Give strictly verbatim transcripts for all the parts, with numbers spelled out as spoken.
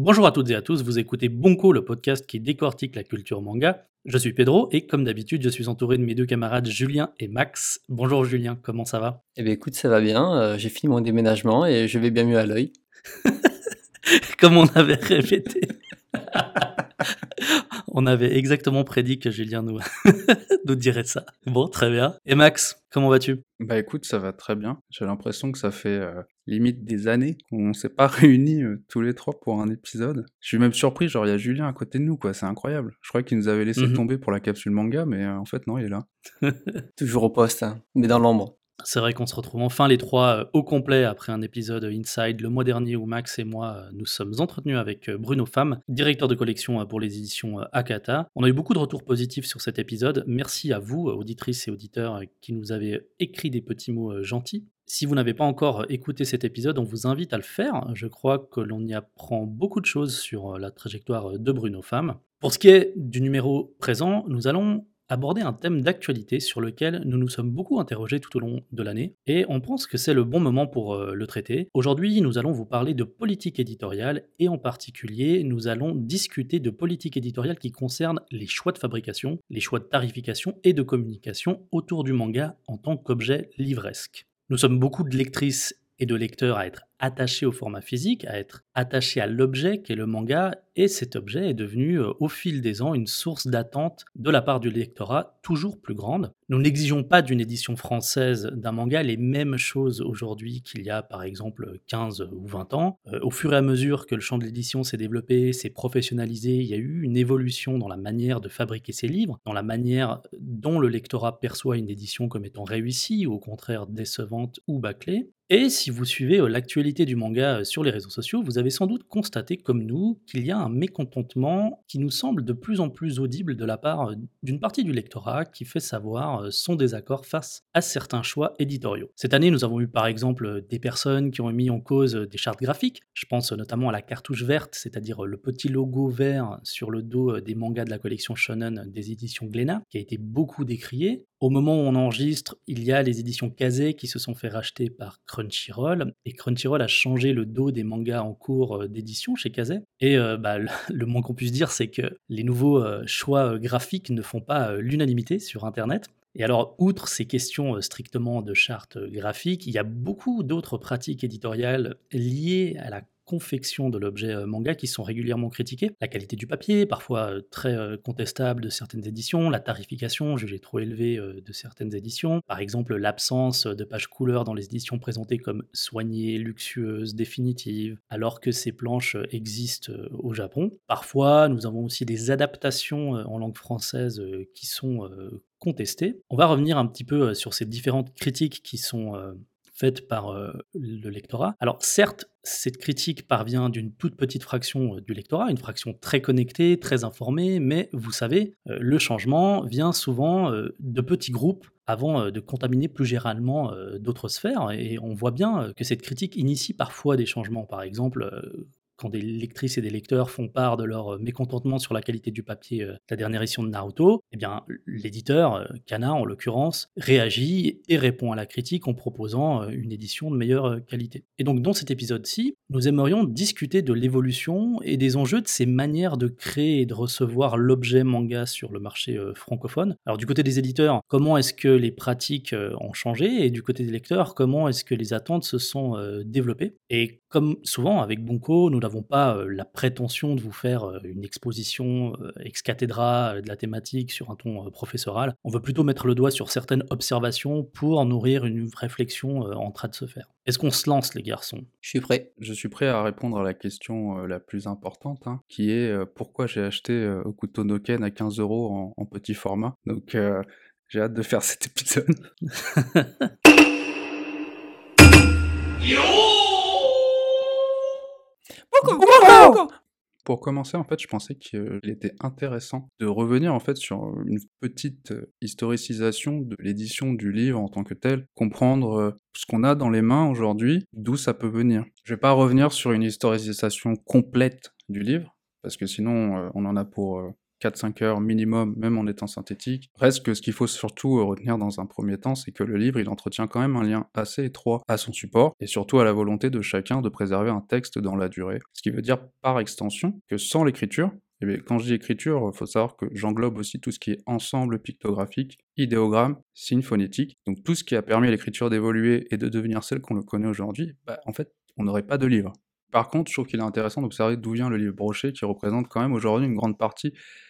Bonjour à toutes et à tous, vous écoutez Bonko, le podcast qui décortique la culture manga. Je suis Pedro et comme d'habitude, je suis entouré de mes deux camarades Julien et Max. Bonjour Julien, comment ça va? Eh bien écoute, ça va bien, euh, j'ai fini mon déménagement et je vais bien mieux à l'œil. Comme on avait répété. On avait exactement prédit que Julien nous, nous dirait ça. Bon, très bien. Et Max, comment vas-tu? Bah écoute, ça va très bien. J'ai l'impression que ça fait euh, limite des années qu'on s'est pas réunis euh, tous les trois pour un épisode. Je suis même surpris, genre il y a Julien à côté de nous, quoi, c'est incroyable. Je croyais qu'il nous avait laissé Mhm. tomber pour la capsule manga, mais euh, en fait non, il est là. Toujours au poste, hein, mais dans l'ombre. C'est vrai qu'on se retrouve enfin les trois euh, au complet après un épisode Inside le mois dernier où Max et moi euh, nous sommes entretenus avec euh, Bruno Pham, directeur de collection euh, pour les éditions euh, Akata. On a eu beaucoup de retours positifs sur cet épisode. Merci à vous, euh, auditrices et auditeurs, euh, qui nous avez écrit des petits mots euh, gentils. Si vous n'avez pas encore euh, écouté cet épisode, on vous invite à le faire. Je crois que l'on y apprend beaucoup de choses sur euh, la trajectoire euh, de Bruno Pham. Pour ce qui est du numéro présent, nous allons aborder un thème d'actualité sur lequel nous nous sommes beaucoup interrogés tout au long de l'année, et on pense que c'est le bon moment pour euh, le traiter. Aujourd'hui, nous allons vous parler de politique éditoriale, et en particulier, nous allons discuter de politique éditoriale qui concerne les choix de fabrication, les choix de tarification et de communication autour du manga en tant qu'objet livresque. Nous sommes beaucoup de lectrices et de lecteurs à être attachés au format physique, à être attachés à l'objet qu'est le manga, et cet objet est devenu euh, au fil des ans une source d'attente de la part du lectorat toujours plus grande. Nous n'exigeons pas d'une édition française d'un manga les mêmes choses aujourd'hui qu'il y a par exemple quinze ou vingt ans. Euh, au fur et à mesure que le champ de l'édition s'est développé, s'est professionnalisé, il y a eu une évolution dans la manière de fabriquer ses livres, dans la manière dont le lectorat perçoit une édition comme étant réussie ou au contraire décevante ou bâclée. Et si vous suivez euh, l'actualité du manga euh, sur les réseaux sociaux, vous avez sans doute constaté comme nous qu'il y a un mécontentement qui nous semble de plus en plus audible de la part euh, d'une partie du lectorat qui fait savoir euh, son désaccord face à certains choix éditoriaux. Cette année, nous avons eu par exemple euh, des personnes qui ont mis en cause euh, des chartes graphiques. Je pense euh, notamment à la cartouche verte, c'est-à-dire euh, le petit logo vert sur le dos euh, des mangas de la collection Shonen des éditions Glénat, qui a été beaucoup décrié. Au moment où on enregistre, il y a les éditions Kazé qui se sont fait racheter par Crunchyroll, et Crunchyroll a changé le dos des mangas en cours euh, d'édition chez Kazé. Et euh, bah, le, le moins qu'on puisse dire, c'est que les nouveaux euh, choix euh, graphiques ne font pas euh, l'unanimité sur Internet. Et alors, outre ces questions euh, strictement de charte euh, graphique, il y a beaucoup d'autres pratiques éditoriales liées à la confection de l'objet euh, manga qui sont régulièrement critiquées. La qualité du papier, parfois euh, très euh, contestable de certaines éditions, la tarification jugée trop élevée euh, de certaines éditions, par exemple l'absence de pages couleurs dans les éditions présentées comme soignées, luxueuses, définitives, alors que ces planches euh, existent euh, au Japon. Parfois, nous avons aussi des adaptations euh, en langue française euh, qui sont euh, contestées. On va revenir un petit peu euh, sur ces différentes critiques qui sont euh, faites par euh, le lectorat. Alors certes, cette critique parvient d'une toute petite fraction euh, du lectorat, une fraction très connectée, très informée, mais vous savez, euh, le changement vient souvent euh, de petits groupes avant euh, de contaminer plus généralement euh, d'autres sphères, et on voit bien euh, que cette critique initie parfois des changements. Par exemple, euh, quand des lectrices et des lecteurs font part de leur euh, mécontentement sur la qualité du papier euh, de la dernière édition de Naruto, eh bien, l'éditeur, euh, Kana en l'occurrence, réagit et répond à la critique en proposant euh, une édition de meilleure euh, qualité. Et donc, dans cet épisode-ci, nous aimerions discuter de l'évolution et des enjeux de ces manières de créer et de recevoir l'objet manga sur le marché euh, francophone. Alors, du côté des éditeurs, comment est-ce que les pratiques euh, ont changé, et du côté des lecteurs, comment est-ce que les attentes se sont euh, développées. Et comme souvent avec Bonko, nous n'avons pas euh, la prétention de vous faire euh, une exposition euh, ex cathedra euh, de la thématique sur un ton euh, professoral. On veut plutôt mettre le doigt sur certaines observations pour nourrir une réflexion euh, en train de se faire. Est-ce qu'on se lance, les garçons? Je suis prêt. Je suis prêt à répondre à la question euh, la plus importante, hein, qui est euh, pourquoi j'ai acheté euh, Okuto no Ken à quinze euros en, en petit format. Donc euh, j'ai hâte de faire cet épisode. Pour commencer, en fait, je pensais qu'il était intéressant de revenir en fait sur une petite euh, historicisation de l'édition du livre en tant que tel, comprendre euh, ce qu'on a dans les mains aujourd'hui, d'où ça peut venir. Je vais pas revenir sur une historicisation complète du livre, parce que sinon euh, on en a pour euh, quatre cinq heures minimum, même en étant synthétique. Reste que ce qu'il faut surtout euh, retenir dans un premier temps, c'est que le livre, il entretient quand même un lien assez étroit à son support, et surtout à la volonté de chacun de préserver un texte dans la durée. Ce qui veut dire, par extension, que sans l'écriture, eh bien, quand je dis écriture, il faut savoir que j'englobe aussi tout ce qui est ensemble pictographique, idéogramme, signe phonétique, donc tout ce qui a permis à l'écriture d'évoluer et de devenir celle qu'on le connaît aujourd'hui, bah, en fait, on n'aurait pas de livre. Par contre, je trouve qu'il est intéressant d'observer d'où vient le livre broché, qui représente quand même aujourd'hui une grande partie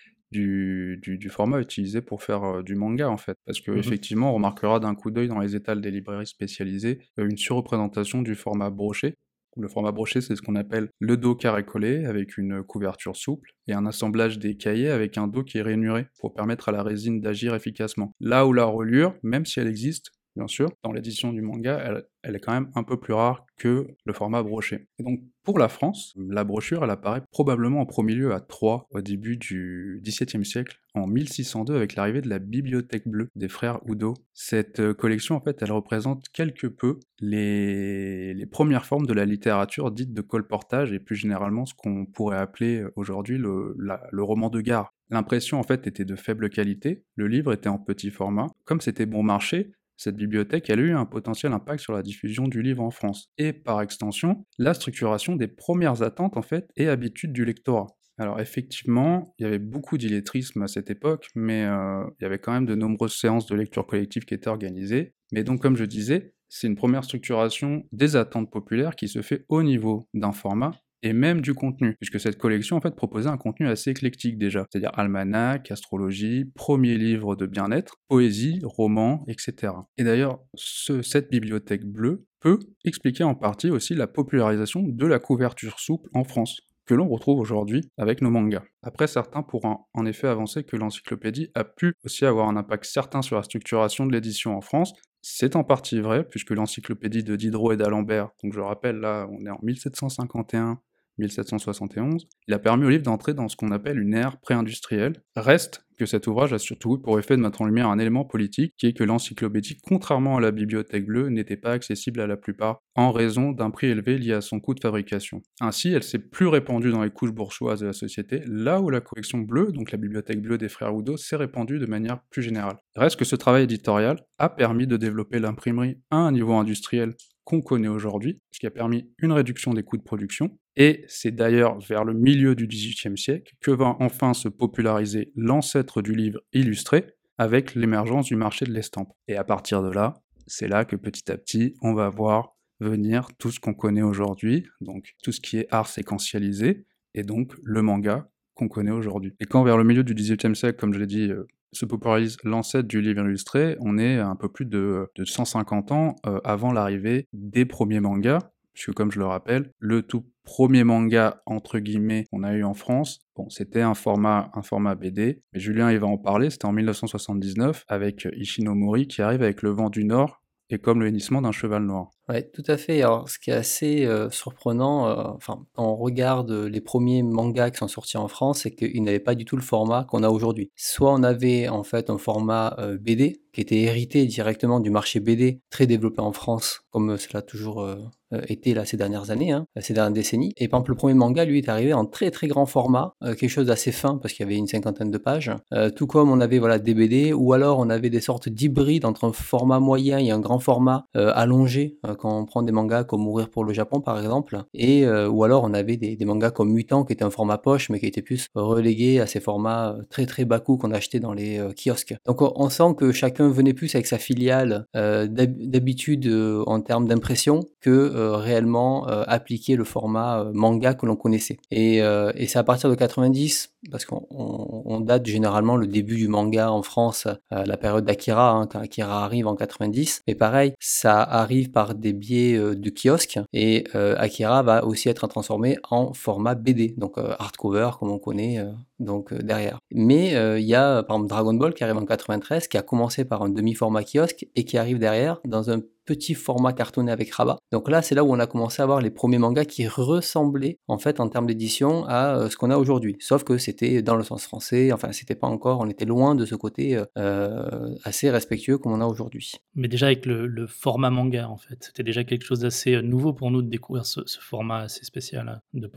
du, du, du format utilisé pour faire euh, du manga, en fait. Parce que Mmh. effectivement, on remarquera d'un coup d'œil dans les étals des librairies spécialisées euh, une surreprésentation du format broché. Le format broché, c'est ce qu'on appelle le dos carré collé, avec une couverture souple, et un assemblage des cahiers avec un dos qui est rainuré, pour permettre à la résine d'agir efficacement. Là où la reliure, même si elle existe, bien sûr, dans l'édition du manga, elle, elle est quand même un peu plus rare que le format broché. Et donc, pour la France, la brochure, elle apparaît probablement en premier lieu à Troyes, au début du dix-septième siècle, en mille six cent deux, avec l'arrivée de la Bibliothèque bleue des frères Oudot. Cette euh, collection, en fait, elle représente quelque peu les, les premières formes de la littérature dite de colportage, et plus généralement ce qu'on pourrait appeler euh, aujourd'hui le, la- le roman de gare. L'impression, en fait, était de faible qualité, le livre était en petit format. Comme c'était bon marché, cette bibliothèque, elle a eu un potentiel impact sur la diffusion du livre en France, et par extension, la structuration des premières attentes en fait et habitudes du lectorat. Alors effectivement, il y avait beaucoup d'illettrisme à cette époque, mais euh, il y avait quand même de nombreuses séances de lecture collective qui étaient organisées. Mais donc comme je disais, c'est une première structuration des attentes populaires qui se fait au niveau d'un format et même du contenu, puisque cette collection en fait proposait un contenu assez éclectique déjà, c'est-à-dire almanach, astrologie, premier livre de bien-être, poésie, roman, et cetera. Et d'ailleurs, ce- cette bibliothèque bleue peut expliquer en partie aussi la popularisation de la couverture souple en France, que l'on retrouve aujourd'hui avec nos mangas. Après, certains pourront en effet avancer que l'encyclopédie a pu aussi avoir un impact certain sur la structuration de l'édition en France. C'est en partie vrai, puisque l'encyclopédie de Diderot et d'Alembert, donc je rappelle là, on est en mille sept cent cinquante et un, mille sept cent soixante et onze, il a permis au livre d'entrer dans ce qu'on appelle une ère pré-industrielle. Reste que cet ouvrage a surtout eu pour effet de mettre en lumière un élément politique, qui est que l'encyclopédie, contrairement à la Bibliothèque bleue, n'était pas accessible à la plupart, en raison d'un prix élevé lié à son coût de fabrication. Ainsi, elle s'est plus répandue dans les couches bourgeoises de la société, là où la collection bleue, donc la Bibliothèque bleue des frères Oudot, s'est répandue de manière plus générale. Reste que ce travail éditorial a permis de développer l'imprimerie à un niveau industriel qu'on connaît aujourd'hui, ce qui a permis une réduction des coûts de production, et c'est d'ailleurs vers le milieu du dix-huitième siècle que va enfin se populariser l'ancêtre du livre illustré, avec l'émergence du marché de l'estampe. Et à partir de là, c'est là que petit à petit, on va voir venir tout ce qu'on connaît aujourd'hui, donc tout ce qui est art séquentialisé, et donc le manga qu'on connaît aujourd'hui. Et quand vers le milieu du dix-huitième siècle, comme je l'ai dit, euh, se popularise l'ancêtre du livre illustré, on est un peu plus de, de cent cinquante ans euh, avant l'arrivée des premiers mangas, puisque comme je le rappelle, le tout premier manga, entre guillemets, qu'on a eu en France, bon, c'était un format, un format B D, mais Julien il va en parler, c'était en mille neuf cent soixante-dix-neuf, avec Ishinomori qui arrive avec Le Vent du Nord, et comme le hennissement d'un cheval noir. Ouais, tout à fait. Alors, ce qui est assez euh, surprenant, euh, enfin, quand on regarde les premiers mangas qui sont sortis en France, c'est qu'ils n'avaient pas du tout le format qu'on a aujourd'hui. Soit on avait en fait un format euh, B D qui était hérité directement du marché B D très développé en France, comme cela a toujours euh, euh, été là ces dernières années, hein, ces dernières décennies. Et par exemple, le premier manga, lui, est arrivé en très très grand format, euh, quelque chose d'assez fin parce qu'il y avait une cinquantaine de pages. Euh, tout comme on avait voilà des B D, ou alors on avait des sortes d'hybrides entre un format moyen et un grand format euh, allongé. Euh, quand on prend des mangas comme Mourir pour le Japon par exemple, et euh, ou alors on avait des, des mangas comme Mutant qui était un format poche mais qui était plus relégué à ces formats euh, très très bas coût qu'on achetait dans les euh, kiosques. Donc on, on sent que chacun venait plus avec sa filiale euh, d'hab- d'habitude euh, en termes d'impression que euh, réellement euh, appliquer le format euh, manga que l'on connaissait. Et, euh, et c'est à partir de quatre-vingt-dix, parce qu'on on, on date généralement le début du manga en France, euh, la période d'Akira, hein, quand Akira arrive en quatre-vingt-dix. Mais pareil, ça arrive par des biais euh, de kiosque, et euh, Akira va aussi être transformé en format B D, donc euh, hardcover comme on connaît euh, donc euh, derrière. Mais il euh, y a par exemple Dragon Ball qui arrive en quatre-vingt-treize, qui a commencé par un demi-format kiosque et qui arrive derrière dans un petit format cartonné avec rabat. Donc là, c'est là où on a commencé à voir les premiers mangas qui ressemblaient, en fait, en termes d'édition, à euh, ce qu'on a aujourd'hui. Sauf que c'était dans le sens français, enfin, c'était pas encore, on était loin de ce côté euh, assez respectueux comme on a aujourd'hui. Mais déjà avec le, le format manga, en fait, c'était déjà quelque chose d'assez euh, nouveau pour nous de découvrir ce, ce format assez spécial euh, de poche.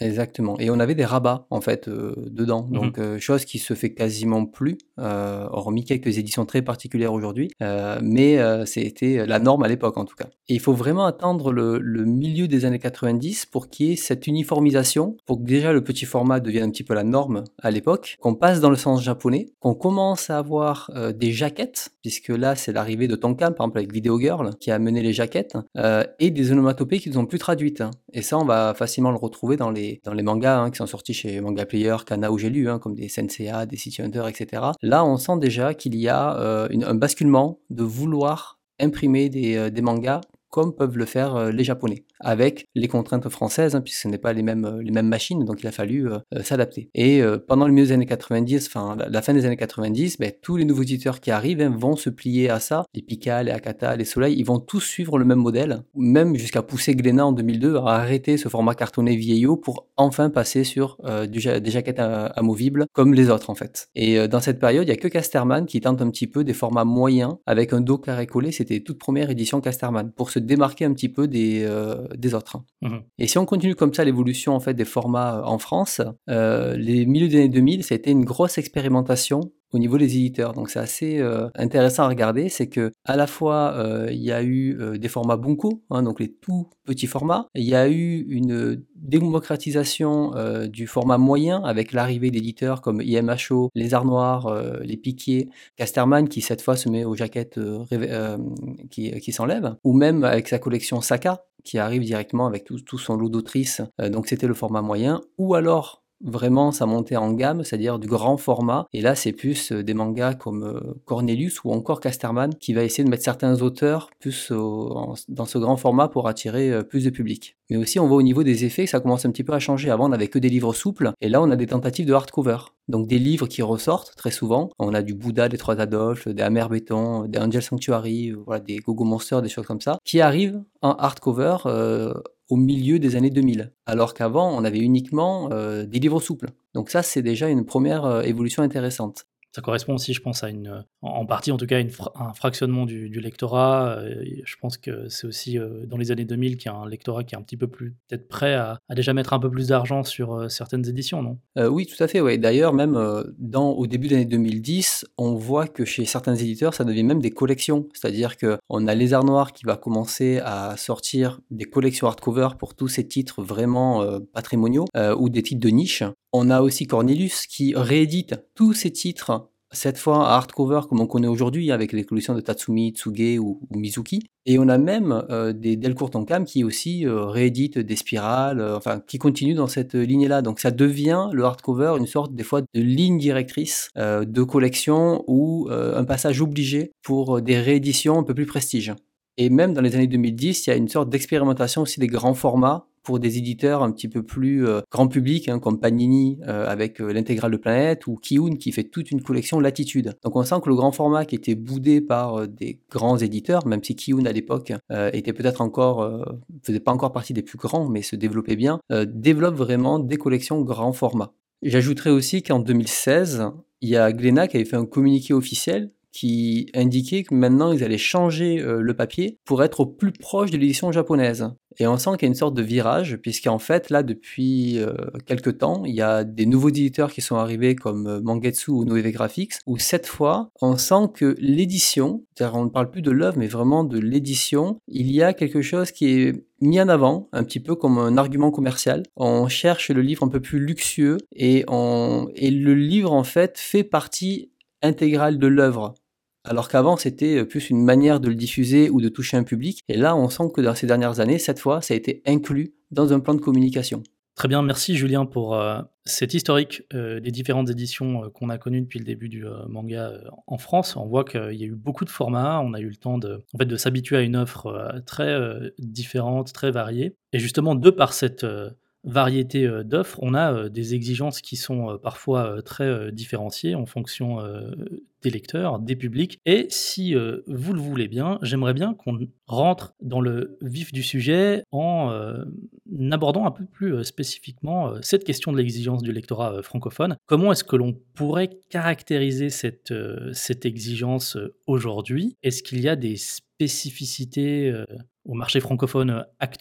Exactement et on avait des rabats en fait, heu, dedans Mmh mh. donc heu, chose qui se fait quasiment plus, heu, hormis quelques éditions très particulières aujourd'hui, heu, mais heu, c'était la norme à l'époque en tout cas et il faut vraiment attendre le le milieu des années quatre-vingt-dix pour qu'il y ait cette uniformisation, pour que déjà le petit format devienne un petit peu la norme à l'époque, qu'on passe dans le sens japonais, qu'on commence à avoir, heu, des jaquettes puisque là c'est l'arrivée de Tonkam par exemple avec Video Girl qui a amené les jaquettes, heu et des onomatopées qui ne sont plus traduites et ça on va facilement le retrouver dans les dans les mangas, hein, qui sont sortis chez Manga Player, Kana ou J'ai lu, hein, comme des Senseiya, des City Hunter et cetera. Là, on sent déjà qu'il y a, heu, une un basculement de vouloir imprimer des, heu, des mangas comme peuvent le faire, heu, les Japonais, avec les contraintes françaises, hein, puisque ce n'est pas les mêmes, heu, les mêmes machines, donc il a fallu, heu heu, s'adapter et heu, pendant le milieu des années quatre-vingt-dix, enfin la la fin des années quatre-vingt-dix, beh, tous les nouveaux éditeurs qui arrivent, hein, vont se plier à ça. Les Pika, les Akata, les Soleil, ils vont tous suivre le même modèle, même jusqu'à pousser Glénat en deux mille deux à arrêter ce format cartonné vieillot pour enfin passer sur, heu, du ja des jaquettes a amovibles comme les autres en fait et heu, dans cette période, il y a que Casterman qui tente un petit peu des formats moyens avec un dos carré collé, c'était les toutes premières éditions Casterman pour se démarquer un petit peu des, heu, des autres Mmh mh. et si on continue comme ça l'évolution en fait des formats en France, heu, les milieux des années deux mille, ça a été une grosse expérimentation au niveau des éditeurs donc c'est assez, heu, intéressant à regarder. C'est qu'à la fois, heu, il y a eu, heu, des formats Bunko, hein, donc les tout petits formats. Il y a eu une démocratisation, heu, du format moyen avec l'arrivée d'éditeurs comme I M H O, Les Arts Noirs, heu, Les Piquiers, Casterman qui cette fois se met aux jaquettes, heu, révé hem, qui qui s'enlèvent ou même avec sa collection Saka qui arrive directement avec tout tout son lot d'autrices, heu, donc c'était le format moyen ou alors vraiment ça montait en gamme, c'est-à-dire du grand format et là c'est plus, heu, des mangas comme, heu, Cornelius ou encore Casterman qui va essayer de mettre certains auteurs plus au en dans ce grand format pour attirer, heu, plus de public. Mais aussi on voit au niveau des effets que ça commence un petit peu à changer. Avant on avait que des livres souples et là on a des tentatives de hardcover, donc des livres qui ressortent très souvent. On a du Bouddha des Trois Adolphes, des Amer Béton, des Angel Sanctuary, heu, voilà des Gogo Monster, des choses comme ça, qui arrivent en hardcover, heu, au milieu des années deux mille. Alors qu'avant on avait uniquement, heu, des livres souples. Donc ça c'est déjà une première, heu, évolution intéressante. Ça correspond aussi, je pense, à une, heu, en en partie en tout cas, à une fra un fractionnement du du lectorat, heu et je pense que c'est aussi, heu, dans les années deux mille qu'il y a un lectorat qui est un petit peu plus peut-être prêt à à déjà mettre un peu plus d'argent sur, heu, certaines éditions, non? Heu, oui, tout à fait, ouais. D'ailleurs, même, heu, dans au début des années deux mille dix, on voit que chez certains éditeurs, ça devient même des collections. C'est-à-dire qu'on a Les Arts Noirs qui va commencer à sortir des collections hardcover pour tous ces titres vraiment, heu, patrimoniaux, heu, ou des titres de niche. On a aussi Cornelius qui réédite tous ces titres, cette fois en hardcover comme on connaît aujourd'hui avec les collections de Tatsumi, Tsuge ou ou Mizuki et on a même, heu, des Delcourt Tonkam qui aussi, heu, rééditent des spirales, heu, enfin qui continuent dans cette lignée-là. Donc ça devient le hardcover une sorte des fois de ligne directrice, heu, de collection ou, heu, un passage obligé pour, heu, des rééditions un peu plus prestige et même dans les années deux mille dix, il y a une sorte d'expérimentation aussi des grands formats pour des éditeurs un petit peu plus, heu, grand public, hein, comme Panini, heu, avec, heu, l'intégrale de Planète ou Kiun qui fait toute une collection Latitude. Donc on sent que le grand format qui était boudé par, heu, des grands éditeurs, même si Kiun à l'époque, heu, était peut-être encore, heu, faisait pas encore partie des plus grands, mais se développait bien, heu, développe vraiment des collections grand format. J'ajouterais aussi qu'en deux mille seize, il y a Glénat qui avait fait un communiqué officiel qui indiquait que maintenant ils allaient changer, heu, le papier pour être au plus proche de l'édition japonaise et on sent qu'il y a une sorte de virage puisqu'en fait là depuis, heu, quelque temps, il y a des nouveaux éditeurs qui sont arrivés comme, heu, Mangetsu ou Noévé Graphics où cette fois, on sent que l'édition, c'est-à-dire on ne parle plus de l'œuvre mais vraiment de l'édition, il y a quelque chose qui est mis en avant, un petit peu comme un argument commercial. On cherche le livre un peu plus luxueux et on et le livre en fait fait partie intégrale de l'œuvre. Alors qu'avant c'était, heu, plus une manière de le diffuser ou de toucher un public et là on sent que dans ces dernières années, cette fois, ça a été inclus dans un plan de communication. Très bien, merci Julien pour, heu, cet historique, heu, des différentes éditions, heu, qu'on a connues depuis le début du, heu, manga, heu, en France. On voit qu'il y a eu beaucoup de formats, on a eu le temps de en fait, de s'habituer à une offre, heu, très, heu, différente, très variée et justement de par cette, heu, variété, heu, d'offres, on a, heu, des exigences qui sont, heu, parfois, heu, très, heu, différenciées en fonction, heu, des lecteurs, des publics et si, heu, vous le voulez bien, j'aimerais bien qu'on rentre dans le vif du sujet en, hem, abordant un peu plus, heu, spécifiquement, heu, cette question de l'exigence du lectorat, heu, francophone. Comment est-ce que l'on pourrait caractériser cette, heu, cette exigence, heu, aujourd'hui? Est-ce qu'il y a des spécificités, heu, au marché francophone, heu, actuel?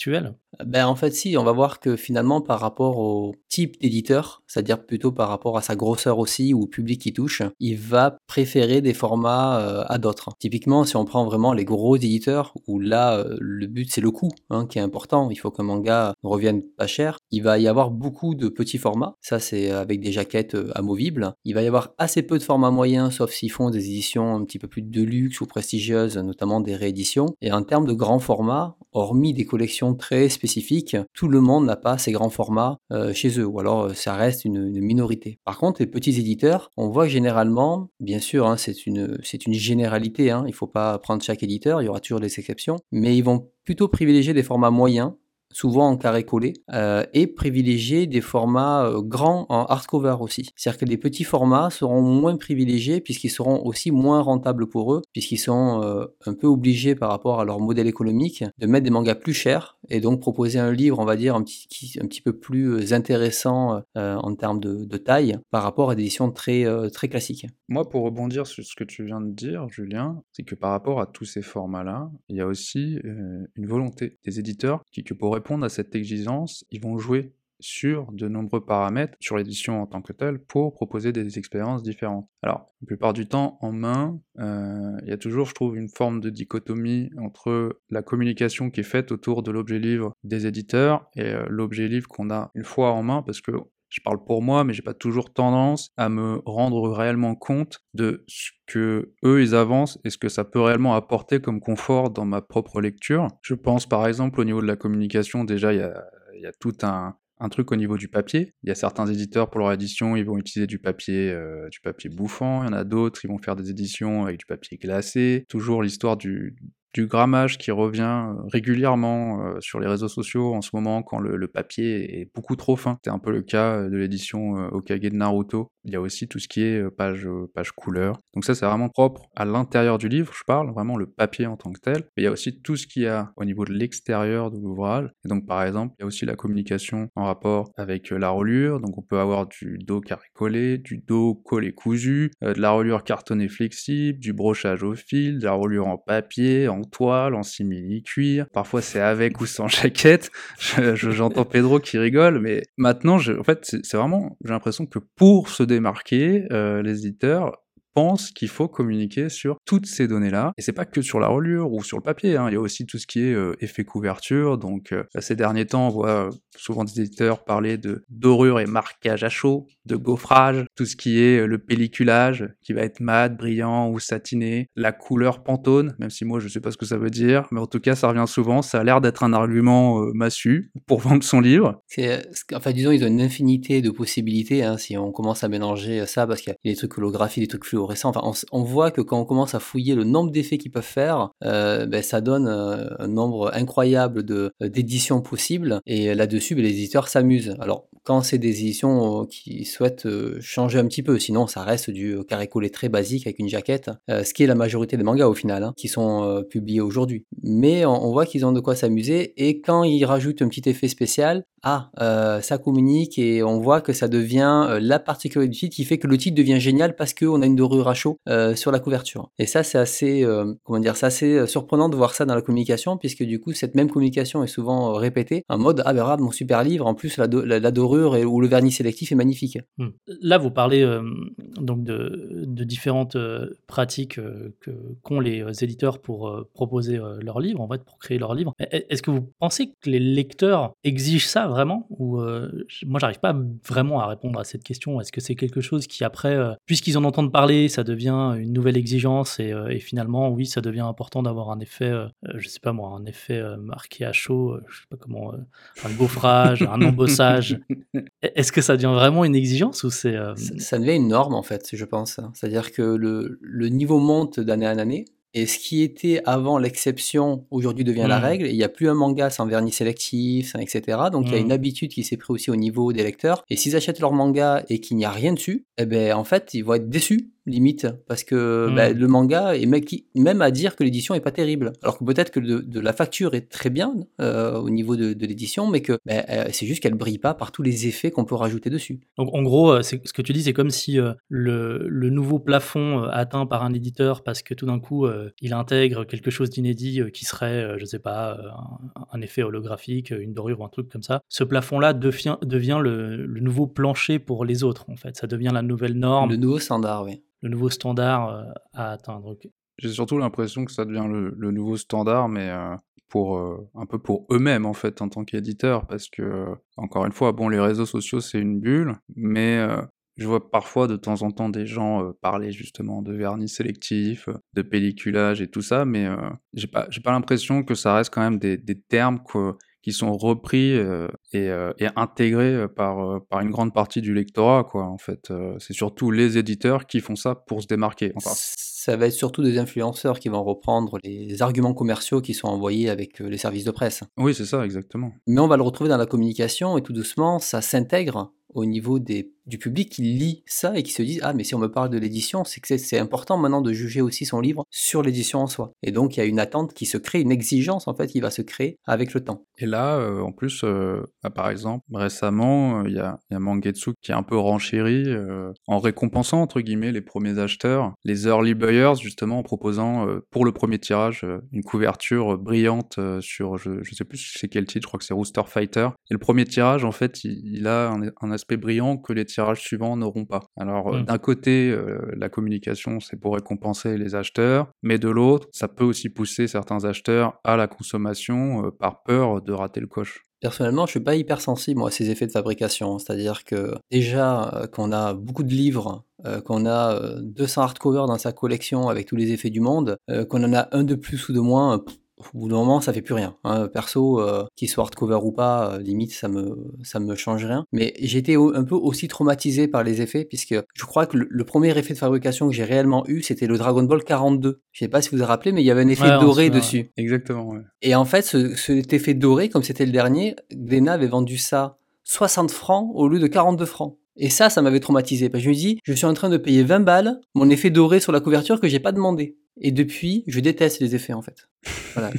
Ben, en fait, si, on va voir que finalement, par rapport au type d'éditeur, c'est-à-dire plutôt par rapport à sa grosseur aussi ou au public qu'il touche, il va préférer des formats euh, à d'autres. Typiquement, si on prend vraiment les gros éditeurs, où là, euh, le but, c'est le coût hein, qui est important, il faut qu'un manga ne revienne pas cher, il va y avoir beaucoup de petits formats, ça c'est avec des jaquettes euh, amovibles, il va y avoir assez peu de formats moyens, sauf s'ils font des éditions un petit peu plus de luxe ou prestigieuses, notamment des rééditions, et en termes de grands formats, hormis des collections très spécifiques, tout le monde n'a pas ces grands formats euh, chez eux, ou alors euh, ça reste une, une minorité. Par contre, les petits éditeurs, on voit que généralement, bien sûr, hein, c'est une, c'est une généralité, hein, il ne faut pas prendre chaque éditeur, il y aura toujours des exceptions, mais ils vont plutôt privilégier des formats moyens, souvent en carré collé, euh, et privilégier des formats euh, grands en hardcover aussi. C'est-à-dire que les petits formats seront moins privilégiés puisqu'ils seront aussi moins rentables pour eux, puisqu'ils sont euh, un peu obligés par rapport à leur modèle économique de mettre des mangas plus chers et donc proposer un livre, on va dire, un petit, un petit peu plus intéressant euh, en termes de, de taille par rapport à des éditions très, euh, très classiques. Moi, pour rebondir sur ce que tu viens de dire, Julien, c'est que par rapport à tous ces formats-là, il y a aussi euh, une volonté des éditeurs qui, que pour répondre à cette exigence, ils vont jouer sur de nombreux paramètres, sur l'édition en tant que telle, pour proposer des expériences différentes. Alors, la plupart du temps, en main, euh, il y a toujours, je trouve, une forme de dichotomie entre la communication qui est faite autour de l'objet livre des éditeurs et euh, l'objet livre qu'on a une fois en main, parce que je parle pour moi, mais j'ai pas toujours tendance à me rendre réellement compte de ce que eux ils avancent et ce que ça peut réellement apporter comme confort dans ma propre lecture. Je pense par exemple au niveau de la communication, déjà il y a, y a tout un, un truc au niveau du papier. Il y a certains éditeurs pour leur édition, ils vont utiliser du papier, euh, du papier bouffant. Il y en a d'autres, ils vont faire des éditions avec du papier glacé. Toujours l'histoire du du grammage qui revient régulièrement euh, sur les réseaux sociaux en ce moment quand le, le papier est beaucoup trop fin. C'est un peu le cas de l'édition euh, Okage de Naruto. Il y a aussi tout ce qui est euh, page, euh, page couleur. Donc ça c'est vraiment propre à l'intérieur du livre, je parle, vraiment le papier en tant que tel. Mais il y a aussi tout ce qu'il y a au niveau de l'extérieur de l'ouvrage. Et donc par exemple, il y a aussi la communication en rapport avec euh, la reliure. Donc on peut avoir du dos carré collé, du dos collé cousu, euh, de la reliure cartonnée flexible, du brochage au fil, de la reliure en papier, en toile, en simili-cuir, parfois c'est avec ou sans jaquette, je, je, j'entends Pedro qui rigole, mais maintenant, je, en fait, c'est, c'est vraiment, j'ai l'impression que pour se démarquer, euh, les éditeurs pensent qu'il faut communiquer sur toutes ces données-là, et c'est pas que sur la reliure ou sur le papier, hein. Il y a aussi tout ce qui est euh, effet couverture, donc euh, ces derniers temps, on voit souvent des éditeurs parler de dorure et marquage à chaud, de gaufrage, tout ce qui est euh, le pelliculage, qui va être mat, brillant ou satiné, la couleur Pantone, même si moi je sais pas ce que ça veut dire, mais en tout cas ça revient souvent, ça a l'air d'être un argument euh, massu pour vendre son livre. C'est, enfin, disons, ils ont une infinité de possibilités, hein, si on commence à mélanger ça, parce qu'il y a des trucs holographiques, des trucs fluo récent. Enfin, on, on voit que quand on commence à fouiller le nombre d'effets qu'ils peuvent faire, euh, ben, ça donne euh, un nombre incroyable de, d'éditions possibles. Et là-dessus, ben, les éditeurs s'amusent. Alors, quand c'est des éditions euh, qui souhaitent euh, changer un petit peu, sinon ça reste du carré-collé très basique avec une jaquette, euh, ce qui est la majorité des mangas au final, hein, qui sont euh, publiés aujourd'hui. Mais on, on voit qu'ils ont de quoi s'amuser. Et quand ils rajoutent un petit effet spécial, ah, euh, ça communique et on voit que ça devient euh, la particularité du titre qui fait que le titre devient génial parce qu'on a une dorure à chaud euh, sur la couverture. Et ça, c'est assez, euh, comment dire, c'est assez surprenant de voir ça dans la communication, puisque du coup, cette même communication est souvent euh, répétée en mode ah ben regarde mon super livre, en plus la, do- la, la dorure et, ou le vernis sélectif est magnifique. Hmm. Là, vous parlez euh, donc de, de différentes euh, pratiques euh, que, qu'ont les euh, éditeurs pour euh, proposer euh, leurs livres, en fait, pour créer leurs livres. Est-ce que vous pensez que les lecteurs exigent ça vraiment, ou euh, moi, j'arrive pas vraiment à répondre à cette question. Est-ce que c'est quelque chose qui après, euh, puisqu'ils en entendent parler, ça devient une nouvelle exigence et, euh, et finalement, oui, ça devient important d'avoir un effet, euh, je sais pas moi, un effet euh, marqué à chaud, euh, je sais pas comment, euh, un gaufrage, un embossage. Est-ce que ça devient vraiment une exigence ou c'est euh... ça, ça devient une norme en fait, je pense. C'est-à-dire que le, le niveau monte d'année en année. Et ce qui était avant l'exception, aujourd'hui devient mmh. la règle. Il n'y a plus un manga sans vernis sélectif, et cetera. Donc mmh. il y a une habitude qui s'est prise aussi au niveau des lecteurs. Et s'ils achètent leur manga et qu'il n'y a rien dessus, eh ben en fait ils vont être déçus limite, parce que Mmh. bah, le manga est mec- même à dire que l'édition est pas terrible. Alors que peut-être que de, de la facture est très bien euh, au niveau de, de l'édition, mais que bah, euh, c'est juste qu'elle brille pas par tous les effets qu'on peut rajouter dessus. Donc en gros, euh, c'est, ce que tu dis, c'est comme si euh, le, le nouveau plafond euh, atteint par un éditeur parce que tout d'un coup, euh, il intègre quelque chose d'inédit euh, qui serait, euh, je sais pas, euh, un, un effet holographique, une dorure ou un truc comme ça. Ce plafond-là devient, devient le, le nouveau plancher pour les autres, en fait. Ça devient la nouvelle norme, Le nouveau standard, oui. le nouveau standard euh, à atteindre. Ok. J'ai surtout l'impression que ça devient le, le nouveau standard, mais euh, pour euh, un peu pour eux-mêmes en fait en tant qu'éditeurs, parce que euh, encore une fois, bon, les réseaux sociaux c'est une bulle, mais euh, je vois parfois de temps en temps des gens euh, parler justement de vernis sélectif, euh, de pelliculage et tout ça, mais euh, j'ai pas j'ai pas l'impression que ça reste quand même des, des termes quoi, qui sont repris euh, et, euh, et intégrés euh, par, euh, par une grande partie du lectorat, quoi, en fait. Euh, c'est surtout les éditeurs qui font ça pour se démarquer. Enfin, Ça va être surtout des influenceurs qui vont reprendre les arguments commerciaux qui sont envoyés avec euh, les services de presse. oui, c'est ça, exactement. Mais on va le retrouver dans la communication et tout doucement, ça s'intègre au niveau des, du public qui lit ça et qui se dit « Ah, mais si on me parle de l'édition, c'est que c'est- c'est important maintenant de juger aussi son livre sur l'édition en soi. » Et donc, il y a une attente qui se crée, une exigence en fait qui va se créer avec le temps. Et là, euh, en plus, euh, bah, par exemple, récemment, il y, a, y a Mangetsu qui est un peu renchéri euh, en récompensant, entre guillemets, les premiers acheteurs, les early buyers, justement, en proposant, euh, pour le premier tirage, euh, une couverture brillante euh, sur, je, je sais plus c'est quel titre, je crois que c'est Rooster Fighter. Et le premier tirage, en fait, il, il a un, un aspect brillant que les tirages suivants n'auront pas. Alors, euh, Mm. d'un côté, euh, la communication, c'est pour récompenser les acheteurs, mais de l'autre, ça peut aussi pousser certains acheteurs à la consommation euh, par peur de rater le coche. Personnellement, je suis pas hyper sensible moi, à ces effets de fabrication. C'est-à-dire que déjà euh, qu'on a beaucoup de livres, euh, qu'on a euh, deux cents hardcovers dans sa collection avec tous les effets du monde, euh, qu'on en a un de plus ou de moins, pff, au bout d'un moment, ça fait plus rien. Hein. Perso, euh, qu'il soit hardcover ou pas, euh, limite, ça me, ça me change rien. Mais j'ai été au- un peu aussi traumatisé par les effets, puisque je crois que le, le premier effet de fabrication que j'ai réellement eu, c'était le Dragon Ball quarante-deux. Je sais pas si vous vous rappelez, mais il y avait un effet Ouais, on se doré souvient, ouais. dessus. Exactement, ouais. Et en fait, ce, cet effet doré, comme c'était le dernier, Glénat avait vendu ça soixante francs au lieu de quarante-deux francs. Et ça, ça m'avait traumatisé. Parce que je me dis, je suis en train de payer vingt balles mon effet doré sur la couverture que j'ai pas demandé. Et depuis, je déteste les effets, en fait. Voilà.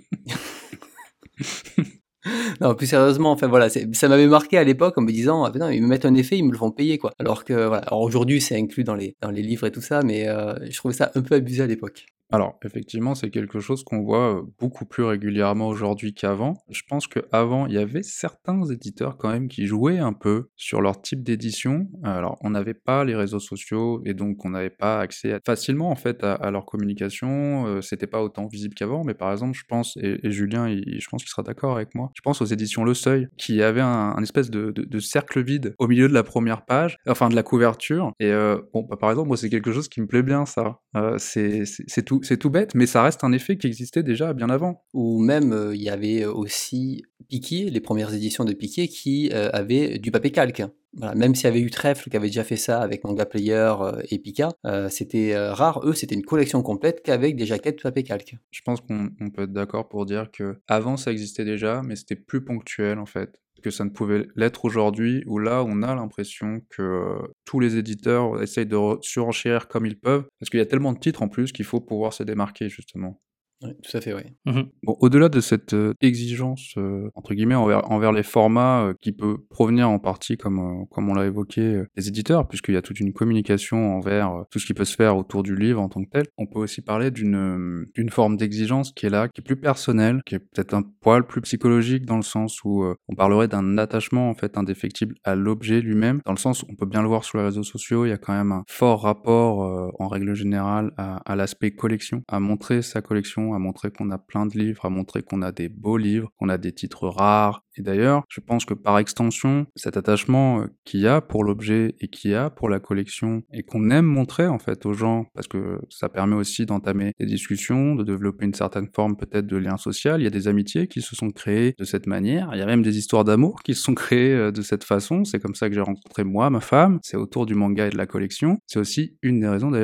Non, plus sérieusement, enfin voilà, c'est- ça m'avait marqué à l'époque en me disant, ah, ben non, ils me mettent un effet, ils me le font payer, quoi. Alors que, voilà. Alors aujourd'hui, c'est inclus dans les, dans les livres et tout ça, mais euh, je trouvais ça un peu abusé à l'époque. Alors, effectivement, c'est quelque chose qu'on voit euh, beaucoup plus régulièrement aujourd'hui qu'avant. Je pense qu'avant, il y avait certains éditeurs quand même qui jouaient un peu sur leur type d'édition. Alors, on n'avait pas les réseaux sociaux et donc on n'avait pas accès à- facilement en fait à, à leur communication. Euh, c'était pas autant visible qu'avant, mais par exemple, je pense, et, et Julien, il- je pense qu'il sera d'accord avec moi, je pense aux éditions Le Seuil qui avaient un, un espèce de, de- de cercle vide au milieu de la première page, enfin de la couverture. Et euh, bon, bah, par exemple, moi, c'est quelque chose qui me plaît bien, ça. Euh, c'est c'est- c'est tout, c'est tout bête, mais ça reste un effet qui existait déjà bien avant. Ou même, euh, il y avait aussi Piquier, les premières éditions de Piquier, qui euh, avaient du papier calque. Voilà, même s'il y avait eu Trèfle qui avait déjà fait ça avec Manga Player euh, et Pika, euh, c'était euh, rare. Eux, c'était une collection complète qu'avec des jaquettes de papier calque. Je pense qu'on on peut être d'accord pour dire que avant ça existait déjà, mais c'était plus ponctuel en fait, que ça ne pouvait l'être aujourd'hui, où là on a l'impression que euh, tous les éditeurs essayent de re- surenchérir comme ils peuvent, parce qu'il y a tellement de titres en plus qu'il faut pouvoir se démarquer justement. Oui, tout à fait, oui. Mhm. Bon, au-delà de cette euh, exigence, euh, entre guillemets, envers, envers les formats euh, qui peut provenir en partie, comme, euh, comme on l'a évoqué, euh, des éditeurs, puisqu'il y a toute une communication envers euh, tout ce qui peut se faire autour du livre en tant que tel, on peut aussi parler d'une euh, d'une forme d'exigence qui est là, qui est plus personnelle, qui est peut-être un poil plus psychologique dans le sens où euh, on parlerait d'un attachement en fait indéfectible à l'objet lui-même, dans le sens où on peut bien le voir sur les réseaux sociaux, il y a quand même un fort rapport euh, en règle générale à, à l'aspect collection, à montrer sa collection, à montrer qu'on a plein de livres, à montrer qu'on a des beaux livres, qu'on a des titres rares. Et d'ailleurs, je pense que par extension, cet attachement euh, qu'il y a pour l'objet et qu'il y a pour la collection et qu'on aime montrer en fait aux gens, parce que ça permet aussi d'entamer des discussions, de développer une certaine forme peut-être de lien social. Il y a des amitiés qui se sont créées de cette manière. Il y a même des histoires d'amour qui se sont créées euh, de cette façon. C'est comme ça que j'ai rencontré moi, ma femme. C'est autour du manga et de la collection. C'est aussi une des raisons d'ailleurs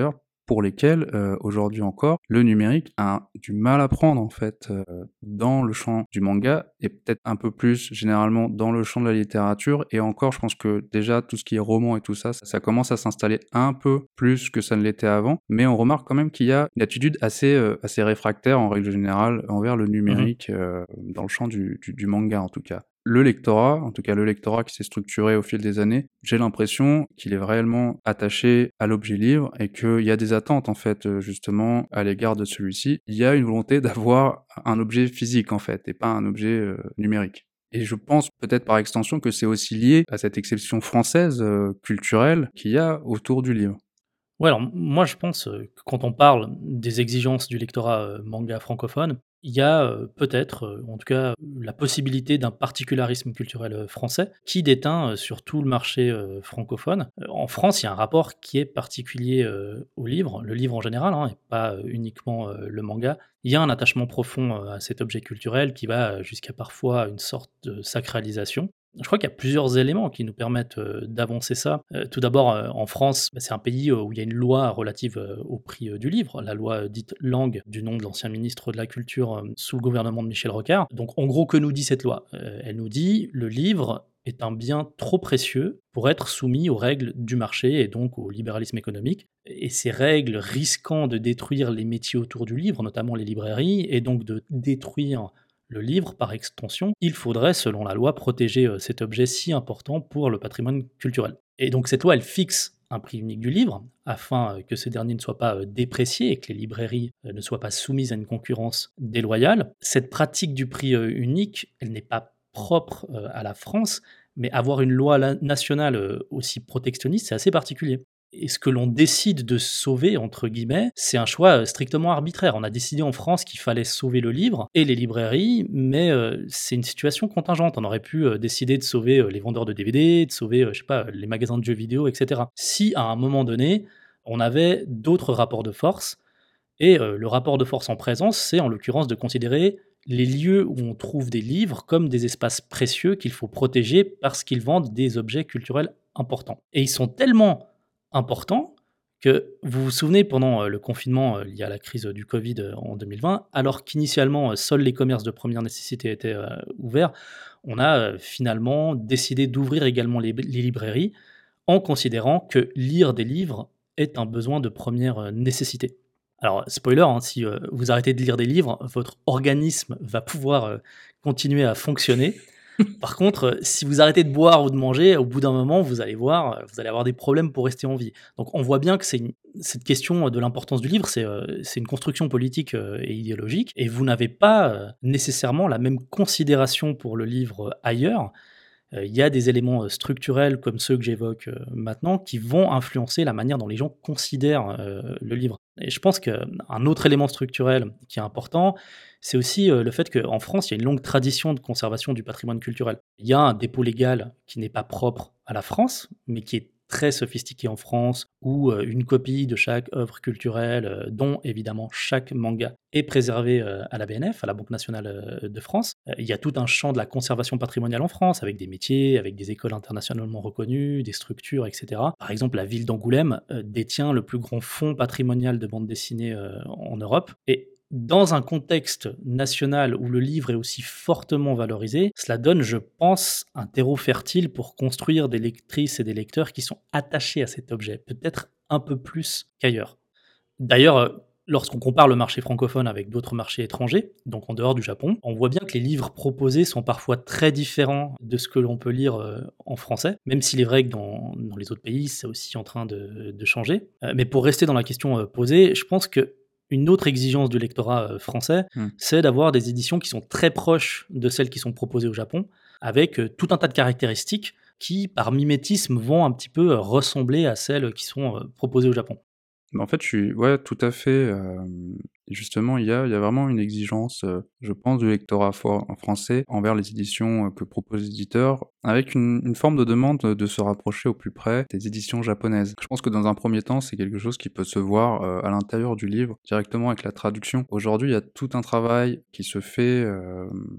pour lesquels, heu, aujourd'hui encore, le numérique a du mal à prendre, en fait, heu, dans le champ du manga et peut-être un peu plus généralement dans le champ de la littérature et encore, je pense que déjà tout ce qui est roman et tout ça, ça commence à s'installer un peu plus que ça ne l'était avant, mais on remarque quand même qu'il y a une attitude assez, heu, assez réfractaire en règle générale envers le Mmh mh. numérique, heu, dans le champ du du du manga en tout cas. Le lectorat, en tout cas le lectorat qui s'est structuré au fil des années, j'ai l'impression qu'il est réellement attaché à l'objet livre et qu'il y a des attentes en fait, heu, justement à l'égard de celui-ci. Il y a une volonté d'avoir un objet physique en fait et pas un objet, heu, numérique. Et je pense peut-être par extension que c'est aussi lié à cette exception française, heu, culturelle qu'il y a autour du livre. Ouais, alors m moi je pense, heu, que quand on parle des exigences du lectorat, heu, manga francophone, il y a, heu, peut-être, heu, en tout cas, la possibilité d'un particularisme culturel, heu, français qui déteint, heu, sur tout le marché, heu, francophone. Heu, en France, il y a un rapport qui est particulier, heu, au livre, le livre en général, hein, et pas, heu, uniquement, heu, le manga. Il y a un attachement profond, heu, à cet objet culturel qui va, heu, jusqu'à parfois une sorte de sacralisation. Je crois qu'il y a plusieurs éléments qui nous permettent, heu, d'avancer ça. Heu, tout d'abord, heu, en France, bah, c'est un pays, heu, où il y a une loi relative, heu, au prix, heu, du livre, la loi, heu, dite Lang, du nom de l'ancien ministre de la culture, hem, sous le gouvernement de Michel Rocard. Donc en gros, que nous dit cette loi? Heu, elle nous dit: «Le livre est un bien trop précieux pour être soumis aux règles du marché et donc au libéralisme économique et ces règles risquant de détruire les métiers autour du livre, notamment les librairies et donc de détruire le livre par extension, il faudrait, selon la loi, protéger, heu, cet objet si important pour le patrimoine culturel» et donc cette loi, elle fixe un prix unique du livre afin, heu, que ce dernier ne soit pas, heu, déprécié et que les librairies, heu, ne soient pas soumises à une concurrence déloyale. Cette pratique du prix, heu, unique, elle n'est pas propre, heu, à la France, mais avoir une loi la nationale, heu, aussi protectionniste, c'est assez particulier et ce que l'on décide de «sauver» entre guillemets, c'est un choix, heu, strictement arbitraire. On a décidé en France qu'il fallait sauver le livre et les librairies, mais heu, c'est une situation contingente. On aurait pu, heu, décider de sauver, heu, les vendeurs de D V D, de sauver, heu, je sais pas, les magasins de jeux vidéo et cetera. Si à un moment donné, on avait d'autres rapports de force et heu, le rapport de force en présence, c'est en l'occurrence de considérer les lieux où on trouve des livres comme des espaces précieux qu'il faut protéger parce qu'ils vendent des objets culturels importants et ils sont tellement importants que vous vous souvenez pendant, heu, le confinement, heu, lié à la crise, heu, du covid, heu, en deux mille vingt, alors qu'initialement, heu, seuls les commerces de première nécessité étaient, heu, ouverts, on a, heu, finalement décidé d'ouvrir également les b les librairies en considérant que lire des livres est un besoin de première, heu, nécessité. Alors spoiler, hein, si, heu, vous arrêtez de lire des livres, votre organisme va pouvoir, heu, continuer à fonctionner. Par contre, heu, si vous arrêtez de boire ou de manger, au bout d'un moment, vous allez voir, heu, vous allez avoir des problèmes pour rester en vie. Donc on voit bien que c'est une cette question, de l'importance du livre, c'est, heu, c'est une construction politique, heu, et idéologique et vous n'avez pas, heu, nécessairement la même considération pour le livre, heu, ailleurs. Heu, il y a des éléments, heu, structurels comme ceux que j'évoque, heu, maintenant qui vont influencer la manière dont les gens considèrent, heu, le livre et je pense qu'un autre élément structurel qui est important, c'est aussi, heu, le fait qu'en France, il y a une longue tradition de conservation du patrimoine culturel. Il y a un dépôt légal qui n'est pas propre à la France, mais qui est très sophistiqué en France, où, heu, une copie de chaque œuvre culturelle, heu, dont évidemment chaque manga est préservé, heu, à la B N F, à la Banque nationale, heu, de France. Heu, il y a tout un champ de la conservation patrimoniale en France, avec des métiers, avec des écoles internationalement reconnues, des structures et cetera. Par exemple, la ville d'Angoulême, heu, détient le plus grand fonds patrimonial de bande dessinée, heu, en Europe et dans un contexte national où le livre est aussi fortement valorisé, cela donne, je pense, un terreau fertile pour construire des lectrices et des lecteurs qui sont attachés à cet objet, peut-être un peu plus qu'ailleurs. D'ailleurs, heu, lorsqu'on compare le marché francophone avec d'autres marchés étrangers, donc en dehors du Japon, on voit bien que les livres proposés sont parfois très différents de ce que l'on peut lire, heu, en français, même s'il est vrai que dans dans les autres pays, c'est aussi en train de de changer. Heu, mais pour rester dans la question, heu, posée, je pense qu'une autre exigence du lectorat, heu, français, Mmh. c'est d'avoir des éditions qui sont très proches de celles qui sont proposées au Japon, avec, heu, tout un tas de caractéristiques qui, par mimétisme, vont un petit peu, heu, ressembler à celles qui sont, heu, proposées au Japon. Bah, en fait, je suis ouais, tout à fait, hem, justement, il y a il y a vraiment une exigence, heu, je pense, du lectorat for français envers les éditions, heu, que proposent les éditeurs, avec une une forme de demande, heu, de se rapprocher au plus près des éditions japonaises. Je pense que dans un premier temps, c'est quelque chose qui peut se voir, heu, à l'intérieur du livre, directement avec la traduction. Aujourd'hui, il y a tout un travail qui se fait, hem,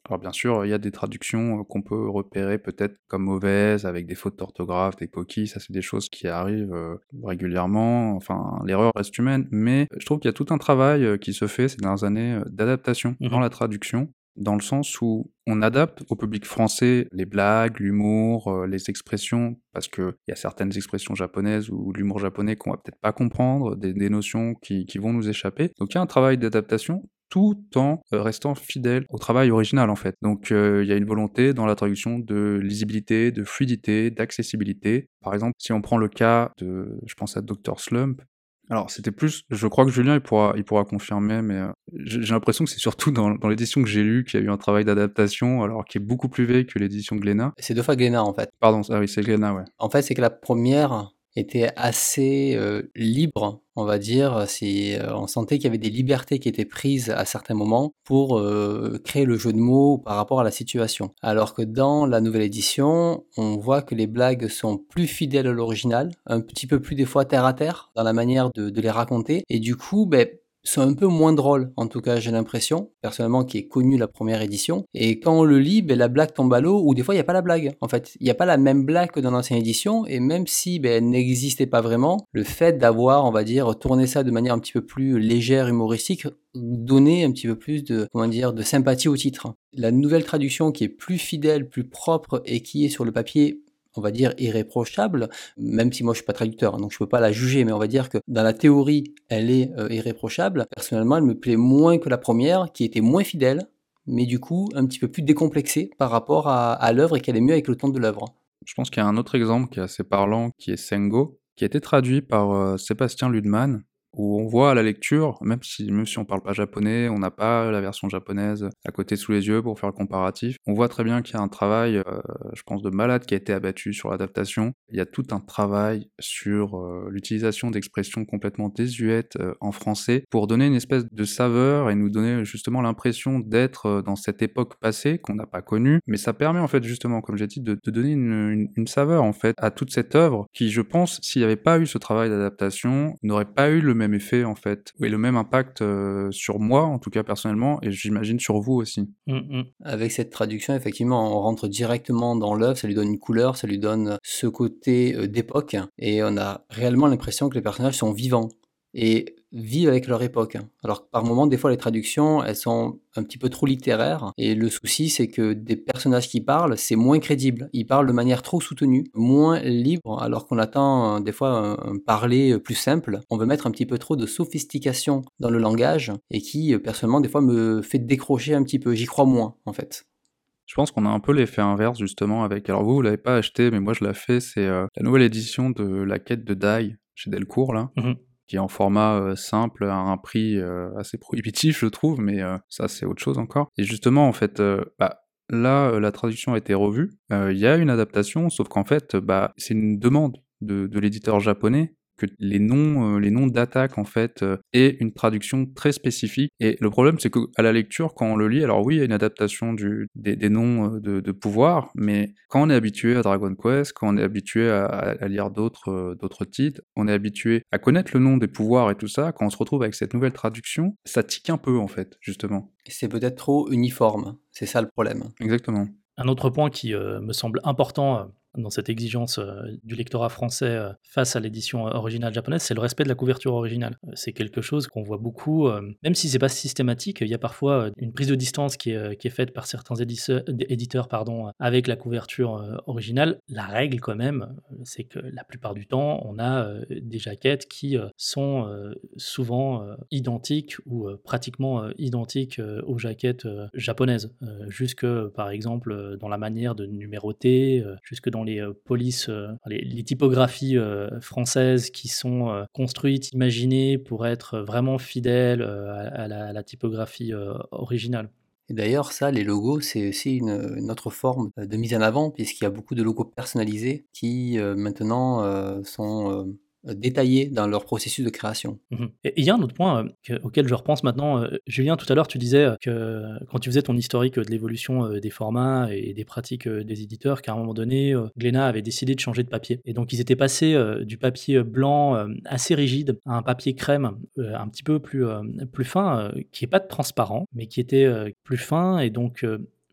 Alors bien sûr, il y a des traductions, heu, qu'on peut repérer peut-être comme mauvaises, avec des fautes d'orthographe, des coquilles, ça c'est des choses qui arrivent, heu, régulièrement, enfin l'erreur reste humaine, mais je trouve qu'il y a tout un travail, heu, qui se fait ces dernières années, heu, d'adaptation Mmh dans mh. la traduction, dans le sens où on adapte au public français les blagues, l'humour, heu, les expressions, parce qu'il y a certaines expressions japonaises ou l'humour japonais qu'on va peut-être pas comprendre, des des notions qui qui vont nous échapper. Donc il y a un travail d'adaptation, tout en, heu, restant fidèle au travail original, en fait. Donc heu, il y a une volonté dans la traduction de lisibilité, de fluidité, d'accessibilité. Par exemple, si on prend le cas de je pense à Docteur Slump, alors c'était plus je crois que Julien il pourra il pourra confirmer, mais heu, j'ai j'ai l'impression que c'est surtout dans dans l'édition que j'ai lue qu'il y a eu un travail d'adaptation, alors qui est beaucoup plus vieille que l'édition Glénat. C'est deux fois Glénat, en fait. Pardon, ah oui, c'est Glénat, ouais. En fait, c'est que la première était assez, heu, libre, on va dire. C'est, heu, on sentait qu'il y avait des libertés qui étaient prises à certains moments pour, heu, créer le jeu de mots par rapport à la situation. Alors que dans la nouvelle édition, on voit que les blagues sont plus fidèles à l'original, un petit peu plus des fois terre à terre dans la manière de de les raconter et du coup, beh, sont un peu moins drôles. En tout cas, j'ai l'impression, personnellement, qui ai connu la première édition et quand on le lit, beh, la blague tombe à l'eau ou des fois il y a pas la blague. En fait, il y a pas la même blague que dans l'ancienne édition et même si, beh, elle n'existait pas vraiment, le fait d'avoir, on va dire, tourné ça de manière un petit peu plus légère, humoristique, donnait un petit peu plus de, comment dire, de sympathie au titre. La nouvelle traduction qui est plus fidèle, plus propre et qui est sur le papier, on va dire irréprochable, même si moi je suis pas traducteur, hein, donc je peux pas la juger, mais on va dire que dans la théorie, elle est, heu, irréprochable. Personnellement, elle me plaît moins que la première, qui était moins fidèle, mais du coup un petit peu plus décomplexée par rapport à à l'œuvre et qu'elle est mieux avec le ton de l'œuvre. Je pense qu'il y a un autre exemple qui est assez parlant, qui est Sengo, qui a été traduit par, heu, Sébastien Ludman, où on voit à la lecture, même si même si on parle pas japonais, on n'a pas la version japonaise à côté sous les yeux pour faire le comparatif. On voit très bien qu'il y a un travail, heu, je pense de malade qui a été abattu sur l'adaptation. Il y a tout un travail sur, heu, l'utilisation d'expressions complètement désuètes, heu, en français pour donner une espèce de saveur et nous donner justement l'impression d'être, heu, dans cette époque passée qu'on n'a pas connue. Mais ça permet en fait justement, comme j'ai dit, de de donner une une une saveur en fait à toute cette œuvre qui, je pense, s'il y avait pas eu ce travail d'adaptation, n'aurait pas eu le même effet en fait, et le même impact, heu, sur moi en tout cas personnellement et j'imagine sur vous aussi. Mmh mh. Avec cette traduction, effectivement, on rentre directement dans l'œuvre, ça lui donne une couleur, ça lui donne ce côté, heu, d'époque et on a réellement l'impression que les personnages sont vivants et vivent avec leur époque. Alors que par moments, des fois, les traductions, elles sont un petit peu trop littéraires et le souci, c'est que des personnages qui parlent, c'est moins crédible. Ils parlent de manière trop soutenue, moins libre, alors qu'on attend, heu, des fois un un parler, heu, plus simple. On veut mettre un petit peu trop de sophistication dans le langage et qui, heu, personnellement, des fois, me fait décrocher un petit peu. J'y crois moins, en fait. Je pense qu'on a un peu l'effet inverse justement avec alors vous, vous l'avez pas acheté, mais moi je l'ai fait, c'est, heu, la nouvelle édition de La Quête de Dai chez Delcourt là, Mmh mh. qui est en format, heu, simple à un prix, heu, assez prohibitif je trouve, mais heu, ça c'est autre chose encore et justement en fait, heu, bah, là, heu, la traduction a été revue, heu, il y a une adaptation sauf qu'en fait, bah, c'est une demande de de l'éditeur japonais que les noms, heu, les noms d'attaque en fait, heu, aient une traduction très spécifique et le problème c'est qu'à la lecture quand on le lit, alors oui, il y a une adaptation du des des noms, heu, de de pouvoirs, mais quand on est habitué à Dragon Quest, quand on est habitué à à à lire d'autres, heu, d'autres titres, on est habitué à connaître le nom des pouvoirs et tout ça, quand on se retrouve avec cette nouvelle traduction, ça tique un peu en fait, justement. C'est peut-être trop uniforme, c'est ça le problème. Exactement. Un autre point qui, heu, me semble important, heu, dans cette exigence, heu, du lectorat français, heu, face à l'édition, heu, originale japonaise, c'est le respect de la couverture originale. Heu, c'est quelque chose qu'on voit beaucoup, hem, même si c'est pas systématique, il y a parfois, heu, une prise de distance qui est, heu, qui est faite par certains édisseur d éditeurs, pardon, heu, avec la couverture, heu, originale. La règle quand même, heu, c'est que la plupart du temps, on a, heu, des jaquettes qui, heu, sont, heu, souvent, heu, identiques ou, heu, pratiquement, heu, identiques, heu, aux jaquettes, heu, japonaises. Heu, jusque, par exemple, heu, dans la manière de numéroter, heu, jusque dans les, heu, polices, heu, les les typographies, heu, françaises qui sont, heu, construites, imaginées pour être vraiment fidèles, heu, à à la à la typographie, heu, originale. Et d'ailleurs, ça, les logos, c'est aussi une, une autre forme, heu, de mise en avant puisqu'il y a beaucoup de logos personnalisés qui, heu, maintenant, heu, sont, heu, détaillés dans leur processus de création. Mmh mh. Et il y a un autre point, heu, que auquel je repense maintenant, heu, Julien, tout à l'heure, tu disais, heu, que quand tu faisais ton historique, heu, de l'évolution, heu, des formats et des pratiques, heu, des éditeurs, qu'à un moment donné, heu, Glénat avait décidé de changer de papier et donc ils étaient passés, heu, du papier, heu, blanc, hem, assez rigide à un papier crème, heu, un petit peu plus, hem, plus fin, heu, qui est pas transparent, mais qui était, heu, plus fin et donc heu,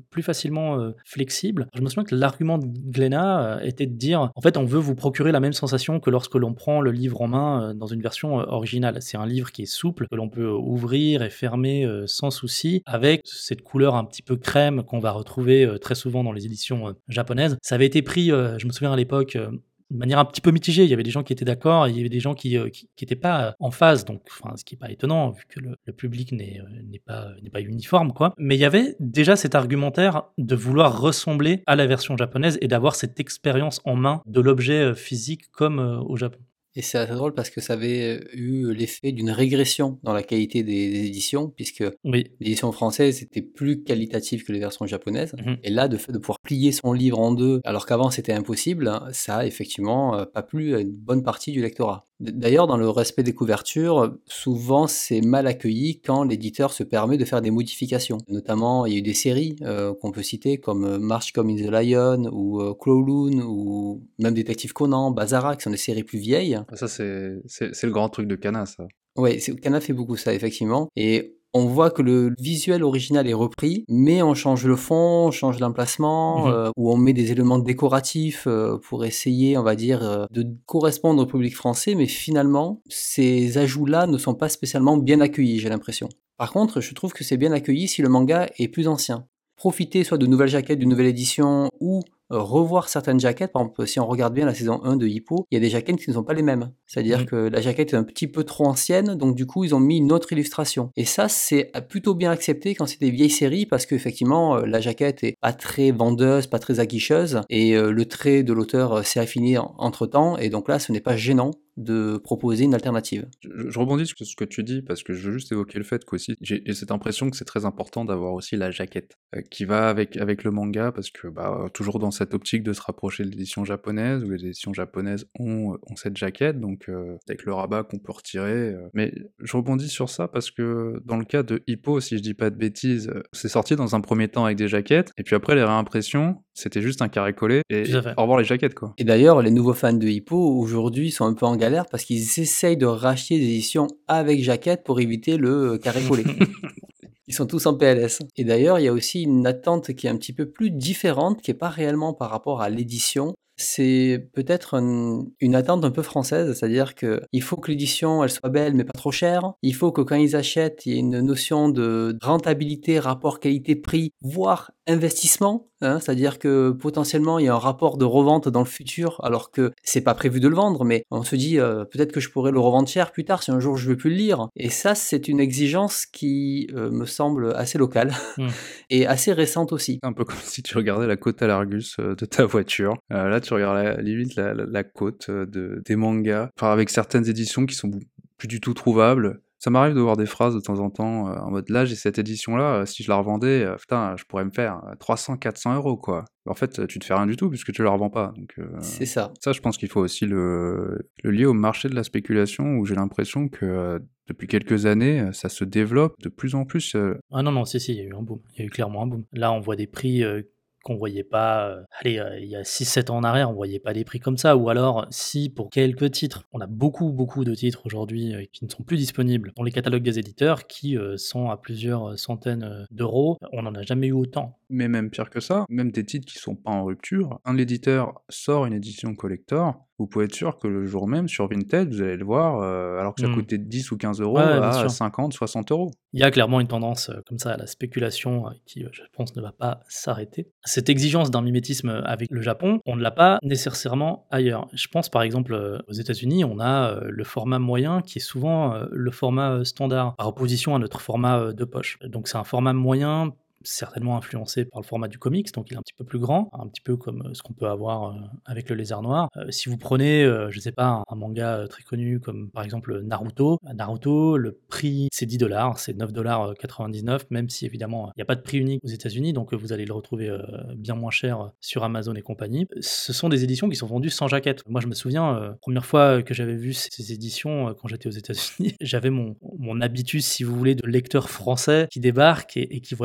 plus facilement euh, flexibles. Je me souviens que l'argument de Glénat euh, était de dire, en fait, on veut vous procurer la même sensation que lorsque l'on prend le livre en main euh, dans une version euh, originale. C'est un livre qui est souple, que l'on peut ouvrir et fermer euh, sans souci, avec cette couleur un petit peu crème qu'on va retrouver euh, très souvent dans les éditions euh, japonaises. Ça avait été pris, euh, je me souviens à l'époque, euh, de manière un petit peu mitigée. Il y avait des gens qui étaient d'accord, et il y avait des gens qui euh, qui, qui étaient pas euh, en phase, donc enfin ce qui est pas étonnant vu que le, le public n'est euh, n'est pas n'est pas uniforme quoi. Mais il y avait déjà cet argumentaire de vouloir ressembler à la version japonaise et d'avoir cette expérience en main de l'objet euh, physique comme euh, au Japon. Et c'est assez drôle parce que ça avait eu l'effet d'une régression dans la qualité des, des éditions, puisque Oui. l'édition française était plus qualitative que les versions japonaises. Mhm. Et là, de fait de pouvoir plier son livre en deux, alors qu'avant c'était impossible, hein, ça a effectivement euh, pas plu à une bonne partie du lectorat. D- D'ailleurs, dans le respect des couvertures, souvent c'est mal accueilli quand l'éditeur se permet de faire des modifications. Notamment, il y a eu des séries euh, qu'on peut citer comme euh, March Come in the Lion ou euh, Kowloon ou même Détective Conan, Bazara, qui sont des séries plus vieilles. Ça, c'est c'est c'est le grand truc de Kana, ça. Ouais, c'est Kana fait beaucoup ça, effectivement. Et on voit que le visuel original est repris, mais on change le fond, on change l'emplacement, Mhm. euh, ou on met des éléments décoratifs euh, pour essayer, on va dire, euh, de correspondre au public français, mais finalement, ces ajouts-là ne sont pas spécialement bien accueillis, j'ai l'impression. Par contre, je trouve que c'est bien accueilli si le manga est plus ancien. Profiter soit de nouvelles jaquettes, d'une nouvelle édition, ou euh, revoir certaines jaquettes. Par exemple, si on regarde bien la saison un de Hippo, il y a des jaquettes qui ne sont pas les mêmes. C'est-à-dire Mhm. que la jaquette est un petit peu trop ancienne, donc du coup, ils ont mis une autre illustration. Et ça, c'est plutôt bien accepté quand c'est des vieilles séries, parce qu'effectivement, euh, la jaquette est pas très vendeuse, pas très aguicheuse, et euh, le trait de l'auteur euh, s'est affiné en- entre-temps, et donc là, ce n'est pas gênant de proposer une alternative. Je, je rebondis sur ce que tu dis parce que je veux juste évoquer le fait qu'aussi j'ai j'ai cette impression que c'est très important d'avoir aussi la jaquette euh, qui va avec avec le manga parce que bah toujours dans cette optique de se rapprocher de l'édition japonaise où les éditions japonaises ont ont cette jaquette donc euh, avec le rabat qu'on peut retirer. euh. Mais je rebondis sur ça parce que dans le cas de Hippo, si je dis pas de bêtises, euh, c'est sorti dans un premier temps avec des jaquettes et puis après les réimpressions c'était juste un carré collé et Tout à fait. au revoir les jaquettes quoi. Et d'ailleurs, les nouveaux fans de Hippo, aujourd'hui, sont un peu en galère parce qu'ils essayent de racheter des éditions avec jaquette pour éviter le euh, carré collé. Ils sont tous en P L S. Et d'ailleurs, il y a aussi une attente qui est un petit peu plus différente, qui n'est pas réellement par rapport à l'édition. C'est peut-être un- une attente un peu française, c'est-à-dire qu'il faut que l'édition elle soit belle mais pas trop chère. Il faut que quand ils achètent, il y ait une notion de rentabilité, rapport qualité-prix, voire investissement. Hein, c'est-à-dire que potentiellement il y a un rapport de revente dans le futur, alors que c'est pas prévu de le vendre, mais on se dit euh, peut-être que je pourrais le revendre cher plus tard si un jour je veux plus le lire. Et ça, c'est une exigence qui euh, me semble assez locale Mm. et assez récente aussi. Un peu comme si tu regardais la côte à l'Argus euh, de ta voiture. Euh, là, tu regardes la, limite la, la, la côte euh, de, des mangas, enfin avec certaines éditions qui sont plus du tout trouvables. Ça m'arrive de voir des phrases de temps en temps euh, en mode là j'ai cette édition là, si je la revendais, euh, putain je pourrais me faire trois cents quatre cents euros quoi. En fait tu te fais rien du tout puisque tu la revends pas. Donc euh, C'est ça. ça je pense qu'il faut aussi le, le lier au marché de la spéculation où j'ai l'impression que euh, depuis quelques années ça se développe de plus en plus. euh, Ah non, non, si, si, il y a eu un boom. Il y a eu clairement un boom. Là, on voit des prix euh, qu'on voyait pas. euh, allez, euh, il y a six sept ans en arrière, on voyait pas des prix comme ça. Ou alors, si pour quelques titres, on a beaucoup, beaucoup de titres aujourd'hui euh, qui ne sont plus disponibles dans les catalogues des éditeurs, qui euh, sont à plusieurs centaines euh, d'euros. On n'en a jamais eu autant. Mais même pire que ça, même des titres qui sont pas en rupture, un éditeur sort une édition collector, vous pouvez être sûr que le jour même, sur Vinted, vous allez le voir, euh, alors que ça Mm. coûtait dix ou quinze euros, Ouais, bien à sûr. cinquante, soixante euros. Il y a clairement une tendance euh, comme ça à la spéculation euh, qui, euh, je pense, ne va pas s'arrêter. Cette exigence d'un mimétisme avec le Japon, on ne l'a pas nécessairement ailleurs. Je pense par exemple euh, aux États-Unis, on a euh, le format moyen qui est souvent euh, le format euh, standard, par opposition à notre format euh, de poche. Donc c'est un format moyen certainement influencé par le format du comics, donc il est un petit peu plus grand, un petit peu comme euh, ce qu'on peut avoir euh, avec le Lézard Noir. Euh, si vous prenez, euh, je sais pas, un, un manga euh, très connu comme par exemple Naruto, euh, Naruto, le prix c'est dix dollars, c'est neuf dollars quatre-vingt-dix-neuf, même si évidemment il n'y a pas de prix unique aux États-Unis, donc euh, vous allez le retrouver euh, bien moins cher euh, sur Amazon et compagnie. Ce sont des éditions qui sont vendues sans jaquette. Moi je me souviens, euh, première fois que j'avais vu ces, ces éditions euh, quand j'étais aux États-Unis, j'avais mon, mon habitus, si vous voulez, de lecteur français qui débarque et, et qui voit ça et je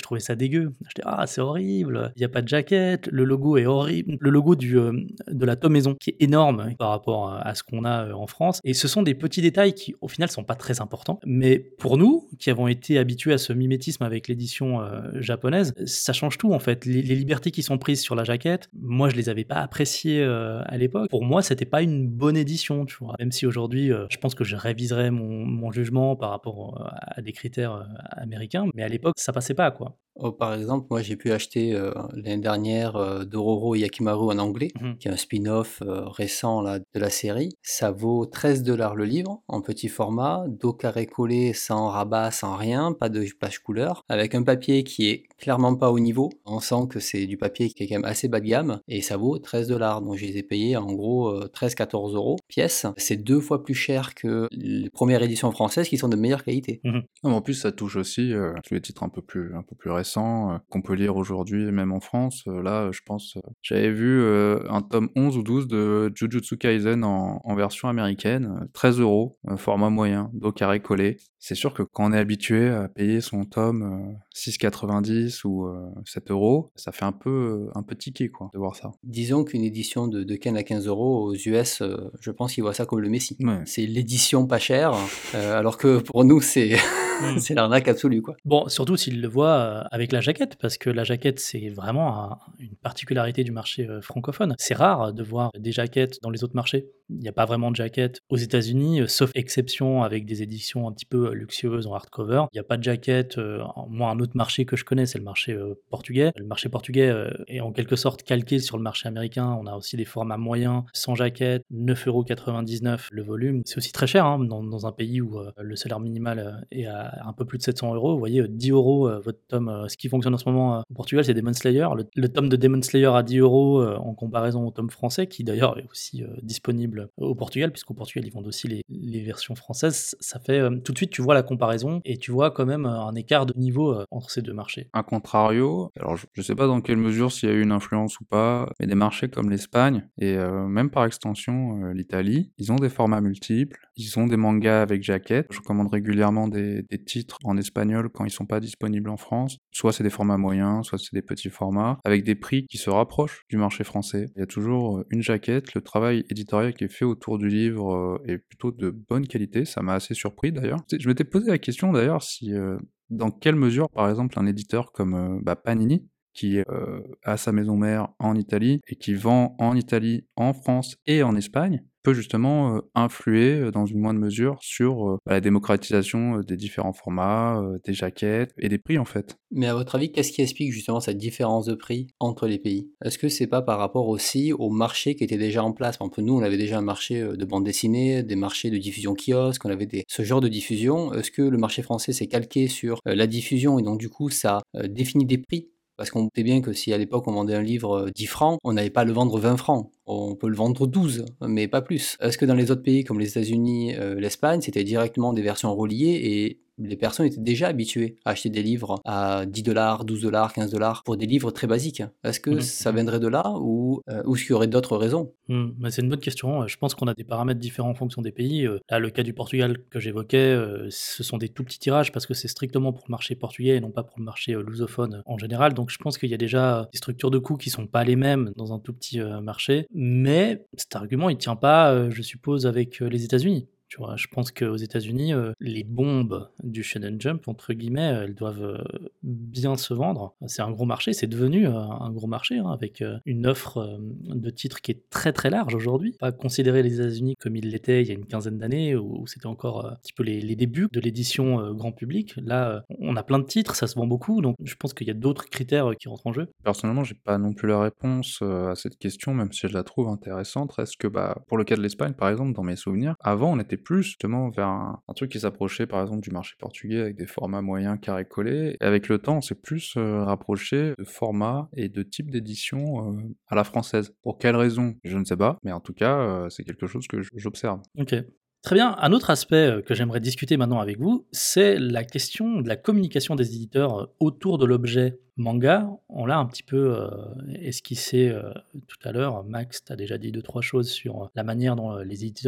trouvais ça dégueu. J'étais: «Ah, c'est horrible, il y a pas de jaquette, le logo est horrible». Le logo du, hem, de la Tom Maison qui est énorme par rapport à à ce qu'on a, heu, en France et ce sont des petits détails qui, au final, sont pas très importants. Mais pour nous, qui avons été habitués à ce mimétisme avec l'édition, heu, japonaise, ça change tout, en fait. Les les libertés qui sont prises sur la jaquette, moi, je les avais pas appréciées, heu, à l'époque. Pour moi, c'était pas une bonne édition, tu vois? Même si aujourd'hui, heu, je pense que je réviserais mon mon jugement par rapport, heu, à des critères, heu, américains, mais à l'époque, ça passait pas, quoi. Oh, par exemple, moi j'ai pu acheter euh, l'année dernière euh, Dororo Yakimaru en anglais, Mmh. qui est un spin-off euh, récent là, de la série. Ça vaut treize dollars le livre, en petit format, dos carré collé, sans rabat, sans rien, pas de page couleur, avec un papier qui est clairement pas au niveau. On sent que c'est du papier qui est quand même assez bas de gamme, et ça vaut treize dollars. Donc je les ai payés en gros euh, treize quatorze euros pièce. C'est deux fois plus cher que les premières éditions françaises qui sont de meilleure qualité. Mmh. Non, mais en plus, ça touche aussi euh, tous les titres un peu plus, un peu plus récents, euh, qu'on peut lire aujourd'hui, même en France. Euh, là, euh, je pense, euh, j'avais vu euh, un tome onze ou douze de Jujutsu Kaisen en, en version américaine, euh, treize euros, euh, format moyen, dos carré collé. C'est sûr que quand on est habitué à payer son tome euh, six quatre-vingt-dix ou euh, sept euros, ça fait un peu, euh, un peu tiquer, quoi, de voir ça. Disons qu'une édition de, de Ken à quinze euros aux U S, euh, je pense qu'ils voient ça comme le Messi. Ouais. C'est l'édition pas chère, euh, alors que pour nous, c'est Mmh. c'est l'arnaque absolue, quoi. Bon, surtout s'ils le voient, heu, avec la jaquette, parce que la jaquette, c'est vraiment un une particularité du marché, heu, francophone. C'est rare de voir des jaquettes dans les autres marchés. Il y a pas vraiment de jaquette aux États-Unis, heu, sauf exception avec des éditions un petit peu, heu, luxueuses en hardcover. Il y a pas de jaquette, heu, en moi, un autre marché que je connais, c'est le marché, heu, portugais. Le marché portugais, heu, est en quelque sorte calqué sur le marché américain. On a aussi des formats moyens, sans jaquette, neuf euros quatre-vingt-dix-neuf le volume. C'est aussi très cher, hein, dans dans un pays où, heu, le salaire minimal, heu, est à un peu plus de sept cents euros. Vous voyez, euh, dix euros euh, votre tome. Euh, ce qui fonctionne en ce moment euh, au Portugal, c'est Demon Slayer. Le, le tome de Demon Slayer à dix euros euh, en comparaison au tome français, qui d'ailleurs est aussi euh, disponible au Portugal, puisqu'au Portugal, ils vendent aussi les, les versions françaises. Ça fait euh, tout de suite, tu vois la comparaison et tu vois quand même euh, un écart de niveau euh, entre ces deux marchés. A contrario, alors je, je sais pas dans quelle mesure s'il y a eu une influence ou pas, mais des marchés comme l'Espagne et euh, même par extension euh, l'Italie, ils ont des formats multiples, ils ont des mangas avec jaquette. Je commande régulièrement des, des titres en espagnol quand ils sont pas disponibles en France. Soit c'est des formats moyens, soit c'est des petits formats, avec des prix qui se rapprochent du marché français. Il y a toujours euh, une jaquette, le travail éditorial qui est fait autour du livre euh, est plutôt de bonne qualité, ça m'a assez surpris d'ailleurs. Je m'étais posé la question d'ailleurs si... euh, dans quelle mesure, par exemple, un éditeur comme euh, bah, Panini, qui euh, a sa maison mère en Italie et qui vend en Italie, en France et en Espagne, peut justement euh, influer euh, dans une moindre mesure sur euh, bah, la démocratisation euh, des différents formats, euh, des jaquettes et des prix en fait. Mais à votre avis, qu'est-ce qui explique justement cette différence de prix entre les pays? Est-ce que c'est pas par rapport aussi au marché qui était déjà en place? Par exemple, nous, on avait déjà un marché euh, de bande dessinée, des marchés de diffusion kiosque, on avait des... ce genre de diffusion. Est-ce que le marché français s'est calqué sur euh, la diffusion et donc du coup, ça euh, définit des prix? Parce qu'on sait bien que si à l'époque on vendait un livre euh, dix francs, on n'allait pas le vendre vingt francs. On peut le vendre douze, mais pas plus. Est-ce que dans les autres pays comme les États-Unis, euh, l'Espagne, c'était directement des versions reliées et les personnes étaient déjà habituées à acheter des livres à dix dollars, douze dollars, quinze dollars pour des livres très basiques? Est-ce que Mhm, ça mhm. viendrait de là ou, euh, ou est-ce qu'il y aurait d'autres raisons? Hmm, mais c'est une bonne question. Euh, Je pense qu'on a des paramètres différents en fonction des pays. Euh, Là, le cas du Portugal que j'évoquais, euh, ce sont des tout petits tirages parce que c'est strictement pour le marché portugais et non pas pour le marché euh, lusophone euh, en général. Donc, je pense qu'il y a déjà des structures de coûts qui sont pas les mêmes dans un tout petit euh, marché. Mais cet argument, il tient pas, euh, je suppose, avec euh, les États-Unis. Tu vois, je pense qu'aux États-Unis, euh, les bombes du Shonen Jump, entre guillemets, euh, elles doivent euh, bien se vendre. C'est un gros marché, c'est devenu euh, un gros marché, hein, avec euh, une offre euh, de titres qui est très très large aujourd'hui. Pas considérer les États-Unis comme ils l'étaient il y a une quinzaine d'années, où, où c'était encore euh, un petit peu les, les débuts de l'édition euh, grand public. Là, euh, on a plein de titres, ça se vend beaucoup, donc je pense qu'il y a d'autres critères euh, qui rentrent en jeu. Personnellement, j'ai pas non plus la réponse euh, à cette question, même si je la trouve intéressante. Reste que, bah, pour le cas de l'Espagne, par exemple, dans mes souvenirs, avant, on était plus justement vers un, un truc qui s'approchait, par exemple, du marché portugais avec des formats moyens carré collés. Et avec le temps, on s'est plus euh, rapproché de formats et de types d'édition euh, à la française. Pour quelle raison? Je ne sais pas, mais en tout cas, euh, c'est quelque chose que j- j'observe. Ok. Très bien. Un autre aspect euh, que j'aimerais discuter maintenant avec vous, c'est la question de la communication des éditeurs euh, autour de l'objet manga. On l'a un petit peu euh, esquissé euh, tout à l'heure. Max, tu as déjà dit deux, trois choses sur euh, la manière dont euh, les éditeurs euh,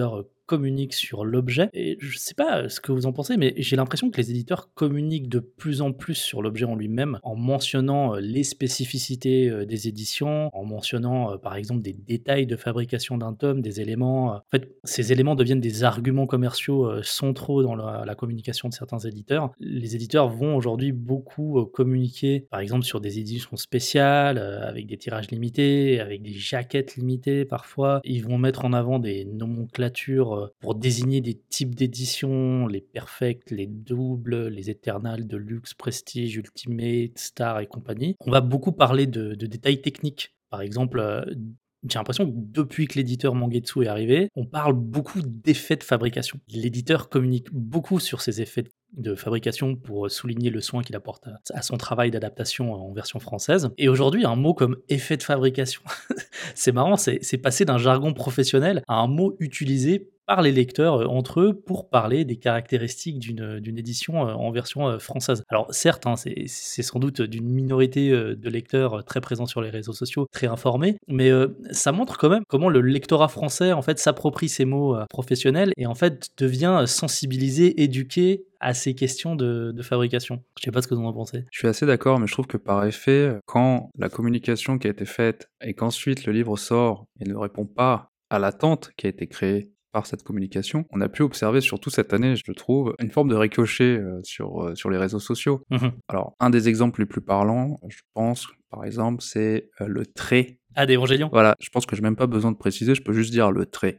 communiquent sur l'objet et je sais pas ce que vous en pensez, mais j'ai l'impression que les éditeurs communiquent de plus en plus sur l'objet en lui-même, en mentionnant, heu, les spécificités, heu, des éditions, en mentionnant, heu, par exemple, des détails de fabrication d'un tome, des éléments, heu en fait, ces éléments deviennent des arguments commerciaux, heu, centraux dans la la communication de certains éditeurs. Les éditeurs vont aujourd'hui beaucoup, heu, communiquer, par exemple, sur des éditions spéciales, heu, avec des tirages limités, avec des jaquettes limitées parfois. Ils vont mettre en avant des nomenclatures, heu, pour désigner des types d'éditions, les perfect, les doubles, les Eternal, Deluxe, Prestige, Ultimate, Star et compagnie. On va beaucoup parler de de détails techniques. Par exemple, heu, j'ai l'impression que depuis que l'éditeur Mangetsu est arrivé, on parle beaucoup d'effets de fabrication. L'éditeur communique beaucoup sur ces effets de fabrication pour, heu, souligner le soin qu'il apporte à à son travail d'adaptation en version française et aujourd'hui, un mot comme effet de fabrication, c'est marrant, c'est c'est passé d'un jargon professionnel à un mot utilisé par les lecteurs, heu, entre eux pour parler des caractéristiques d'une, heu, d'une édition, heu, en version, heu, française. Alors certes, hein, c'est c'est sans doute d'une minorité, heu, de lecteurs, heu, très présents sur les réseaux sociaux, très informés, mais, heu, ça montre quand même comment le lectorat français, en fait, s'approprie ces mots, heu, professionnels et en fait devient, heu, sensibilisé, éduqué à ces questions de de fabrication. Je sais pas ce que vous en pensez? Je suis assez d'accord, mais je trouve que par effet, heu, quand la communication qui a été faite et qu'ensuite le livre sort et ne répond pas à l'attente qui a été créée par cette communication, on a pu observer surtout cette année, je trouve, une forme de ricochet, heu, sur, heu, sur les réseaux sociaux. Mmh mh. Alors, un des exemples les plus parlants, je pense, par exemple, c'est, heu, le trait. Ah, d'Evangélion? Voilà, je pense que j'ai même pas besoin de préciser, je peux juste dire le trait.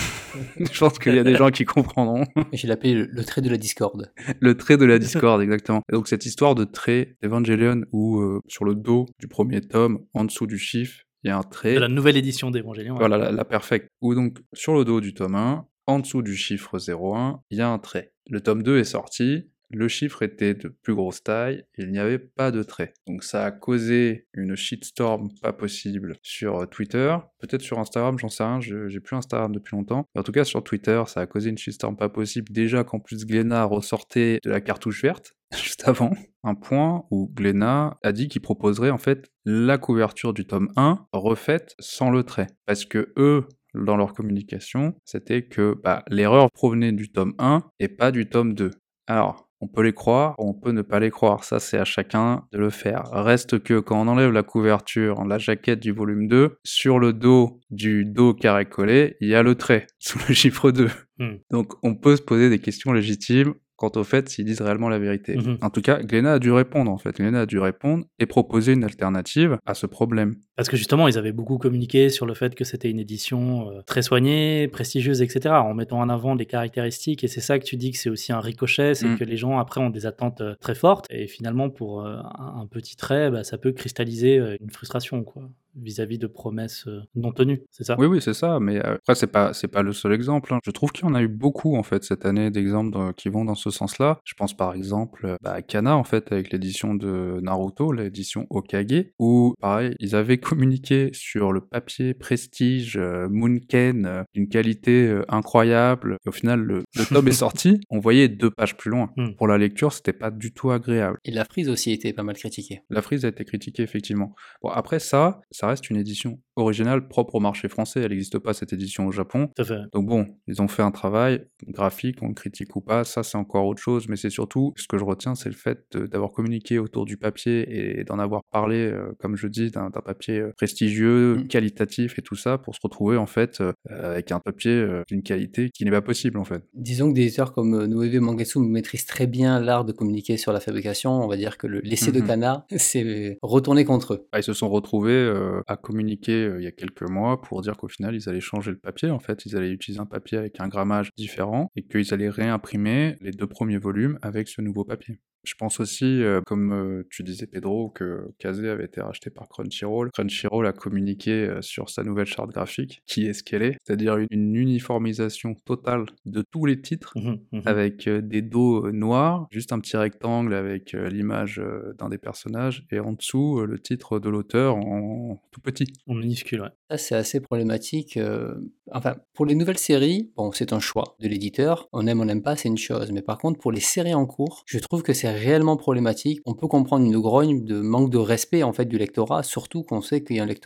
Je pense qu'il y a des gens qui comprendront. Je l'ai appelé le le trait de la discorde. Le trait de la discorde, exactement. Et donc cette histoire de trait d'Evangelion où, heu, sur le dos du premier tome, en dessous du chiffre, il y a un De la trait. nouvelle édition d'Evangélion, ouais. Voilà, la la perfect. Où donc sur le dos du tome un, en dessous du chiffre zéro un, il y a un trait. Le tome deux est sorti, le chiffre était de plus grosse taille, et il n'y avait pas de trait. Donc ça a causé une shitstorm pas possible sur, heu, Twitter, peut-être sur Instagram, j'en sais rien, je j'ai plus Instagram depuis longtemps. Mais en tout cas sur Twitter, ça a causé une shitstorm pas possible. Déjà qu'en plus Glénat ressortait de la cartouche verte, juste avant. Un point où Glénat a dit qu'il proposerait en fait la couverture du tome un refaite sans le trait. Parce que eux, dans leur communication, c'était que bah, l'erreur provenait du tome un et pas du tome deux. Alors, on peut les croire, on peut ne pas les croire, ça c'est à chacun de le faire. Reste que quand on enlève la couverture, la jaquette du volume deux, sur le dos du dos carré collé, il y a le trait, sous le chiffre deux. Mmh. Donc on peut se poser des questions légitimes quant au fait s'ils disent réellement la vérité. Mmh mh. En tout cas, Glénat a dû répondre en fait. Glénat a dû répondre et proposer une alternative à ce problème. Parce que justement, ils avaient beaucoup communiqué sur le fait que c'était une édition, heu, très soignée, prestigieuse et cetera, en mettant en avant des caractéristiques et c'est ça que tu dis que c'est aussi un ricochet, c'est Mmh. que les gens après ont des attentes, heu, très fortes et finalement pour, heu, un un petit trait, bah, ça peut cristalliser, heu, une frustration quoi, vis-à-vis de promesses, heu, non tenues, c'est ça? Oui, oui, c'est ça, mais heu, après c'est pas c'est pas le seul exemple, hein. Je trouve qu'il y en a eu beaucoup en fait cette année d'exemples dans qui vont dans ce sens-là. Je pense par exemple, heu, bah, à Kana en fait avec l'édition de Naruto, l'édition Hokage, où pareil, ils avaient communiqué sur le papier prestige, heu, Munken, heu, d'une qualité, heu, incroyable. Au final, le le tome est sorti, on voyait deux pages plus loin. Mmh. Pour la lecture, c'était pas du tout agréable. Et la frise aussi était pas mal critiquée. La frise a été critiquée effectivement. Bon après ça, ça reste une édition originale propre au marché français, elle n'existe pas cette édition au Japon. Tout à fait. Donc bon, ils ont fait un travail graphique, on le critique ou pas, ça c'est encore autre chose, mais c'est surtout, ce que je retiens, c'est le fait de- d'avoir communiqué autour du papier et d'en avoir parlé, euh, comme je dis, d'un d'un papier euh, prestigieux, Mm. qualitatif et tout ça, pour se retrouver en fait euh, avec un papier euh, d'une qualité qui n'est pas possible en fait. Disons que des éditeurs comme euh, Noévé Mangetsu maîtrisent très bien l'art de communiquer sur la fabrication. On va dire que le l'essai de Mhm. Kana s'est retourné contre eux. Ah, ils se sont retrouvés euh, à communiquer euh, il y a quelques mois pour dire qu'au final ils allaient changer le papier, en fait ils allaient utiliser un papier avec un grammage différent et qu'ils allaient réimprimer les deux premiers volumes avec ce nouveau papier. Je pense aussi, euh, comme euh, tu disais Pedro, que Kazé avait été racheté par Crunchyroll. Crunchyroll a communiqué euh, sur sa nouvelle charte graphique, qui est ce qu'elle est, c'est-à-dire une, une uniformisation totale de tous les titres, Mmh mh. Mmh. avec euh, des dos euh, noirs, juste un petit rectangle avec euh, l'image euh, d'un des personnages, et en dessous euh, le titre de l'auteur en tout petit. En minuscule, ouais. Ça, c'est assez problématique. euh, Enfin, pour les nouvelles séries, bon, c'est un choix de l'éditeur. On aime, on n'aime pas, c'est une chose. Mais par contre, pour les séries en cours, je trouve que c'est réellement problématique. On peut comprendre une grogne de manque de respect en fait du lectorat, surtout qu'on sait qu'il y a un lectorat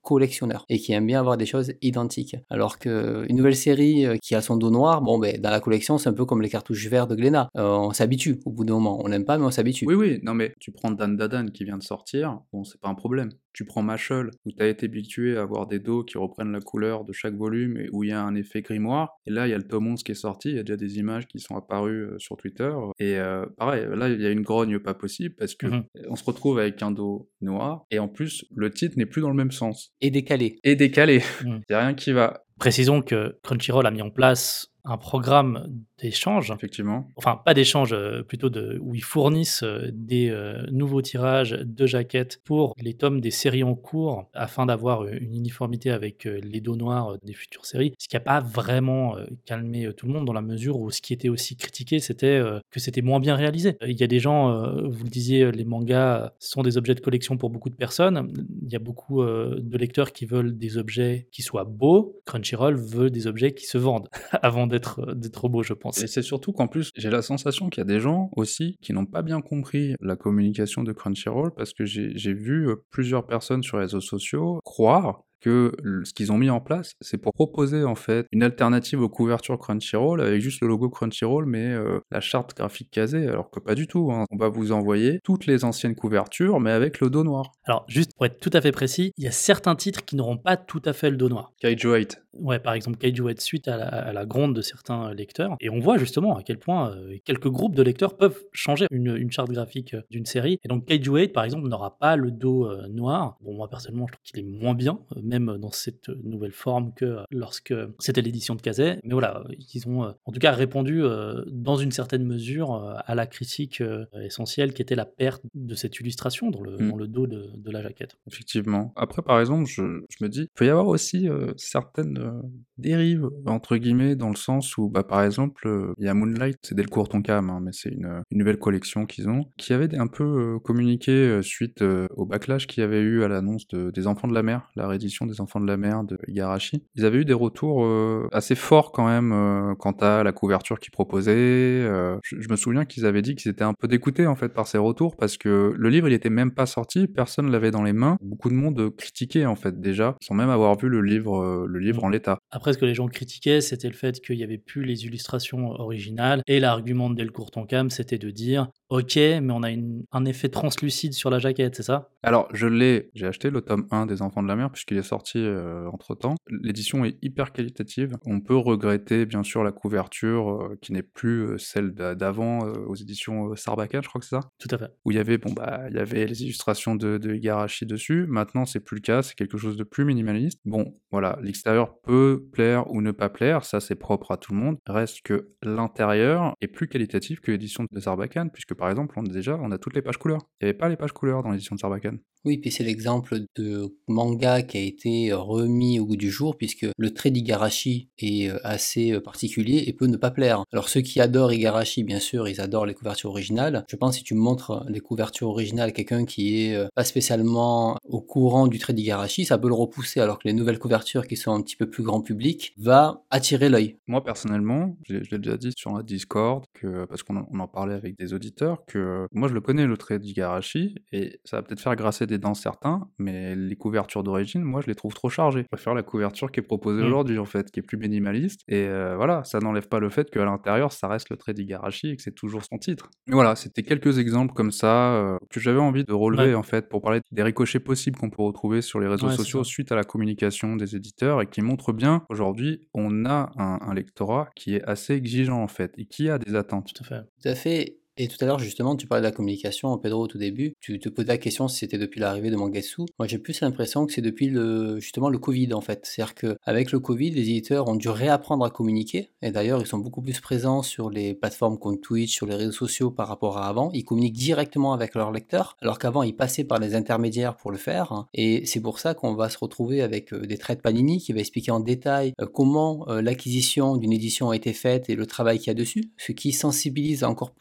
collectionneur et qui aime bien avoir des choses identiques. Alors qu'une nouvelle série euh, qui a son dos noir, bon, ben, dans la collection, c'est un peu comme les cartouches vertes de Glénat. Euh, on s'habitue au bout d'un moment. On n'aime pas, mais on s'habitue. Oui, oui, non mais tu prends Dan Dadan qui vient de sortir, bon, c'est pas un problème. Tu prends Mashal, où t'as été habitué à avoir des dos qui reprennent la couleur de chaque volume et où il y a un effet grimoire, et là il y a le tome onze qui est sorti, il y a déjà des images qui sont apparues euh, sur Twitter, et euh, pareil, là il y a une grogne pas possible parce que Mhm. on se retrouve avec un dos noir, et en plus le titre n'est plus dans le même sens. Et décalé. Et décalé, Mhm. y a rien qui va, Précisons que Crunchyroll a mis en place un programme d'échange, effectivement. enfin pas d'échange, euh, plutôt de, où ils fournissent euh, des euh, nouveaux tirages de jaquettes pour les tomes des séries en cours afin d'avoir euh, une uniformité avec euh, les dos noirs euh, des futures séries, ce qui n'a pas vraiment euh, calmé euh, tout le monde dans la mesure où ce qui était aussi critiqué, c'était euh, que c'était moins bien réalisé. Euh, Il y a des gens, euh, vous le disiez, euh, les mangas sont des objets de collection pour beaucoup de personnes. Il y a beaucoup euh, de lecteurs qui veulent des objets qui soient beaux. Crunchyroll veut des objets qui se vendent avant d'être euh, d'être beaux, je pense. Et c'est surtout qu'en plus, j'ai la sensation qu'il y a des gens aussi qui n'ont pas bien compris la communication de Crunchyroll, parce que j'ai j'ai vu euh, plusieurs personnes sur les réseaux sociaux croire que l- ce qu'ils ont mis en place, c'est pour proposer en fait une alternative aux couvertures Crunchyroll avec juste le logo Crunchyroll, mais euh, la charte graphique casée, alors que pas du tout, hein. On va vous envoyer toutes les anciennes couvertures, mais avec le dos noir. Alors, juste pour être tout à fait précis, il y a certains titres qui n'auront pas tout à fait le dos noir. Kaiju huit. Ouais, par exemple, Kaiju va être suite à la, à la gronde de certains euh, lecteurs. Et on voit justement à quel point euh, quelques groupes de lecteurs peuvent changer une, une charte graphique euh, d'une série. Et donc, Kaiju huit, par exemple, n'aura pas le dos euh, noir. Bon, moi, personnellement, je trouve qu'il est moins bien, euh, même dans cette euh, nouvelle forme que euh, lorsque c'était l'édition de Kazé. Mais voilà, euh, ils ont euh, en tout cas répondu euh, dans une certaine mesure euh, à la critique euh, essentielle qui était la perte de cette illustration dans le, Mm. dans le dos de, de la jaquette. Effectivement. Après, par exemple, je, je me dis, il peut y avoir aussi euh, certaines euh, dérives, entre guillemets, dans le sens où, bah, par exemple, euh, il y a Moonlight, c'est Delcourt Tonkam, hein, mais c'est une, une nouvelle collection qu'ils ont, qui avait un peu euh, communiqué euh, suite euh, au backlash qu'il y avait eu à l'annonce de, des Enfants de la Mer, la réédition des Enfants de la Mer de Igarashi. Ils avaient eu des retours euh, assez forts quand même euh, quant à la couverture qu'ils proposaient. Euh, je, je me souviens qu'ils avaient dit qu'ils étaient un peu dégoûtés en fait par ces retours, parce que le livre il était même pas sorti, personne l'avait dans les mains. Beaucoup de monde critiquait en fait déjà, sans même avoir vu le livre, euh, le livre Mm. en l'état. Après, ce que les gens critiquaient, c'était le fait qu'il n'y avait plus les illustrations originales. Et l'argument de Delcourt Tonkam, c'était de dire ok, mais on a une- un effet translucide sur la jaquette, c'est ça? Alors, je l'ai, j'ai acheté le tome un des Enfants de la Mer, puisqu'il est sorti euh, entre-temps. L'édition est hyper qualitative. On peut regretter, bien sûr, la couverture, euh, qui n'est plus euh, celle d'a- d'avant, euh, aux éditions euh, Sarbacane, je crois que c'est ça, Tout à fait. où il y avait, bon, bah, il y avait les illustrations de, de Igarashi dessus. Maintenant, c'est plus le cas, c'est quelque chose de plus minimaliste. Bon, voilà, l'extérieur peut plaire ou ne pas plaire, ça c'est propre à tout le monde. Reste que l'intérieur est plus qualitatif que l'édition de Sarbacane, puisque par exemple, on a déjà, on a toutes les pages couleurs. Il n'y avait pas les pages couleurs dans l'édition de Sarbacane. Oui, puis c'est l'exemple de manga qui a été remis au goût du jour, puisque le trait d'Igarashi est euh, assez euh, particulier et peut ne pas plaire. Alors ceux qui adorent Igarashi, bien sûr, ils adorent les couvertures originales. Je pense que si tu montres les couvertures originales à quelqu'un qui est euh, pas spécialement au courant du trait d'Igarashi, ça peut le repousser, alors que les nouvelles couvertures qui sont un petit peu plus grand public va attirer l'œil. Moi, personnellement, je l'ai je l'ai déjà dit sur un Discord, que, parce qu'on en, on en parlait avec des auditeurs, que moi je le connais, le trait d'Igarashi, et ça va peut-être faire grasser des dents certains, mais les couvertures d'origine, moi je les trouve trop chargées. Je préfère la couverture qui est proposée Mm. aujourd'hui, en fait, qui est plus minimaliste, et euh, voilà, ça n'enlève pas le fait qu'à l'intérieur, ça reste le trait d'Igarashi et que c'est toujours son titre. Mais voilà, c'était quelques exemples comme ça, euh, que j'avais envie de relever, Ouais. en fait, pour parler des ricochets possibles qu'on peut retrouver sur les réseaux Ouais, c'est sociaux ça. suite à la communication des éditeurs, et qui montrent bien, aujourd'hui, on a un, un lectorat qui est assez exigeant, en fait, et qui a des attentes. Tout à fait. Tout à fait. Et tout à l'heure, justement, tu parlais de la communication, Pedro, au tout début. Tu te posais la question si c'était depuis l'arrivée de Mangetsu. Moi, j'ai plus l'impression que c'est depuis le, justement, le Covid, en fait. C'est-à-dire qu'avec le Covid, les éditeurs ont dû réapprendre à communiquer. Et d'ailleurs, ils sont beaucoup plus présents sur les plateformes comme Twitch, sur les réseaux sociaux par rapport à avant. Ils communiquent directement avec leurs lecteurs, alors qu'avant, ils passaient par les intermédiaires pour le faire. Et c'est pour ça qu'on va se retrouver avec euh, des traits de Panini qui va expliquer en détail euh, comment euh, l'acquisition d'une édition a été faite et le travail qu'il y a dessus, ce qui sensibilise encore plus le lecteur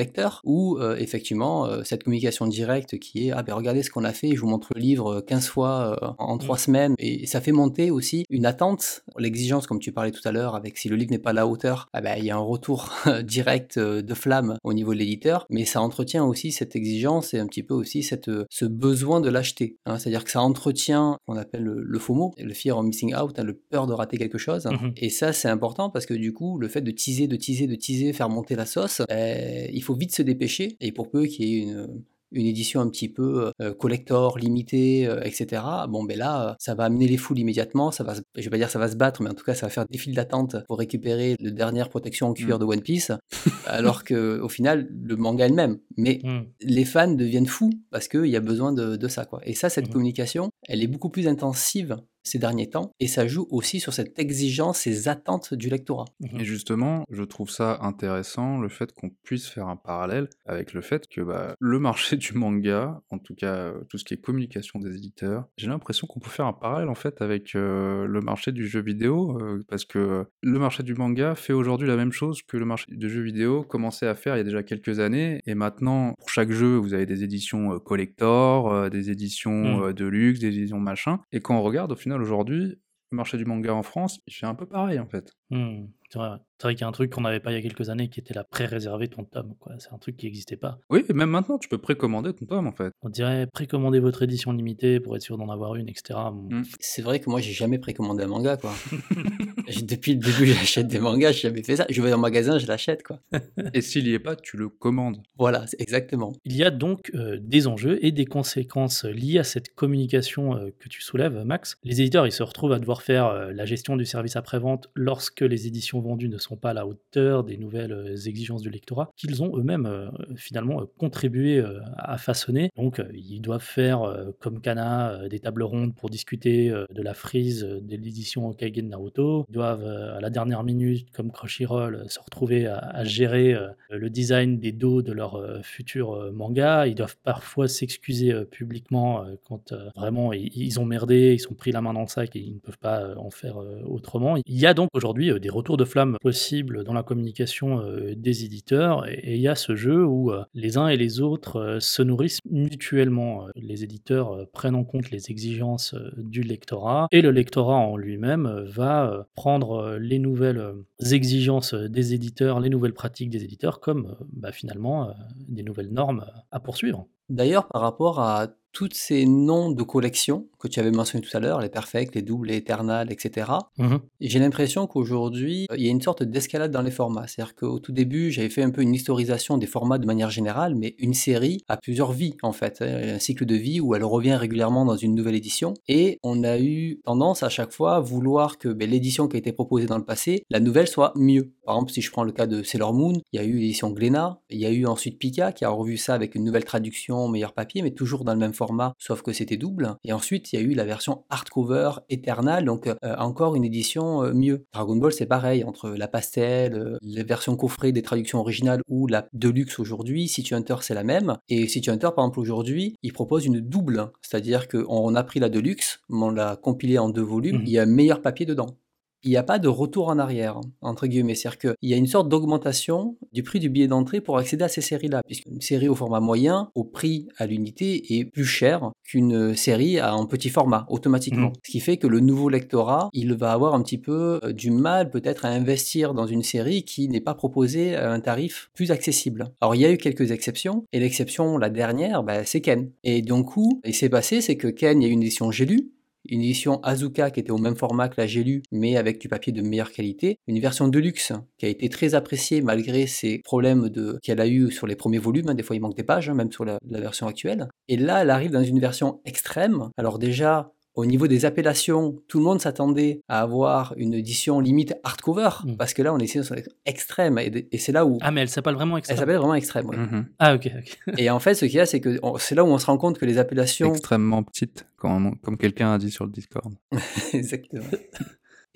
lecteur, ou euh, effectivement euh, cette communication directe qui est ah ben regardez ce qu'on a fait, je vous montre le livre quinze fois euh, en trois Mm. semaines, et ça fait monter aussi une attente, l'exigence comme tu parlais tout à l'heure, avec si le livre n'est pas à la hauteur, ah ben, il y a un retour direct euh, de flamme au niveau de l'éditeur, mais ça entretient aussi cette exigence et un petit peu aussi cette, ce besoin de l'acheter, hein, c'est-à-dire que ça entretient ce qu'on appelle le, le FOMO, le fear of missing out, hein, le peur de rater quelque chose, Mhm. et ça c'est important parce que du coup le fait de teaser, de teaser, de teaser, faire monter la sauce, euh, il faut vite se dépêcher, et pour peu qu'il y ait une une édition un petit peu euh, collector, limitée, euh, et cetera. Bon, ben là, euh, ça va amener les foules immédiatement. Ça va, se- je vais pas dire ça va se battre, mais en tout cas, ça va faire des files d'attente pour récupérer la dernière protection en cuir Mm. de One Piece, alors que au final, le manga est le même. Mais Mm. les fans deviennent fous parce qu'il y a besoin de, de ça, quoi. Et ça, cette Mhm. communication, elle est beaucoup plus intensive ces derniers temps, et ça joue aussi sur cette exigence, ces attentes du lectorat. Mhm. Et justement, je trouve ça intéressant, le fait qu'on puisse faire un parallèle avec le fait que bah, le marché du manga, en tout cas euh, tout ce qui est communication des éditeurs, j'ai l'impression qu'on peut faire un parallèle en fait avec euh, le marché du jeu vidéo, euh, parce que le marché du manga fait aujourd'hui la même chose que le marché du jeu vidéo commençait à faire il y a déjà quelques années, et maintenant, pour chaque jeu, vous avez des éditions euh, collector, euh, des éditions Mm. euh, de luxe, des éditions machin, et quand on regarde au final aujourd'hui, le marché du manga en France, il fait un peu pareil en fait. Mm. C'est vrai, ouais. C'est vrai qu'il y a un truc qu'on n'avait pas il y a quelques années qui était la pré-réservé ton tome, quoi. C'est un truc qui n'existait pas. Oui, et même maintenant, tu peux précommander ton tome en fait. On dirait précommander votre édition limitée pour être sûr d'en avoir une, et cetera. Bon. Mm. C'est vrai que moi, j'ai jamais précommandé un manga, quoi. J'ai- Depuis le début, j'achète des mangas, j'ai jamais fait ça. Je vais en magasin, je l'achète, quoi. Et s'il y est pas, tu le commandes. Voilà, c'est exactement. Il y a donc euh, des enjeux et des conséquences liées à cette communication euh, que tu soulèves, Max. Les éditeurs, ils se retrouvent à devoir faire euh, la gestion du service après-vente lorsque les éditions vendues ne sont pas à la hauteur des nouvelles euh, exigences du lectorat qu'ils ont eux-mêmes euh, finalement euh, contribué euh, à façonner. Donc, euh, ils doivent faire, euh, comme Kana, euh, des tables rondes pour discuter euh, de la frise euh, de l'édition Hokage de Naruto. Ils doivent, euh, à la dernière minute, comme Crunchyroll, euh, se retrouver à, à gérer euh, le design des dos de leur euh, futur euh, manga. Ils doivent parfois s'excuser euh, publiquement euh, quand euh, vraiment ils, ils ont merdé, ils sont pris la main dans le sac et ils ne peuvent pas euh, en faire euh, autrement. Il y a donc aujourd'hui euh, des retours de flamme possibles dans la communication euh, des éditeurs, et, et il y a ce jeu où euh, les uns et les autres euh, se nourrissent mutuellement. Euh, Les éditeurs euh, prennent en compte les exigences euh, du lectorat, et le lectorat en lui-même euh, va euh, prendre euh, les nouvelles euh, exigences euh, des éditeurs, les nouvelles pratiques des éditeurs comme euh, bah, finalement euh, des nouvelles normes euh, à poursuivre. D'ailleurs, par rapport à tous ces noms de collections que tu avais mentionnés tout à l'heure, les Perfect, les Doubles, les Eternal, et cetera, Mhm. j'ai l'impression qu'aujourd'hui, euh, il y a une sorte d'escalade dans les formats. C'est-à-dire qu'au tout début, j'avais fait un peu une historisation des formats de manière générale, mais une série a plusieurs vies, en fait. hein, Un cycle de vie où elle revient régulièrement dans une nouvelle édition. Et on a eu tendance à chaque fois à vouloir que ben, l'édition qui a été proposée dans le passé, la nouvelle soit mieux. Par exemple, si je prends le cas de Sailor Moon, il y a eu l'édition Glénat, il y a eu ensuite Pika qui a revu ça avec une nouvelle traduction, meilleur papier, mais toujours dans le même format, sauf que c'était double. Et ensuite, il y a eu la version hardcover Eternal, donc euh, encore une édition euh, mieux. Dragon Ball, c'est pareil, entre la pastel, euh, les versions coffret des traductions originales ou la deluxe aujourd'hui. City Hunter, c'est la même. Et City Hunter, par exemple, aujourd'hui, il propose une double, c'est-à-dire qu'on a pris la deluxe, on l'a compilée en deux volumes, Mhm. il y a un meilleur papier dedans. Il n'y a pas de retour en arrière, entre guillemets. C'est-à-dire qu'il y a une sorte d'augmentation du prix du billet d'entrée pour accéder à ces séries-là, puisqu'une série au format moyen, au prix à l'unité, est plus chère qu'une série à un petit format, automatiquement. Mhm. Ce qui fait que le nouveau lectorat, il va avoir un petit peu euh, du mal peut-être à investir dans une série qui n'est pas proposée à un tarif plus accessible. Alors il y a eu quelques exceptions, et l'exception, la dernière, bah, c'est Ken. Et donc, coup, il s'est passé, c'est que Ken, il y a eu une édition J'ai lu, une édition Azuka qui était au même format que la J'ai lu, mais avec du papier de meilleure qualité, une version Deluxe qui a été très appréciée malgré ses problèmes de, qu'elle a eu sur les premiers volumes, hein, des fois il manque des pages, hein, même sur la, la version actuelle, et là elle arrive dans une version extrême. Alors déjà, au niveau des appellations, tout le monde s'attendait à avoir une édition limite hardcover, Mm. parce que là on est sur l'extrême, et, et c'est là où Ah, mais elle s'appelle vraiment elle Extrême. s'appelle vraiment extrême. Ouais. Mhm. Ah, ok, ok. Et en fait, ce qu'il y a, c'est que on- c'est là où on se rend compte que les appellations Extrêmement petite, comme, comme quelqu'un a dit sur le Discord. Exactement.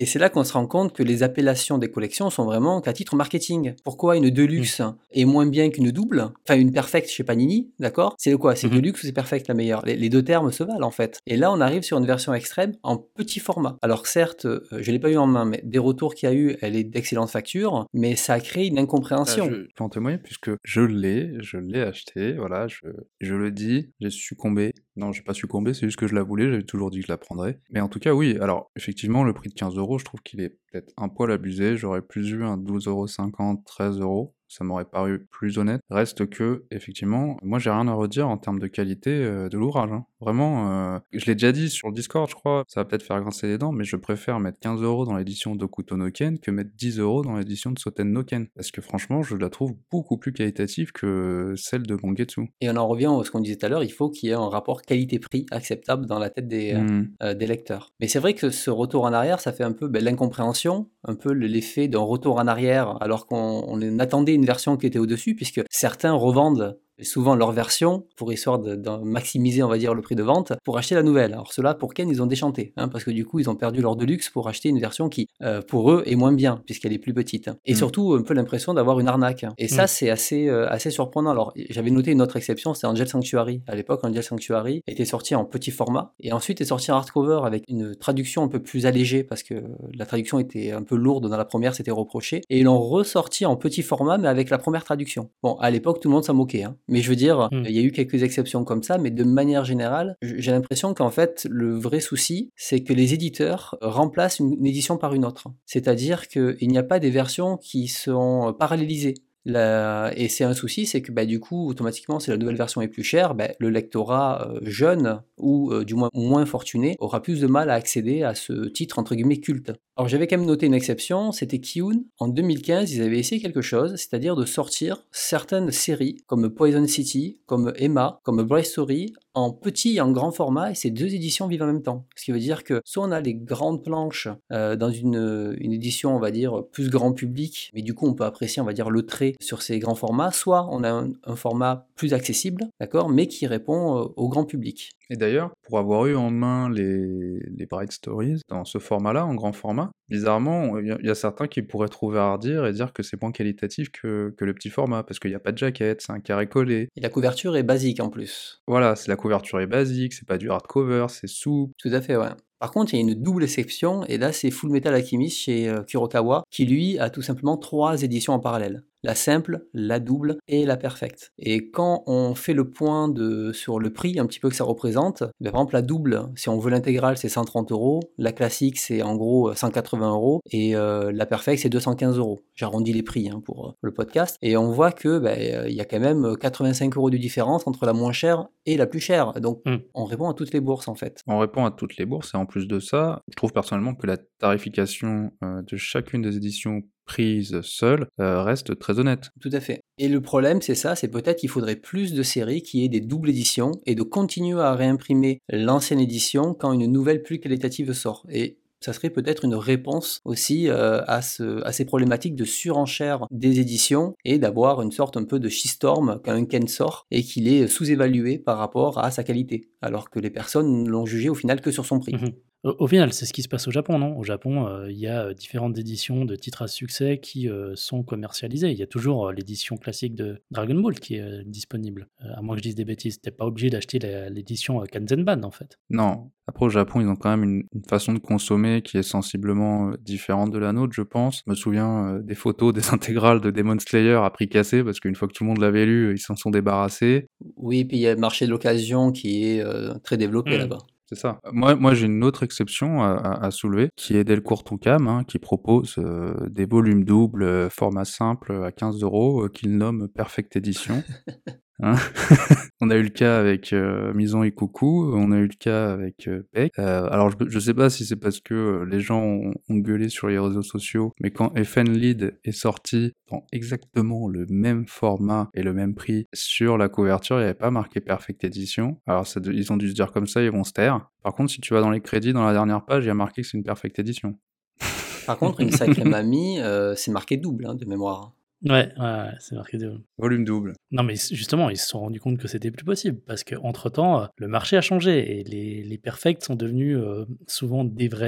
Et c'est là qu'on se rend compte que les appellations des collections sont vraiment qu'à titre marketing. Pourquoi une Deluxe Mmh. est moins bien qu'une double? Enfin, une Perfect chez Panini, d'accord? C'est quoi? C'est Mmh mh. Deluxe ou c'est Perfect la meilleure? Les, les deux termes se valent en fait. Et là, on arrive sur une version extrême en petit format. Alors certes, euh, je ne l'ai pas eu en main, mais des retours qu'il y a eu, elle est d'excellente facture, mais ça a créé une Bah, incompréhension. je peux en témoigner puisque je l'ai, je l'ai acheté, voilà, je, je le dis, j'ai succombé. Non, j'ai pas succombé, c'est juste que je la voulais, j'avais toujours dit que je la prendrais. Mais en tout cas, oui, alors effectivement, le prix de quinze euros, je trouve qu'il est peut-être un poil abusé. J'aurais plus eu un douze euros cinquante, treize euros. Ça m'aurait paru plus honnête. Reste que, effectivement, moi j'ai rien à redire en termes de qualité euh, de l'ouvrage. Hein. Vraiment, euh, je l'ai déjà dit sur le Discord, je crois, ça va peut-être faire grincer les dents, mais je préfère mettre quinze euros dans l'édition d'Okuto no Ken que mettre dix euros dans l'édition de Soten no Ken. Parce que franchement, je la trouve beaucoup plus qualitative que celle de Mangetsu. Et on en revient à ce qu'on disait tout à l'heure, il faut qu'il y ait un rapport qualité-prix acceptable dans la tête des, Hmm. euh, des lecteurs. Mais c'est vrai que ce retour en arrière, ça fait un peu ben, l'incompréhension, un peu l'effet d'un retour en arrière, alors qu'on on attendait une version qui était au-dessus, puisque certains revendent souvent leur version pour histoire de, de maximiser, on va dire, le prix de vente pour acheter la nouvelle. Alors ceux-là, pour Ken, ils ont déchanté, hein, parce que du coup, ils ont perdu leur Deluxe pour acheter une version qui, euh, pour eux, est moins bien, puisqu'elle est plus petite. Et Mm. surtout, un peu l'impression d'avoir une arnaque. Et ça, Mm. c'est assez, euh, assez surprenant. Alors, j'avais noté une autre exception, c'était Angel Sanctuary. À l'époque, Angel Sanctuary était sorti en petit format, et ensuite est sorti en hardcover avec une traduction un peu plus allégée, parce que la traduction était un peu lourde dans la première, c'était reproché, et ils l'ont ressorti en petit format, mais avec la première traduction. Bon, à l'époque, tout le monde s'en moquait, hein. Mais je veux dire, Mm. il y a eu quelques exceptions comme ça, mais de manière générale, j'ai l'impression qu'en fait, le vrai souci, c'est que les éditeurs remplacent une édition par une autre. C'est-à-dire qu'il n'y a pas des versions qui sont parallélisées. La... Et c'est un souci, c'est que bah, du coup, automatiquement, si la nouvelle version est plus chère, bah, le lectorat euh, jeune ou euh, du moins moins fortuné aura plus de mal à accéder à ce titre entre guillemets culte. Alors j'avais quand même noté une exception, c'était Kiun. En deux mille quinze, ils avaient essayé quelque chose, c'est-à-dire de sortir certaines séries comme Poison City, comme Emma, comme Brave Story, en petit et en grand format, et ces deux éditions vivent en même temps. Ce qui veut dire que soit on a les grandes planches euh, dans une, une édition, on va dire, plus grand public, mais du coup on peut apprécier, on va dire, le trait sur ces grands formats, soit on a un, un format plus accessible, d'accord, mais qui répond euh, au grand public. Et d'ailleurs, pour avoir eu en main les, les Bright Stories dans ce format-là, en grand format, bizarrement, il y, y a certains qui pourraient trouver à redire et dire que c'est moins qualitatif que, que le petit format, parce qu'il n'y a pas de jaquette, c'est un carré collé. Et la couverture est basique en plus. Voilà, c'est la couverture est basique, c'est pas du hardcover, c'est souple. Tout à fait, ouais. Par contre, il y a une double exception, et là c'est Full Metal Alchemist chez euh, Kurokawa, qui lui a tout simplement trois éditions en parallèle. La simple, la double et la perfecte. Et quand on fait le point de, sur le prix un petit peu que ça représente, ben, par exemple la double, si on veut l'intégrale c'est cent trente euros, la classique c'est en gros cent quatre-vingts euros, et euh, la perfecte c'est deux cent quinze euros. J'arrondis les prix hein, pour euh, le podcast, et on voit que ben, il y a quand même quatre-vingt-cinq euros de différence entre la moins chère et la plus chère. Donc Mm. on répond à toutes les bourses en fait. On répond à toutes les bourses, et en plus de ça, je trouve personnellement que la tarification euh, de chacune des éditions prises seules euh, reste très honnête. Tout à fait. Et le problème, c'est ça, c'est peut-être qu'il faudrait plus de séries qui aient des doubles éditions et de continuer à réimprimer l'ancienne édition quand une nouvelle plus qualitative sort. Et ça serait peut-être une réponse aussi euh, à, ce, à ces problématiques de surenchère des éditions et d'avoir une sorte un peu de shitstorm quand un Ken sort et qu'il est sous-évalué par rapport à sa qualité, alors que les personnes l'ont jugé au final que sur son prix. Mm-hmm. Au, au final, c'est ce qui se passe au Japon, non? Au Japon, il euh, y a euh, différentes éditions de titres à succès qui euh, sont commercialisées. Il y a toujours euh, l'édition classique de Dragon Ball qui est euh, disponible. Euh, à moins que je dise des bêtises, t'es pas obligé d'acheter la, l'édition euh, Kanzenban, en fait. Non. Après, au Japon, ils ont quand même une, une façon de consommer qui est sensiblement euh, différente de la nôtre, je pense. Je me souviens euh, des photos des intégrales de Demon Slayer à prix cassé, parce qu'une fois que tout le monde l'avait lu, ils s'en sont débarrassés. Oui, puis il y a le marché de l'occasion qui est euh, très développé Mm. là-bas. C'est ça. Moi, moi j'ai une autre exception à, à, à soulever, qui est Delcourt Tonkam, hein, qui propose euh, des volumes doubles, euh, format simple, à quinze euros, euh, qu'il nomme Perfect Edition. Hein on a eu le cas avec euh, Mison et Coucou, on a eu le cas avec euh, Beck. Euh, alors je, je sais pas si c'est parce que euh, les gens ont, ont gueulé sur les réseaux sociaux, mais quand F N Lead est sorti dans exactement le même format et le même prix sur la couverture, il n'y avait pas marqué Perfect Edition. Alors ça, ils ont dû se dire comme ça, ils vont se taire. Par contre, si tu vas dans les crédits, dans la dernière page, il y a marqué que c'est une Perfect Edition. Par contre, une sacrée mamie, euh, c'est marqué double hein, de mémoire. Ouais, ouais, ouais, c'est marqué double. Volume double. Non, mais justement, ils se sont rendus compte que c'était plus possible parce qu'entre-temps, euh, le marché a changé et les, les perfects sont devenus euh, souvent des vrais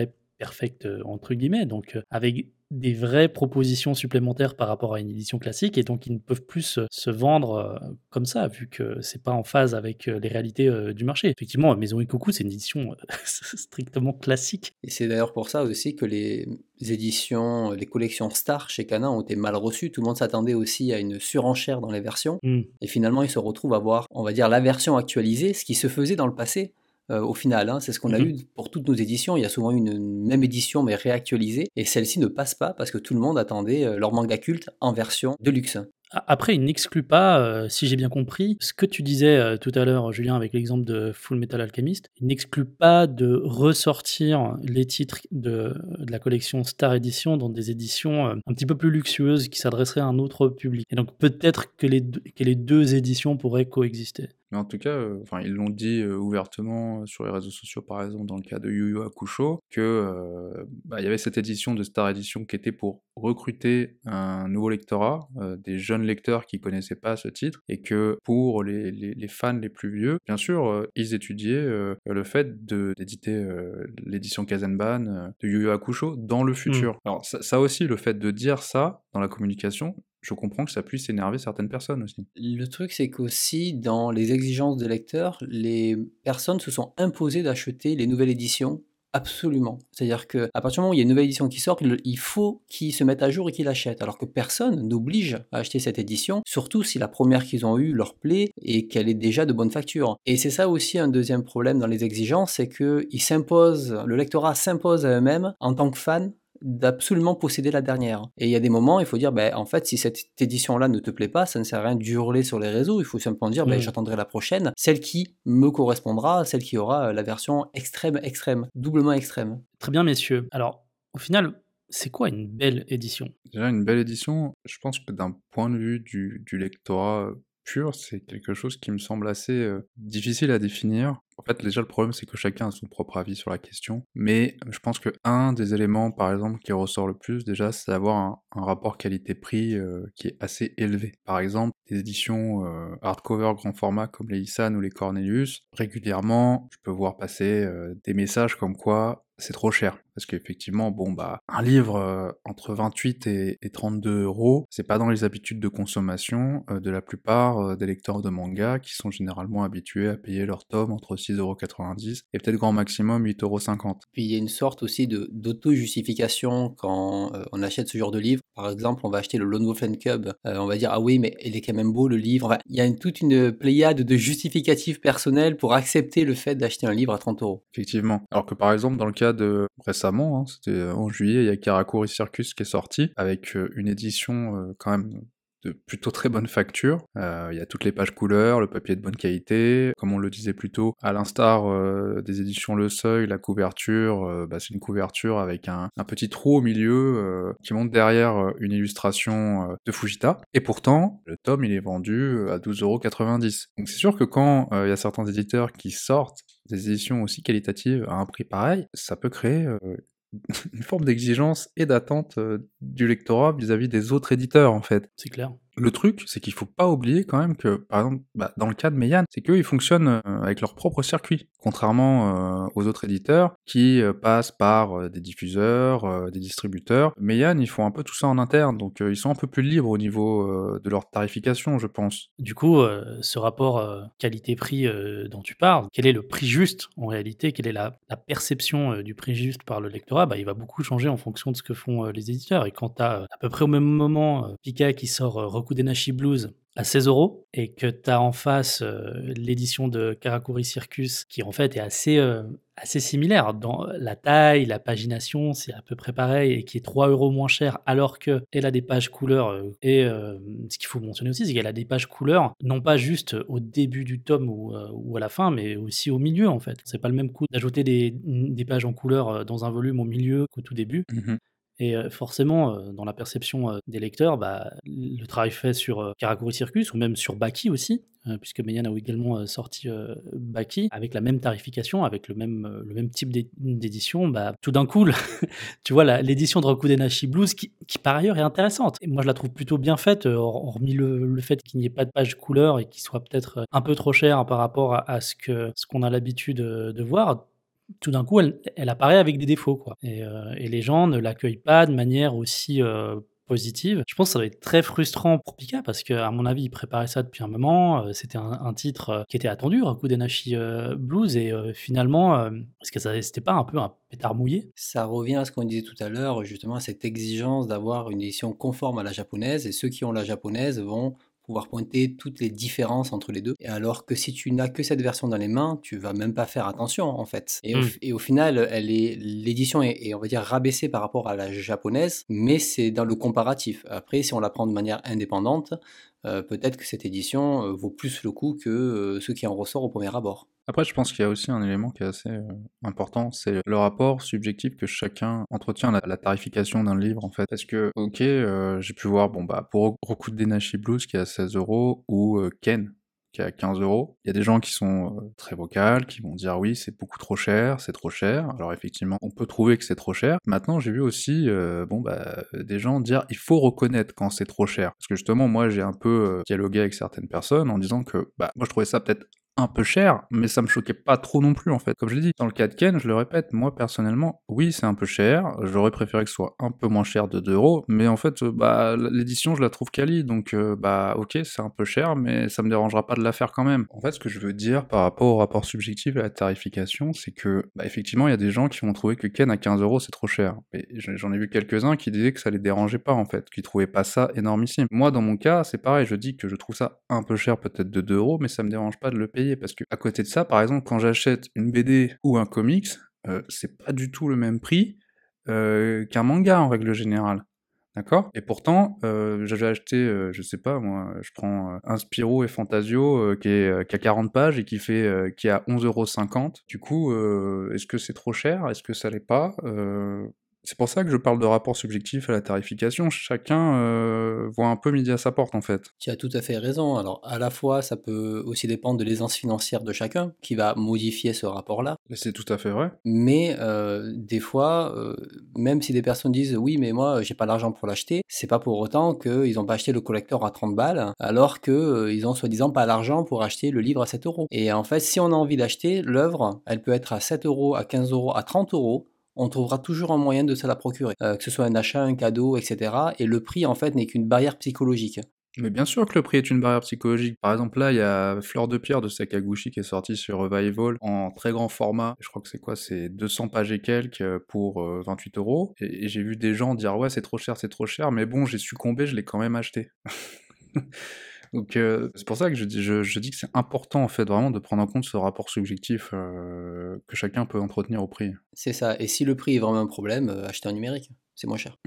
perfect, heu, entre guillemets, donc heu, avec des vraies propositions supplémentaires par rapport à une édition classique et donc ils ne peuvent plus se se vendre, heu, comme ça, vu que c'est pas en phase avec, heu, les réalités, heu, du marché. Effectivement, Maison Ikoku, c'est une édition, heu, strictement classique. Et c'est d'ailleurs pour ça aussi que les éditions, les collections Star chez Kana ont été mal reçues. Tout le monde s'attendait aussi à une surenchère dans les versions Mmh. et finalement, ils se retrouvent à avoir, on va dire, la version actualisée, ce qui se faisait dans le passé, heu, au final, hein. C'est ce qu'on a Mmh mh. eu pour toutes nos éditions. Il y a souvent une une même édition mais réactualisée et celle-ci ne passe pas parce que tout le monde attendait, heu, leur manga culte en version de luxe. A après, il n'exclut pas, heu, si j'ai bien compris, ce que tu disais, heu, tout à l'heure, Julien, avec l'exemple de Fullmetal Alchemist, il n'exclut pas de ressortir les titres de de la collection Star Edition dans des éditions, heu, un petit peu plus luxueuses qui s'adresseraient à un autre public et donc peut-être que les deux que les deux éditions pourraient coexister. Mais en tout cas, heu, enfin ils l'ont dit, heu, ouvertement, heu, sur les réseaux sociaux, par exemple dans le cas de Yu Yu Hakusho, que, heu, bah, il y avait cette édition de Star Edition qui était pour recruter un nouveau lectorat, heu, des jeunes lecteurs qui connaissaient pas ce titre et que pour les les les fans les plus vieux, bien sûr, heu, ils étudiaient, heu, le fait de d'éditer, heu, l'édition Kazenban, heu, de Yu Yu Hakusho dans le Mmh. futur. Alors ça ça aussi, le fait de dire ça dans la communication, je comprends que ça puisse énerver certaines personnes aussi. Le truc, c'est qu'aussi dans les exigences des lecteurs, les personnes se sont imposées d'acheter les nouvelles éditions absolument. C'est-à-dire qu'à partir du moment où il y a une nouvelle édition qui sort, le il faut qu'ils se mettent à jour et qu'ils l'achètent. Alors que personne n'oblige à acheter cette édition, surtout si la première qu'ils ont eue leur plaît et qu'elle est déjà de bonne facture. Et c'est ça aussi un deuxième problème dans les exigences, c'est qu'ils s'imposent, le lectorat s'impose à eux-mêmes en tant que fan d'absolument posséder la dernière. Et il y a des moments, il faut dire, ben, en fait, si cette édition-là ne te plaît pas, ça ne sert à rien d'hurler sur les réseaux, il faut simplement dire, ben, Mmh. j'attendrai la prochaine, celle qui me correspondra, celle qui aura euh, la version extrême, extrême, doublement extrême. Très bien, messieurs. Alors, au final, c'est quoi une belle édition? Déjà une belle édition, je pense que d'un point de vue du du lectorat, heu, pur, c'est quelque chose qui me semble assez, heu, difficile à définir. En fait, déjà le problème, c'est que chacun a son propre avis sur la question, mais je pense qu'un des éléments, par exemple, qui ressort le plus déjà, c'est d'avoir un un rapport qualité-prix, heu, qui est assez élevé. Par exemple, des éditions, heu, hardcover grand format comme les Isan ou les Cornelius, régulièrement, je peux voir passer, heu, des messages comme quoi c'est trop cher. Parce qu'effectivement, bon, bah, un livre, heu, entre vingt-huit et et trente-deux euros, c'est pas dans les habitudes de consommation, heu, de la plupart, heu, des lecteurs de manga qui sont généralement habitués à payer leur tome entre six euros quatre-vingt-dix et peut-être grand maximum huit euros cinquante. Puis il y a une sorte aussi de d'auto-justification quand euh, on achète ce genre de livre. Par exemple, on va acheter le Lone Wolf and Cub, euh, on va dire ah oui mais il est quand même beau le livre. Enfin, il y a une- toute une pléiade de justificatifs personnels pour accepter le fait d'acheter un livre à trente euros. Effectivement. Alors que par exemple, dans le cas de récemment, hein, c'était, heu, en juillet, il y a Karakuri Circus qui est sorti avec, heu, une édition, heu, quand même de plutôt très bonne facture. Heu, il y a toutes les pages couleurs, le papier de bonne qualité. Comme on le disait plus tôt, à l'instar, heu, des éditions Le Seuil, la couverture, heu, bah, c'est une couverture avec un un petit trou au milieu, heu, qui montre derrière, heu, une illustration, heu, de Fujita et pourtant, le tome, il est vendu, heu, à douze euros quatre-vingt-dix. Donc c'est sûr que quand, heu, il y a certains éditeurs qui sortent des éditions aussi qualitatives à un prix pareil, ça peut créer, heu, une forme d'exigence et d'attente, heu, du lectorat vis-à-vis des autres éditeurs, en fait. C'est clair. Le truc, c'est qu'il faut pas oublier quand même que, par exemple, bah, dans le cas de Meian, c'est qu'eux, ils fonctionnent, heu, avec leur propre circuit. Contrairement, heu, aux autres éditeurs qui, heu, passent par, heu, des diffuseurs, heu, des distributeurs. Meian, ils font un peu tout ça en interne, donc heu, ils sont un peu plus libres au niveau, heu, de leur tarification, je pense. Du coup, heu, ce rapport, heu, qualité-prix, heu, dont tu parles, quel est le prix juste en réalité? Quelle est la la perception, heu, du prix juste par le lectorat? Bah, il va beaucoup changer en fonction de ce que font, heu, les éditeurs et quand tu as, à peu près au même moment, heu, Pika qui sort, heu, Rokudenashi Blues à seize euros et que tu as en face, heu, l'édition de Karakuri Circus qui en fait est assez, heu, assez similaire dans la taille, la pagination, c'est à peu près pareil et qui est trois euros moins cher alors qu'elle a des pages couleurs, heu et hem, ce qu'il faut mentionner aussi, c'est qu'elle a des pages couleurs, non pas juste au début du tome ou, heu, ou à la fin, mais aussi au milieu en fait. C'est pas le même coût d'ajouter des, mmh, des pages en couleur, heu, dans un volume au milieu qu'au tout début. Mmh. Et heu, forcément, heu, dans la perception, heu, des lecteurs, bah, le travail fait sur, heu, Karakuri Circus ou même sur Baki aussi, heu, puisque Meian a également, heu, sorti, heu, Baki avec la même tarification, avec le même, heu, le même type d'é d'édition, bah, tout d'un coup, le tu vois la l'édition de Rokudenashi Blues qui qui par ailleurs est intéressante et moi je la trouve plutôt bien faite, heu, hor hormis le le fait qu'il n'y ait pas de page couleur et qu'il soit peut-être, heu, un peu trop cher par rapport à à ce que ce qu'on a l'habitude, heu, de voir. tout d'un coup, elle elle apparaît avec des défauts, quoi et heu et les gens ne l'accueillent pas de manière aussi, heu, positive. Je pense que ça doit être très frustrant pour Pika parce qu'à mon avis, il préparait ça depuis un moment, heu, c'était un un titre, heu, qui était attendu, Rakudenashi, heu, Blues et heu, finalement, hem, est-ce que ça c'était pas un peu un pétard mouillé? Ça revient à ce qu'on disait tout à l'heure, justement, à cette exigence d'avoir une édition conforme à la japonaise et ceux qui ont la japonaise vont pouvoir pointer toutes les différences entre les deux. Et alors que si tu n'as que cette version dans les mains, tu vas même pas faire attention en fait. Et au, Mmh. f- et au final, elle est l'édition est, est, on va dire rabaissée par rapport à la japonaise, mais c'est dans le comparatif. Après, si on la prend de manière indépendante, euh, peut-être que cette édition euh, vaut plus le coup que euh, ce qui en ressort au premier abord. Après, je pense qu'il y a aussi un élément qui est assez euh, important, c'est le rapport subjectif que chacun entretient à la, la tarification d'un livre, en fait. Parce que, ok, euh, j'ai pu voir, bon, bah, pour Rokudenashi Blues qui est à seize euros, ou euh, Ken qui est à quinze euros, il y a des gens qui sont euh, très vocales, qui vont dire oui, c'est beaucoup trop cher, c'est trop cher. Alors effectivement, on peut trouver que c'est trop cher. Maintenant, j'ai vu aussi, euh, bon, bah, des gens dire il faut reconnaître quand c'est trop cher. Parce que justement, moi, j'ai un peu euh, dialogué avec certaines personnes en disant que, bah, moi, je trouvais ça peut-être un peu cher, mais ça me choquait pas trop non plus en fait. Comme je l'ai dit, dans le cas de Ken, je le répète, moi personnellement, oui c'est un peu cher, j'aurais préféré que ce soit un peu moins cher de deux euros, mais en fait, euh, bah l'édition je la trouve quali, donc euh, bah ok c'est un peu cher, mais ça me dérangera pas de la faire quand même. En fait, ce que je veux dire par rapport au rapport subjectif et à la tarification, c'est que bah effectivement il y a des gens qui vont trouver que Ken à quinze euros c'est trop cher, mais j'en ai vu quelques-uns qui disaient que ça les dérangeait pas en fait, qui trouvaient pas ça énormissime. Moi dans mon cas, c'est pareil, je dis que je trouve ça un peu cher peut-être de deux euros, mais ça me dérange pas de le payer parce que à côté de ça, par exemple, quand j'achète une B D ou un comics, euh, c'est pas du tout le même prix euh, qu'un manga en règle générale. D'accord? Et pourtant, euh, j'avais acheté, euh, je sais pas moi, je prends euh, un Spirou et Fantasio euh, qui, est, euh, qui a quarante pages et qui fait euh, qui a onze euros cinquante. Du coup, euh, est-ce que c'est trop cher? Est-ce que ça l'est pas? euh, C'est pour ça que je parle de rapport subjectif à la tarification. Chacun euh, voit un peu midi à sa porte en fait. Tu as tout à fait raison. Alors, à la fois, ça peut aussi dépendre de l'aisance financière de chacun qui va modifier ce rapport-là. Et c'est tout à fait vrai. Mais euh, des fois, euh, même si des personnes disent oui, mais moi, j'ai pas l'argent pour l'acheter, c'est pas pour autant qu'ils ont pas acheté le collector à trente balles, alors que euh, ils ont soi-disant pas l'argent pour acheter le livre à sept euros. Et en fait, si on a envie d'acheter l'œuvre, elle peut être à sept euros, à quinze euros, à trente euros. On trouvera toujours un moyen de se la procurer, euh, que ce soit un achat, un cadeau, et cetera. Et le prix, en fait, n'est qu'une barrière psychologique. Mais bien sûr que le prix est une barrière psychologique. Par exemple, là, il y a Fleur de Pierre de Sakaguchi qui est sorti sur Revival en très grand format. Je crois que c'est quoi? C'est deux cents pages et quelques euh, pour euh, vingt-huit euros. Et, et j'ai vu des gens dire ouais, c'est trop cher, c'est trop cher. Mais bon, j'ai succombé, je l'ai quand même acheté. Donc euh, c'est pour ça que je dis, je, je dis que c'est important en fait vraiment de prendre en compte ce rapport subjectif euh, que chacun peut entretenir au prix. C'est ça. Et si le prix est vraiment un problème, euh, achetez un numérique. C'est moins cher.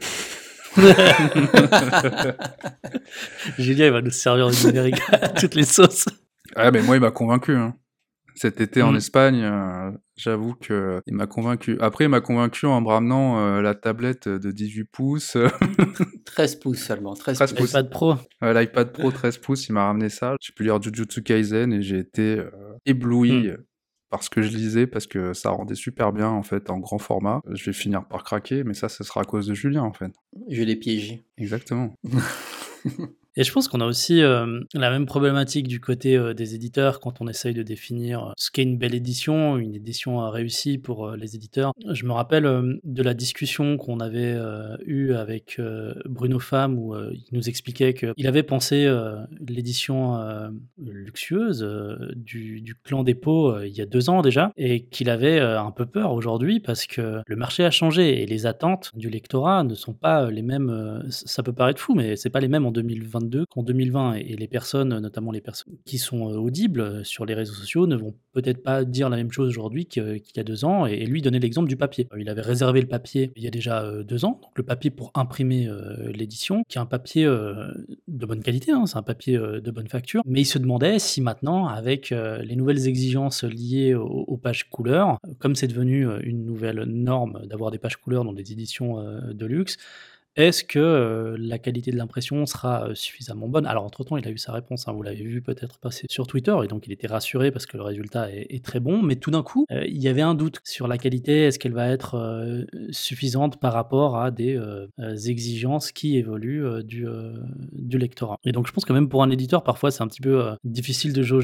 Julien, il va nous servir du numérique à toutes les sauces. Ouais, mais moi il m'a convaincu. Hein. Cet été en Mm. Espagne, euh, j'avoue que il m'a convaincu. Après, il m'a convaincu en me ramenant euh, la tablette de dix-huit pouces. treize pouces seulement. treize, treize pouces. pouces. L'iPad Pro. Euh, L'iPad Pro treize pouces, il m'a ramené ça. J'ai pu lire Jujutsu Kaisen et j'ai été euh, ébloui Mm. par ce que je lisais parce que ça rendait super bien en fait en grand format. Je vais finir par craquer, mais ça, ce sera à cause de Julien en fait. Je l'ai piégé. Exactement. Et je pense qu'on a aussi euh, la même problématique du côté euh, des éditeurs quand on essaye de définir euh, ce qu'est une belle édition, une édition euh, réussie pour euh, les éditeurs. Je me rappelle euh, de la discussion qu'on avait euh, eue avec euh, Bruno Pham où euh, il nous expliquait qu'il avait pensé euh, l'édition euh, luxueuse euh, du, du Clan des Pots euh, il y a deux ans déjà et qu'il avait euh, un peu peur aujourd'hui parce que le marché a changé et les attentes du lectorat ne sont pas les mêmes. Euh, ça peut paraître fou, mais c'est pas les mêmes en deux mille vingt-deux qu'en deux mille vingt et les personnes, notamment les personnes qui sont euh, audibles euh, sur les réseaux sociaux, ne vont peut-être pas dire la même chose aujourd'hui que- qu'il y a deux ans. Et, et lui donnait l'exemple du papier. Euh, Il avait réservé le papier il y a déjà euh, deux ans, donc le papier pour imprimer euh, l'édition, qui est un papier euh, de bonne qualité, hein, c'est un papier euh, de bonne facture. Mais il se demandait si maintenant, avec euh, les nouvelles exigences liées aux, aux pages couleurs, euh, comme c'est devenu euh, une nouvelle norme d'avoir des pages couleurs dans des éditions euh, de luxe, est-ce que euh, la qualité de l'impression sera euh, suffisamment bonne? Alors, entre-temps, il a eu sa réponse, hein, vous l'avez vu peut-être passer sur Twitter, et donc il était rassuré parce que le résultat est, est très bon, mais tout d'un coup, euh, il y avait un doute sur la qualité, est-ce qu'elle va être euh, suffisante par rapport à des euh, euh, exigences qui évoluent euh, du, euh, du lectorat. Et donc, je pense que même pour un éditeur, parfois, c'est un petit peu euh, difficile de jauger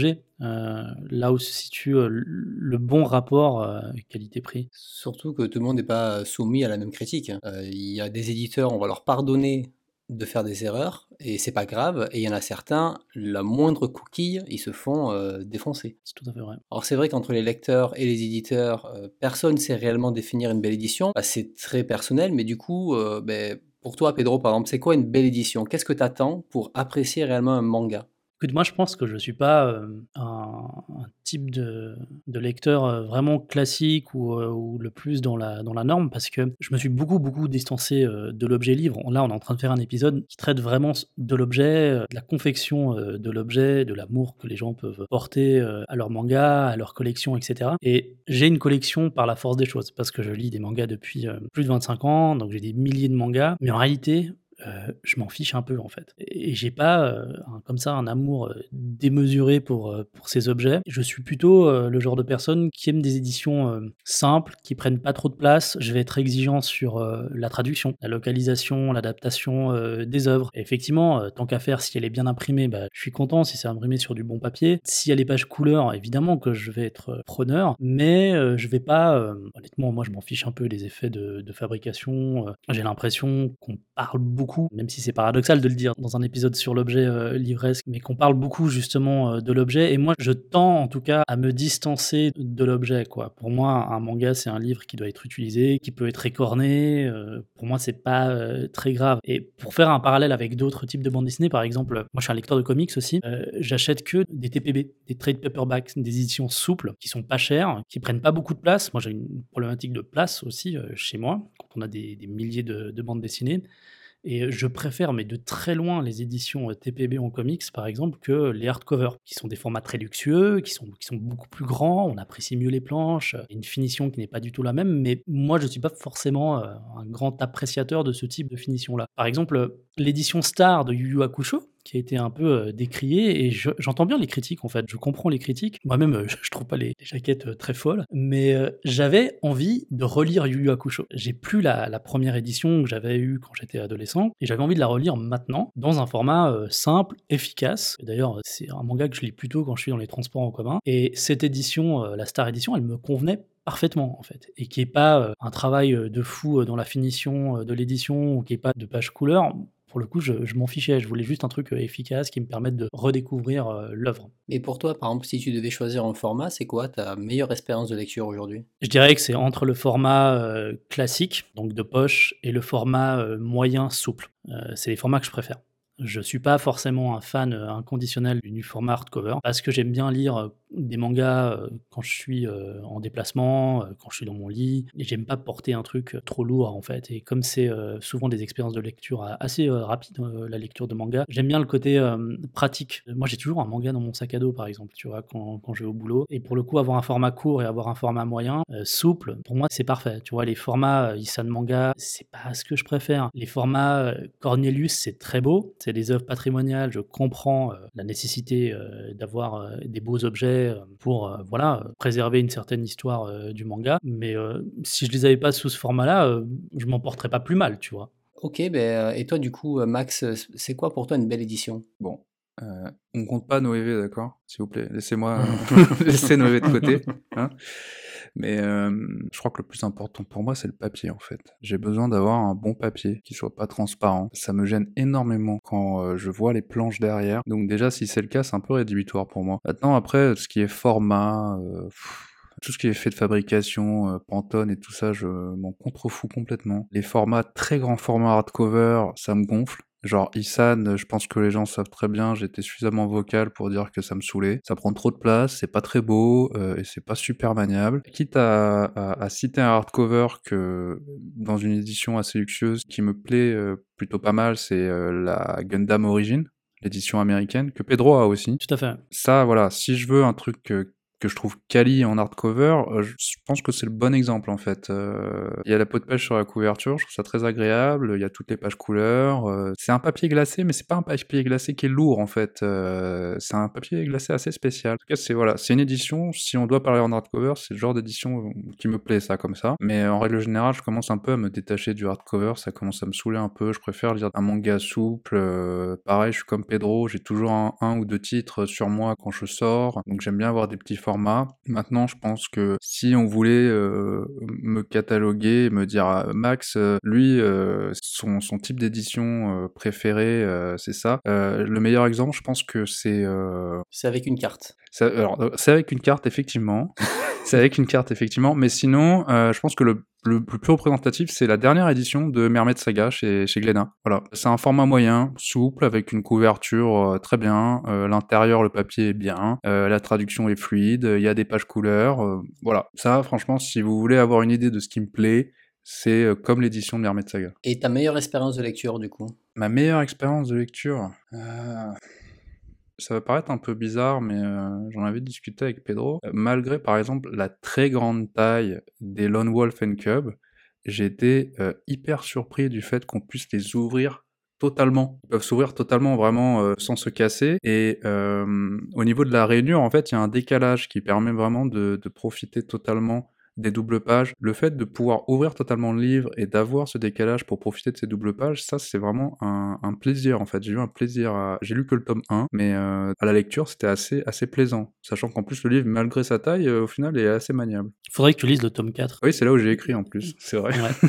heu, là où se situe, heu, l le bon rapport, heu, qualité-prix. Surtout que tout le monde n'est pas soumis à la même critique. Heu, il y a des éditeurs, on va leur pardonner de faire des erreurs et c'est pas grave et il y en a certains, la moindre coquille, ils se font, heu, défoncer. C'est tout à fait vrai. Alors c'est vrai qu'entre les lecteurs et les éditeurs, heu, personne sait réellement définir une belle édition. Bah, c'est très personnel, mais du coup, heu, beh, pour toi, Pedro, par exemple, c'est quoi une belle édition? Qu'est-ce que tu attends pour apprécier réellement un manga? Écoute, moi, je pense que je suis pas, hem, un un type de de lecteur, heu, vraiment classique ou, heu, ou le plus dans la dans la norme parce que je me suis beaucoup, beaucoup distancé, heu, de l'objet livre. Là, on est en train de faire un épisode qui traite vraiment s de l'objet, heu, de la confection, heu, de l'objet, de l'amour que les gens peuvent porter, heu, à leur manga, à leur collection et cetera et j'ai une collection par la force des choses parce que je lis des mangas depuis, heu, plus de vingt-cinq ans, donc j'ai des milliers de mangas, mais en réalité, Heu, je m'en fiche un peu, en fait et et j'ai pas, heu, un comme ça, un amour, heu, démesuré pour, heu, pour ces objets. Je suis plutôt, heu, le genre de personne qui aime des éditions, hem, simples, qui prennent pas trop de place. Je vais être exigeant sur, heu, la traduction, la localisation, l'adaptation, heu, des œuvres. Et effectivement, heu, tant qu'à faire, si elle est bien imprimée, bah, je suis content si c'est imprimé sur du bon papier. S'il y a les pages couleurs, évidemment que je vais être, heu, preneur, mais heu, je vais pas, hem honnêtement, moi, je m'en fiche un peu des effets de de fabrication, heu, j'ai l'impression qu'on parle beaucoup, même si c'est paradoxal de le dire dans un épisode sur l'objet, heu, livresque, mais qu'on parle beaucoup justement, heu, de l'objet et moi je tends en tout cas à me distancer de l'objet, quoi. Pour moi, un manga, c'est un livre qui doit être utilisé, qui peut être écorné, heu, pour moi c'est pas, heu, très grave et pour faire un parallèle avec d'autres types de bandes dessinées, par exemple, moi je suis un lecteur de comics aussi, heu, j'achète que des T P B, des trade paperbacks, des éditions souples qui sont pas chères, qui prennent pas beaucoup de place. Moi j'ai une problématique de place aussi, heu, chez moi, quand on a des des milliers de de bandes dessinées et je préfère, mais de très loin, les éditions, heu, T P B en comics, par exemple, que les hardcovers, qui sont des formats très luxueux, qui sont qui sont beaucoup plus grands, on apprécie mieux les planches, heu, une finition qui n'est pas du tout la même, mais moi, je suis pas forcément, heu, un grand appréciateur de ce type de finition-là. Par exemple, heu, l'édition Star de Yu Yu Hakusho, qui a été un peu, heu, décriée et je j'entends bien les critiques, en fait, je comprends les critiques. Moi-même, heu, je je trouve pas les les jaquettes, heu, très folles, mais heu, j'avais envie de relire Yu Yu Hakusho. J'ai plus la la première édition que j'avais eue quand j'étais adolescent et j'avais envie de la relire maintenant dans un format, heu, simple, efficace. Et d'ailleurs, heu, c'est un manga que je lis plutôt quand je suis dans les transports en commun et cette édition, heu, la Star Edition, elle me convenait parfaitement, en fait et qu'il y ait pas, heu, un travail, heu, de fou, heu, dans la finition, heu, de l'édition ou qu'il y ait pas de pages couleurs. Pour le coup, je je m'en fichais. Je voulais juste un truc, heu, efficace qui me permette de redécouvrir, heu, l'œuvre. Et pour toi, par exemple, si tu devais choisir un format, c'est quoi ta meilleure expérience de lecture aujourd'hui? Je dirais que c'est entre le format, heu, classique, donc de poche et le format, heu, moyen souple. Heu, c'est les formats que je préfère. Je suis pas forcément un fan, heu, inconditionnel du format hardcover parce que j'aime bien lire, heu, des mangas, heu, quand je suis, heu, en déplacement, heu, quand je suis dans mon lit et j'aime pas porter un truc, heu, trop lourd, en fait et comme c'est, heu, souvent des expériences de lecture a assez, heu, rapides, heu, la lecture de manga, j'aime bien le côté, hem, pratique. Moi, j'ai toujours un manga dans mon sac à dos, par exemple, tu vois? Quand quand je vais au boulot et pour le coup, avoir un format court et avoir un format moyen, heu, souple, pour moi, c'est parfait. Tu vois? Les formats, heu, Issan Manga, c'est pas ce que je préfère. Les formats, heu, Cornelius, c'est très beau, c'est des œuvres patrimoniales, je comprends, heu, la nécessité, heu, d'avoir, heu, des beaux objets, heu, pour, heu, voilà, heu, préserver une certaine histoire, heu, du manga. Mais, heu, si je les avais pas sous ce format-là, heu, je m'en porterais pas plus mal, tu vois? OK, beh, heu et toi, du coup, heu, Max, heu, c c'est quoi pour toi une belle édition? Bon, heu, on compte pas nos E V, d'accord? S'il vous plaît, laissez-moi, laissez nos E V de côté, hein? Mais hem, je crois que le plus important pour moi, c'est le papier, en fait. J'ai besoin d'avoir un bon papier qui soit pas transparent. Ça me gêne énormément quand, heu, je vois les planches derrière. Donc déjà, si c'est le cas, c'est un peu rédhibitoire pour moi. Maintenant, après, ce qui est format, heu, tout ce qui est fait de fabrication, heu, Pantone et tout ça, je m'en contrefous complètement. Les formats, très grands formats hardcover, ça me gonfle. Genre Issan, je pense que les gens savent très bien, j'étais suffisamment vocal pour dire que ça me saoulait. Ça prend trop de place, c'est pas très beau, heu, et c'est pas super maniable. Quitte à à à citer un hardcover que dans une édition assez luxueuse qui me plaît, heu, plutôt pas mal, c'est, heu, la Gundam Origin, l'édition américaine, que Pedro a aussi. Tout à fait. Ça, voilà, si je veux un truc, heu, que je trouve quali en hardcover, euh, je je pense que c'est le bon exemple en fait. Euh, Il y a la peau de pêche sur la couverture, je trouve ça très agréable, il y a toutes les pages couleurs, euh, c'est un papier glacé, mais c'est pas un papier glacé qui est lourd en fait, euh, c'est un papier glacé assez spécial. En tout cas, c'est voilà, c'est une édition, si on doit parler en hardcover, c'est le genre d'édition qui me plaît ça comme ça, mais en règle générale, je commence un peu à me détacher du hardcover, ça commence à me saouler un peu, je préfère lire un manga souple, euh, pareil, je suis comme Pedro, j'ai toujours un, un ou deux titres sur moi quand je sors, donc j'aime bien avoir des petits formats. Maintenant, je pense que si on voulait euh, me cataloguer, me dire ah, Max, euh, lui, euh, son, son type d'édition euh, préféré, euh, c'est ça. Euh, le meilleur exemple, je pense que c'est... Euh... C'est avec une carte. Ça, alors, c'est avec une carte, effectivement. C'est avec une carte, effectivement. Mais sinon, euh, je pense que le, le, le plus représentatif, c'est la dernière édition de Mermaid Saga chez, chez Glénat. Voilà. C'est un format moyen, souple, avec une couverture euh, très bien. Euh, l'intérieur, le papier est bien. Euh, la traduction est fluide. Il y a des pages couleurs. Euh, voilà. Ça, franchement, si vous voulez avoir une idée de ce qui me plaît, c'est euh, comme l'édition de Mermaid Saga. Et ta meilleure expérience de lecture, du coup? Ma meilleure expérience de lecture euh... Ça va paraître un peu bizarre, mais euh, j'en avais discuté avec Pedro. Euh, malgré, par exemple, la très grande taille des Lone Wolf and Cub, j'ai été euh, hyper surpris du fait qu'on puisse les ouvrir totalement. Ils peuvent s'ouvrir totalement, vraiment, euh, sans se casser. Et euh, au niveau de la rainure, en fait, il y a un décalage qui permet vraiment de, de profiter totalement des doubles pages. Le fait de pouvoir ouvrir totalement le livre et d'avoir ce décalage pour profiter de ces doubles pages, ça c'est vraiment un, un plaisir en fait. J'ai eu un plaisir à... J'ai lu que le tome un, mais euh, à la lecture c'était assez, assez plaisant. Sachant qu'en plus le livre, malgré sa taille, euh, au final est assez maniable. Faudrait que tu lises le tome quatre. Oui, c'est là où j'ai écrit en plus, c'est vrai. Ouais.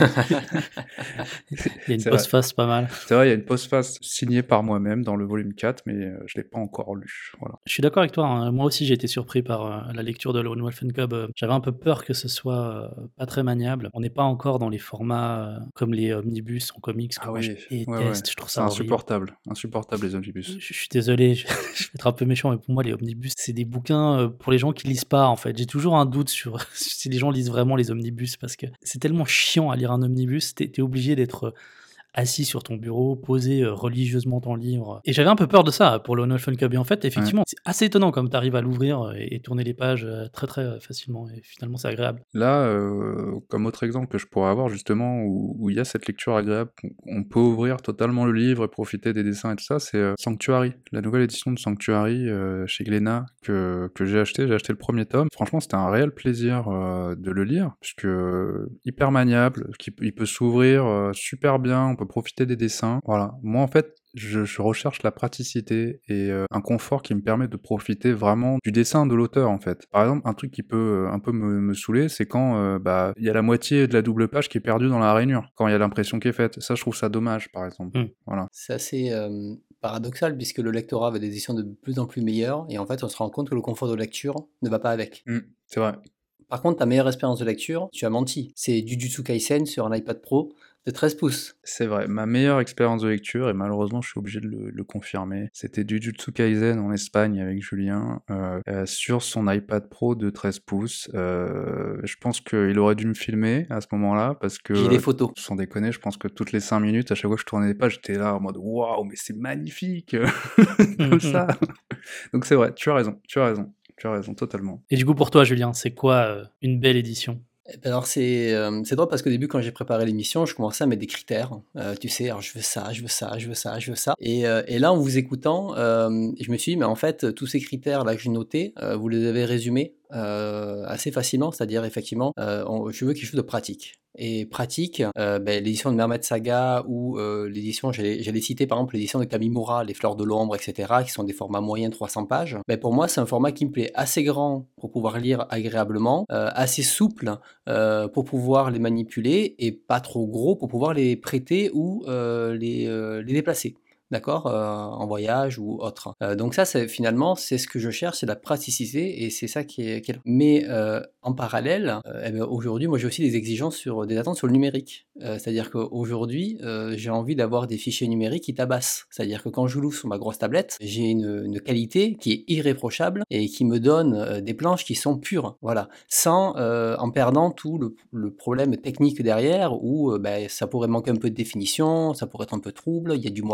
Il y a une postface pas mal. C'est vrai, il y a une postface signée par moi-même dans le volume quatre, mais euh, je l'ai pas encore lu. Voilà. Je suis d'accord avec toi, hein. Moi aussi j'ai été surpris par euh, la lecture de Lone Wolf and Cub. Euh, J'avais un peu peur que ce soit euh, pas très maniable. On n'est pas encore dans les formats euh, comme les omnibus en comics que Ah moi oui, je déteste, ouais, ouais. je trouve C'est ça horrible. insupportable, insupportable les omnibus. Je, je suis désolé, je, je vais être un peu méchant, mais pour moi les omnibus c'est des bouquins euh, pour les gens qui lisent pas en fait. J'ai toujours un doute sur si les gens lisent vraiment les omnibus parce que c'est tellement chiant à lire un omnibus, t'es es obligé d'être... Euh, assis sur ton bureau, posé euh, religieusement ton livre. Et j'avais un peu peur de ça pour Lone Wolf and Cub. Et en fait, effectivement, ouais. C'est assez étonnant comme tu arrives à l'ouvrir et, et tourner les pages euh, très très euh, facilement. Et finalement, c'est agréable. Là, euh, comme autre exemple que je pourrais avoir justement, où, où il y a cette lecture agréable, on peut ouvrir totalement le livre et profiter des dessins et tout ça, c'est euh, Sanctuary, la nouvelle édition de Sanctuary euh, chez Glénat que, que j'ai acheté. J'ai acheté le premier tome. Franchement, c'était un réel plaisir euh, de le lire, puisque euh, hyper maniable, qui, il peut s'ouvrir euh, super bien, on peut profiter des dessins. Voilà. Moi, en fait, je, je recherche la praticité et euh, un confort qui me permet de profiter vraiment du dessin de l'auteur, en fait. Par exemple, un truc qui peut euh, un peu me, me saouler, c'est quand euh, bah il y a la moitié de la double page qui est perdue dans la rainure, quand il y a l'impression qui est faite. Ça, je trouve ça dommage, par exemple. Mm. Voilà. C'est assez euh, paradoxal, puisque le lectorat veut des éditions de plus en plus meilleures, et en fait, on se rend compte que le confort de lecture ne va pas avec. Mm, c'est vrai. Par contre, ta meilleure expérience de lecture, tu as menti. C'est Jujutsu Kaisen sur un iPad Pro de treize pouces. C'est vrai, ma meilleure expérience de lecture, et malheureusement je suis obligé de le, le confirmer, c'était Jujutsu Kaisen en Espagne avec Julien, euh, euh, sur son iPad Pro de treize pouces. Euh, je pense qu'il aurait dû me filmer à ce moment-là, parce que... J'ai des photos. Sans déconner, je pense que toutes les cinq minutes, à chaque fois que je tournais les pages, j'étais là en mode « Waouh, mais c'est magnifique !» Comme ça. Donc c'est vrai, tu as raison, tu as raison. Tu as raison, totalement. Et du coup, pour toi, Julien, c'est quoi euh, une belle édition ? Alors c'est euh, c'est drôle parce qu'au début quand j'ai préparé l'émission je commençais à mettre des critères, euh, tu sais, alors je veux ça, je veux ça, je veux ça, je veux ça et, euh, et là en vous écoutant euh, je me suis dit mais en fait tous ces critères là que j'ai notés euh, vous les avez résumés euh, assez facilement, c'est-à-dire effectivement euh, on, je veux quelque chose de pratique. Et pratique, euh, ben, l'édition de Mermaid Saga ou euh, l'édition, j'allais, j'allais citer par exemple l'édition de Kamimura, Les Fleurs de l'Ombre, et cetera, qui sont des formats moyens trois cents pages. Ben, pour moi, c'est un format qui me plaît assez grand pour pouvoir lire agréablement, euh, assez souple euh, pour pouvoir les manipuler et pas trop gros pour pouvoir les prêter ou euh, les, euh, les déplacer. D'accord, euh, en voyage ou autre. Euh, donc ça, c'est, finalement, c'est ce que je cherche, c'est la praticité et c'est ça qui est... Qui est... Mais euh, en parallèle, euh, eh bien, aujourd'hui, moi j'ai aussi des exigences sur des attentes sur le numérique. Euh, c'est-à-dire qu'aujourd'hui, euh, j'ai envie d'avoir des fichiers numériques qui tabassent. C'est-à-dire que quand je l'ouvre sur ma grosse tablette, j'ai une, une qualité qui est irréprochable et qui me donne euh, des planches qui sont pures. Voilà, sans euh, en perdant tout le, le problème technique derrière où euh, ben, ça pourrait manquer un peu de définition, ça pourrait être un peu trouble, il y a du moirage.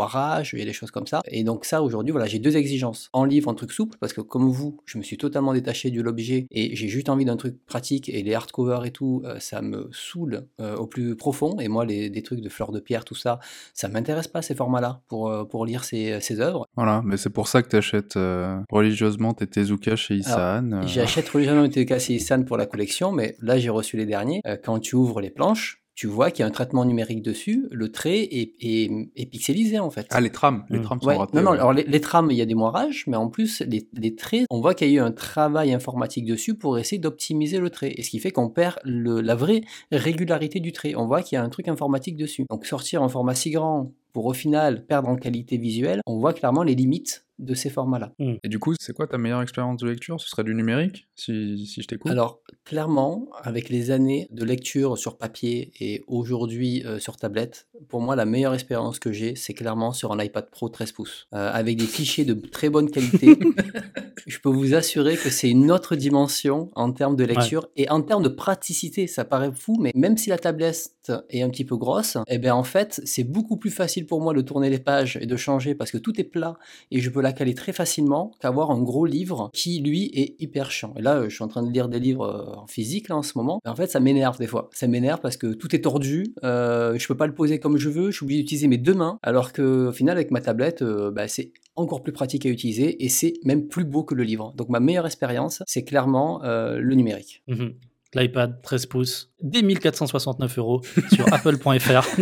pages et des choses comme ça. Et donc ça, aujourd'hui, voilà, j'ai deux exigences. En livre, un truc souple, parce que comme vous, je me suis totalement détaché de l'objet et j'ai juste envie d'un truc pratique, et les hardcovers et tout, euh, ça me saoule euh, au plus profond. Et moi, les, des trucs de fleurs de pierre, tout ça, ça m'intéresse pas, ces formats-là, pour, euh, pour lire ces, ces œuvres. Voilà, mais c'est pour ça que tu achètes euh, religieusement tes Tezuka chez Issan. Alors, euh. J'achète religieusement mes Tezuka chez Issan pour la collection, mais là, j'ai reçu les derniers. Euh, quand tu ouvres les planches, tu vois qu'il y a un traitement numérique dessus, le trait est, est, est pixelisé en fait. Ah, les trames, les Mmh. trames sont Ouais, ratées. non, non, ouais. alors les, les trames, il y a des moirages, mais en plus, les, les traits, on voit qu'il y a eu un travail informatique dessus pour essayer d'optimiser le trait. Et ce qui fait qu'on perd le, la vraie régularité du trait. On voit qu'il y a un truc informatique dessus. Donc sortir un format si grand pour au final perdre en qualité visuelle, on voit clairement les limites de ces formats-là. Et du coup, c'est quoi ta meilleure expérience de lecture? Ce serait du numérique, si, si je t'écoute? Alors, clairement, avec les années de lecture sur papier et aujourd'hui euh, sur tablette, pour moi, la meilleure expérience que j'ai, c'est clairement sur un iPad Pro treize pouces, euh, avec des fichiers de très bonne qualité. Je peux vous assurer que c'est une autre dimension en termes de lecture et en termes de praticité. Ça paraît fou, mais même si la tablette est un petit peu grosse, eh bien en fait, c'est beaucoup plus facile pour moi de tourner les pages et de changer parce que tout est plat et je peux la caler très facilement qu'avoir un gros livre qui, lui, est hyper chiant. Et là, je suis en train de lire des livres en physique là, en ce moment. Et en fait, ça m'énerve des fois. Ça m'énerve parce que tout est tordu. Euh, je peux pas le poser comme je veux. Je suis obligé d'utiliser mes deux mains. Alors qu'au final, avec ma tablette, euh, bah, c'est encore plus pratique à utiliser et c'est même plus beau que le livre. Donc ma meilleure expérience, c'est clairement euh, le numérique. Mmh. L'iPad treize pouces, dès mille quatre cent soixante-neuf euros sur apple point f r.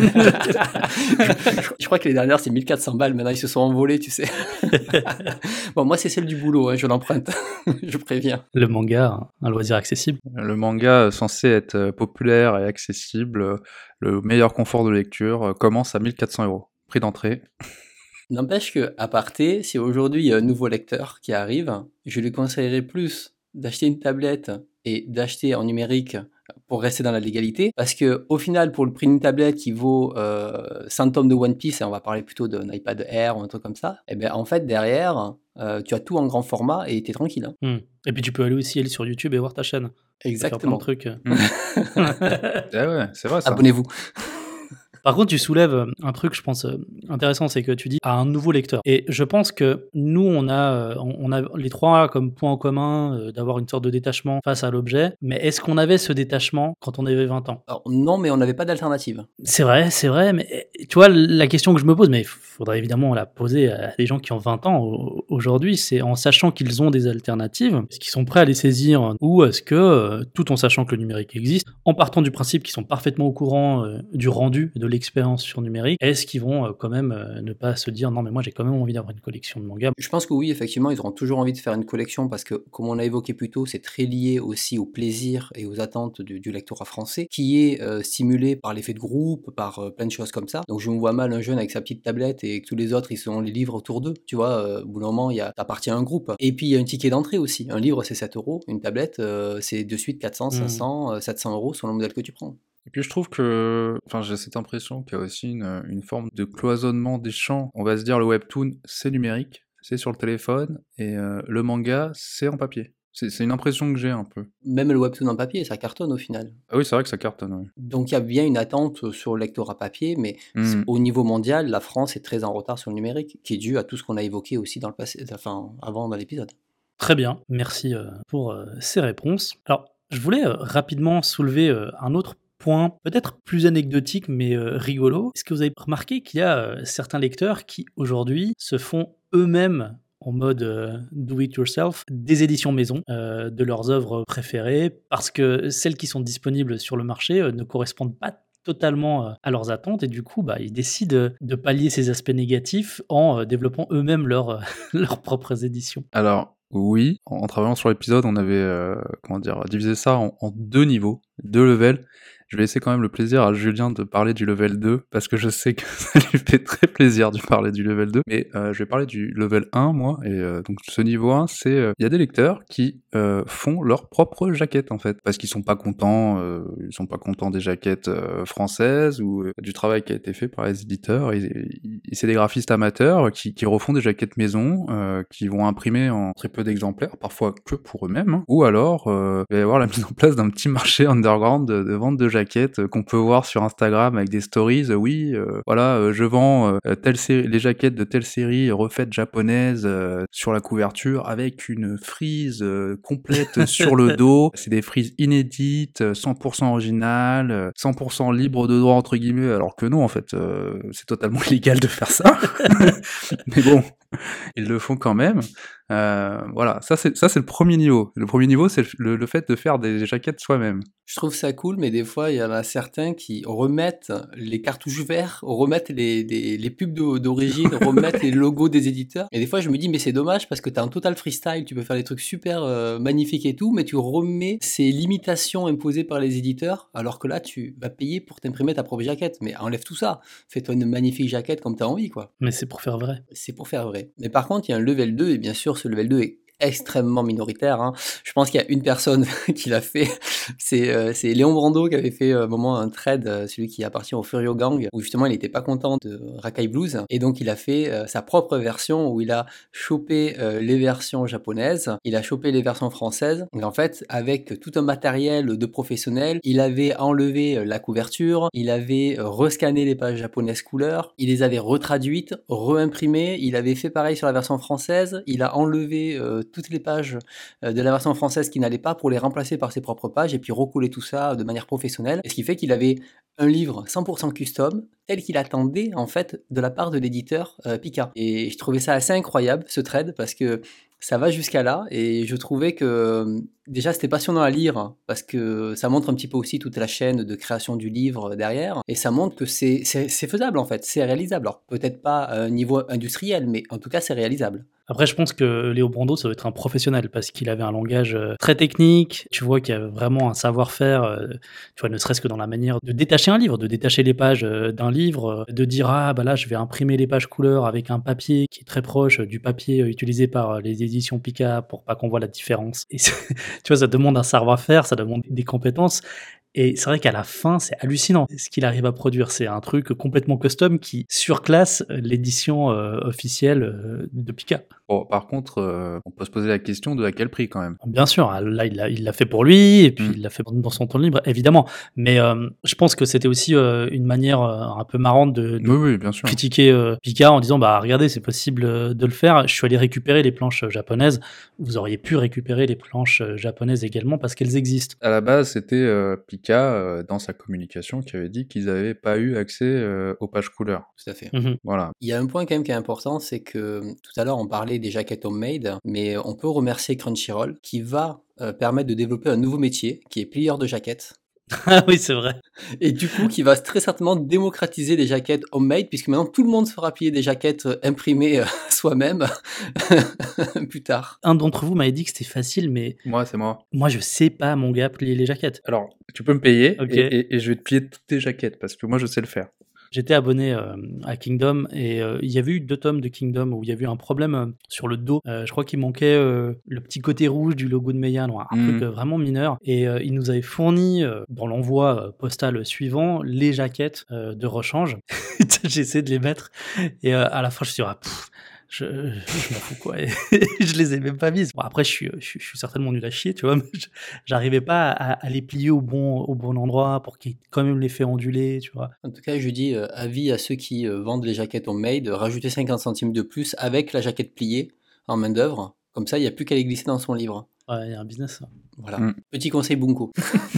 je, je crois que les dernières, c'est mille quatre cents balles. Maintenant, ils se sont envolés, tu sais. Bon, moi, c'est celle du boulot. Hein, je l'emprunte. Je préviens. Le manga, un loisir accessible. Le manga, euh, censé être euh, populaire et accessible, euh, le meilleur confort de lecture, euh, commence à mille quatre cents euros. Prix d'entrée. N'empêche que, à parté, si aujourd'hui il y a un nouveau lecteur qui arrive, je lui conseillerais plus d'acheter une tablette et d'acheter en numérique pour rester dans la légalité, parce que au final, pour le prix d'une tablette qui vaut euh, cent tomes de One Piece, et on va parler plutôt d'un iPad Air ou un truc comme ça, et bien en fait derrière, euh, tu as tout en grand format et t'es tranquille. Hein. Mmh. Et puis tu peux aller aussi aller sur YouTube et voir ta chaîne. Exactement. Faire plein de trucs. Eh ouais, c'est vrai ça. Abonnez-vous. Par contre, tu soulèves un truc, je pense, intéressant, c'est que tu dis à un nouveau lecteur. Et je pense que nous, on a, on a les trois comme point en commun euh, d'avoir une sorte de détachement face à l'objet. Mais est-ce qu'on avait ce détachement quand on avait vingt ans? Alors non, mais on n'avait pas d'alternative. C'est vrai, c'est vrai. Mais tu vois, la question que je me pose, mais il faudrait évidemment la poser à des gens qui ont vingt ans aujourd'hui, c'est en sachant qu'ils ont des alternatives, est-ce qu'ils sont prêts à les saisir? Ou est-ce que, tout en sachant que le numérique existe, en partant du principe qu'ils sont parfaitement au courant euh, du rendu de l'expérience sur numérique, est-ce qu'ils vont euh, quand même euh, ne pas se dire non mais moi j'ai quand même envie d'avoir une collection de mangas? Je pense que oui, effectivement, ils auront toujours envie de faire une collection parce que, comme on l'a évoqué plus tôt, c'est très lié aussi au plaisir et aux attentes du, du lectorat français, qui est euh, stimulé par l'effet de groupe, par euh, plein de choses comme ça. Donc je me vois mal un jeune avec sa petite tablette et que tous les autres ils ont les livres autour d'eux, tu vois, euh, au bout d'un moment, il y a, t'appartiens à un groupe. Et puis il y a un ticket d'entrée aussi. Un livre c'est sept euros, une tablette euh, c'est de suite quatre cents, cinq cents, euh, sept cents euros selon le modèle que tu prends. Et puis je trouve que, enfin j'ai cette impression qu'il y a aussi une, une forme de cloisonnement des champs. On va se dire le webtoon c'est numérique, c'est sur le téléphone, et euh, le manga c'est en papier. C'est, c'est une impression que j'ai un peu. Même le webtoon en papier, ça cartonne au final. Ah oui, c'est vrai que ça cartonne, oui. Donc il y a bien une attente sur le lectorat papier, mais Mmh. au niveau mondial, la France est très en retard sur le numérique, qui est dû à tout ce qu'on a évoqué aussi dans le passé, enfin avant dans l'épisode. Très bien, merci euh, pour euh, ces réponses. Alors, je voulais euh, rapidement soulever euh, un autre point, peut-être plus anecdotique, mais euh, rigolo. Est-ce que vous avez remarqué qu'il y a euh, certains lecteurs qui, aujourd'hui, se font eux-mêmes, en mode euh, do-it-yourself, des éditions maison euh, de leurs œuvres préférées, parce que celles qui sont disponibles sur le marché euh, ne correspondent pas totalement euh, à leurs attentes, et du coup, bah, ils décident euh, de pallier ces aspects négatifs en euh, développant eux-mêmes leur, euh, leurs propres éditions. Alors, oui, en, en travaillant sur l'épisode, on avait, euh, comment dire, divisé ça en, en deux niveaux, deux levels. Je vais laisser quand même le plaisir à Julien de parler du level deux, parce que je sais que ça lui fait très plaisir de parler du level deux, mais euh, je vais parler du level un, moi, et euh, donc ce niveau un, c'est, il euh, y a des lecteurs qui euh, font leur propre jaquette, en fait, parce qu'ils sont pas contents, euh, ils sont pas contents des jaquettes euh, françaises, ou euh, du travail qui a été fait par les éditeurs, et, et, et c'est des graphistes amateurs qui, qui refont des jaquettes maison, euh, qui vont imprimer en très peu d'exemplaires, parfois que pour eux-mêmes, hein, ou alors, euh, il va y avoir la mise en place d'un petit marché underground de, de vente de jaquettes, jaquettes euh, qu'on peut voir sur Instagram avec des stories. euh, oui, euh, voilà, euh, je vends euh, telle série, les jaquettes de telle série refaites japonaises euh, sur la couverture avec une frise euh, complète sur le dos. C'est des frises inédites, euh, cent pour cent originales, euh, cent pour cent libre de droit entre guillemets, alors que non, en fait, euh, c'est totalement illégal de faire ça. Mais bon, ils le font quand même. Euh, voilà, ça c'est ça c'est le premier niveau. Le premier niveau, c'est le, le fait de faire des jaquettes soi-même. Je trouve ça cool, mais des fois, il y en a certains qui remettent les cartouches verts, remettent les, les, les pubs d'o- d'origine, remettent les logos des éditeurs. Et des fois, je me dis, mais c'est dommage parce que t'as un total freestyle, tu peux faire des trucs super euh, magnifiques et tout, mais tu remets ces limitations imposées par les éditeurs, alors que là, tu vas payer pour t'imprimer ta propre jaquette. Mais enlève tout ça. Fais-toi une magnifique jaquette comme t'as envie, quoi. Mais c'est pour faire vrai. C'est pour faire vrai. Mais par contre, il y a un level deux, et bien sûr, ce level deux est extrêmement minoritaire, hein. Je pense qu'il y a une personne qui l'a fait, c'est euh, c'est Léon Brando qui avait fait euh, un moment un thread, euh, celui qui appartient au Furio Gang, où justement il n'était pas content de Rakai Blues, et donc il a fait euh, sa propre version où il a chopé euh, les versions japonaises, il a chopé les versions françaises, et en fait avec tout un matériel de professionnel, il avait enlevé euh, la couverture, il avait euh, rescanné les pages japonaises couleurs, il les avait retraduites, reimprimées, il avait fait pareil sur la version française, il a enlevé euh, toutes les pages euh, de la version française qui n'allaient pas pour les remplacer par ses propres pages et puis recoller tout ça de manière professionnelle. Et ce qui fait qu'il avait un livre cent pour cent custom tel qu'il attendait en fait de la part de l'éditeur euh, Pika. Et je trouvais ça assez incroyable ce trade parce que ça va jusqu'à là et je trouvais que euh, déjà c'était passionnant à lire parce que ça montre un petit peu aussi toute la chaîne de création du livre derrière et ça montre que c'est, c'est, c'est faisable en fait, c'est réalisable. Alors peut-être pas à un niveau industriel mais en tout cas c'est réalisable. Après, je pense que Léo Brando, ça doit être un professionnel parce qu'il avait un langage euh, très technique. Tu vois qu'il y a vraiment un savoir-faire, euh, tu vois, ne serait-ce que dans la manière de détacher un livre, de détacher les pages euh, d'un livre, euh, de dire ah bah là je vais imprimer les pages couleurs avec un papier qui est très proche du papier euh, utilisé par euh, les éditions Pika pour pas qu'on voit la différence. Et c'est- tu vois, ça demande un savoir-faire, ça demande des compétences. Et c'est vrai qu'à la fin, c'est hallucinant ce qu'il arrive à produire. C'est un truc complètement custom qui surclasse euh, l'édition euh, officielle euh, de Pika. Bon, par contre, euh, on peut se poser la question de à quel prix quand même. Bien sûr, ah, là il l'a il l'a fait pour lui et puis Mm. il l'a fait dans son temps libre, évidemment. Mais euh, je pense que c'était aussi euh, une manière euh, un peu marrante de, de Oui, oui, bien sûr. critiquer euh, Pika en disant bah regardez c'est possible euh, de le faire. Je suis allé récupérer les planches euh, japonaises. Vous auriez pu récupérer les planches euh, japonaises également parce qu'elles existent. À la base, c'était euh, Pika, euh, dans sa communication, qui avait dit qu'ils n'avaient pas eu accès euh, aux pages couleurs. Tout à fait. Mhm. Voilà. Il y a un point quand même qui est important, c'est que tout à l'heure on parlait des jaquettes homemade, mais on peut remercier Crunchyroll qui va euh, permettre de développer un nouveau métier qui est plieur de jaquettes. Ah oui c'est vrai. Et du coup, qui va très certainement démocratiser les jaquettes homemade, puisque maintenant tout le monde fera plier des jaquettes euh, imprimées euh, soi-même plus tard. Un d'entre vous m'avait dit que c'était facile, mais Moi, c'est moi. moi je sais pas mon gars plier les jaquettes. Alors, tu peux me payer Ok. et, et- et je vais te plier toutes tes jaquettes parce que moi, je sais le faire. J'étais abonné euh, à Kingdom et euh, il y avait eu deux tomes de Kingdom où il y avait eu un problème euh, sur le dos. Euh, je crois qu'il manquait euh, le petit côté rouge du logo de Meian, un Mhm. truc euh, vraiment mineur. Et euh, il nous avait fourni euh, dans l'envoi euh, postal suivant les jaquettes euh, de rechange. J'ai essayé de les mettre et euh, à la fin je me suis dit ah, pff, je, je m'en fous quoi. Et je les ai même pas mises. Bon, après je suis, je, suis- je suis certainement nul à chier, tu vois, mais je- j'arrivais pas à, à les plier au bon, au bon endroit pour qu'il y ait quand même l'effet ondulé, tu vois. En tout cas, je dis euh, avis à ceux qui euh, vendent les jaquettes homemade, euh, rajouter cinquante centimes de plus avec la jaquette pliée en main d'œuvre. Comme ça, il n'y a plus qu'à les glisser dans son livre. Ouais, il y a un business. Ça. Voilà. Mm. Petit conseil Bunko.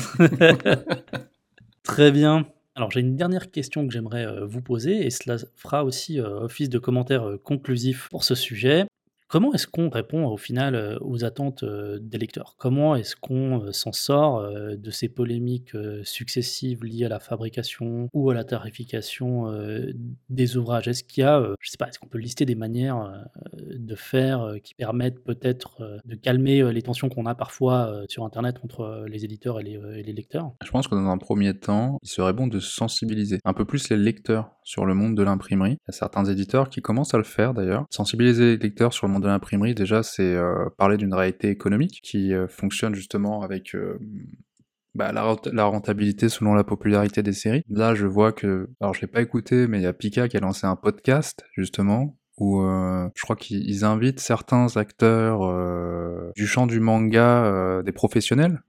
Très bien. Alors j'ai une dernière question que j'aimerais euh, vous poser et cela fera aussi euh, office de commentaire euh, conclusif pour ce sujet. Comment est-ce qu'on répond au final euh, aux attentes euh, des lecteurs? Comment est-ce qu'on euh, s'en sort euh, de ces polémiques euh, successives liées à la fabrication ou à la tarification euh, des ouvrages? Est-ce qu'il y a, euh, je sais pas, est-ce qu'on peut lister des manières euh, de faire euh, qui permettent peut-être euh, de calmer euh, les tensions qu'on a parfois euh, sur Internet entre euh, les éditeurs et les, euh, et les lecteurs? Je pense que dans un premier temps, il serait bon de sensibiliser un peu plus les lecteurs sur le monde de l'imprimerie. Il y a certains éditeurs qui commencent à le faire d'ailleurs. Sensibiliser les lecteurs sur le monde de l'imprimerie, déjà, c'est euh, parler d'une réalité économique qui euh, fonctionne justement avec euh, bah, la, rent- la rentabilité selon la popularité des séries. Là, je vois que, alors je l'ai pas écouté, mais il y a Pika qui a lancé un podcast justement où euh, je crois qu'ils ils invitent certains acteurs euh, du champ du manga, euh, des professionnels.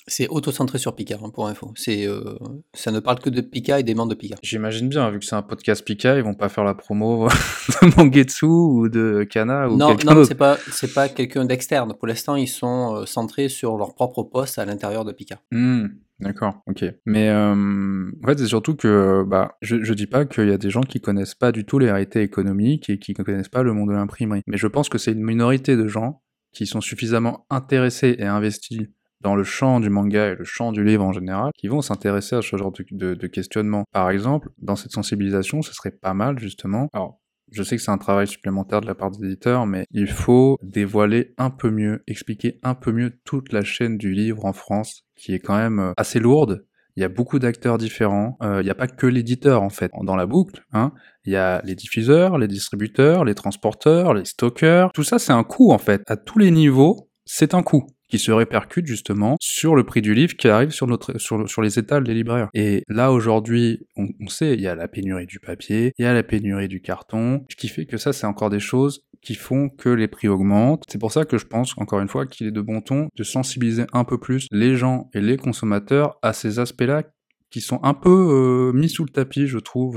C'est auto-centré sur Pika, hein, pour info. C'est, heu, ça ne parle que de Pika et des membres de Pika. J'imagine bien, vu que c'est un podcast Pika, ils vont pas faire la promo de Mangetsu ou de Kana ou Non, quelqu'un non, c'est d'autre. pas c'est pas quelqu'un d'externe. Pour l'instant, ils sont, heu, centrés sur leur propre poste à l'intérieur de Pika. Mmh, d'accord, OK. Mais hem, en fait, c'est surtout que, bah, je je dis pas qu'il y a des gens qui connaissent pas du tout les réalités économiques et qui ne connaissent pas le monde de l'imprimerie. Mais je pense que c'est une minorité de gens qui sont suffisamment intéressés et investis dans le champ du manga et le champ du livre en général, qui vont s'intéresser à ce genre de de de questionnement. Par exemple, dans cette sensibilisation, ce serait pas mal justement alors, je sais que c'est un travail supplémentaire de la part des éditeurs, mais il faut dévoiler un peu mieux, expliquer un peu mieux toute la chaîne du livre en France, qui est quand même euh, assez lourde. Il y a beaucoup d'acteurs différents. Euh, il n'y a pas que l'éditeur, en fait, dans la boucle, hein. Il y a les diffuseurs, les distributeurs, les transporteurs, les stockeurs. Tout ça, c'est un coût, en fait. À tous les niveaux, c'est un coût qui se répercute justement sur le prix du livre qui arrive sur notre sur, sur les étals des libraires. Et là aujourd'hui, on, on sait, il y a la pénurie du papier, il y a la pénurie du carton, ce qui fait que ça c'est encore des choses qui font que les prix augmentent. C'est pour ça que je pense encore une fois qu'il est de bon ton de sensibiliser un peu plus les gens et les consommateurs à ces aspects-là qui sont un peu euh, mis sous le tapis, je trouve,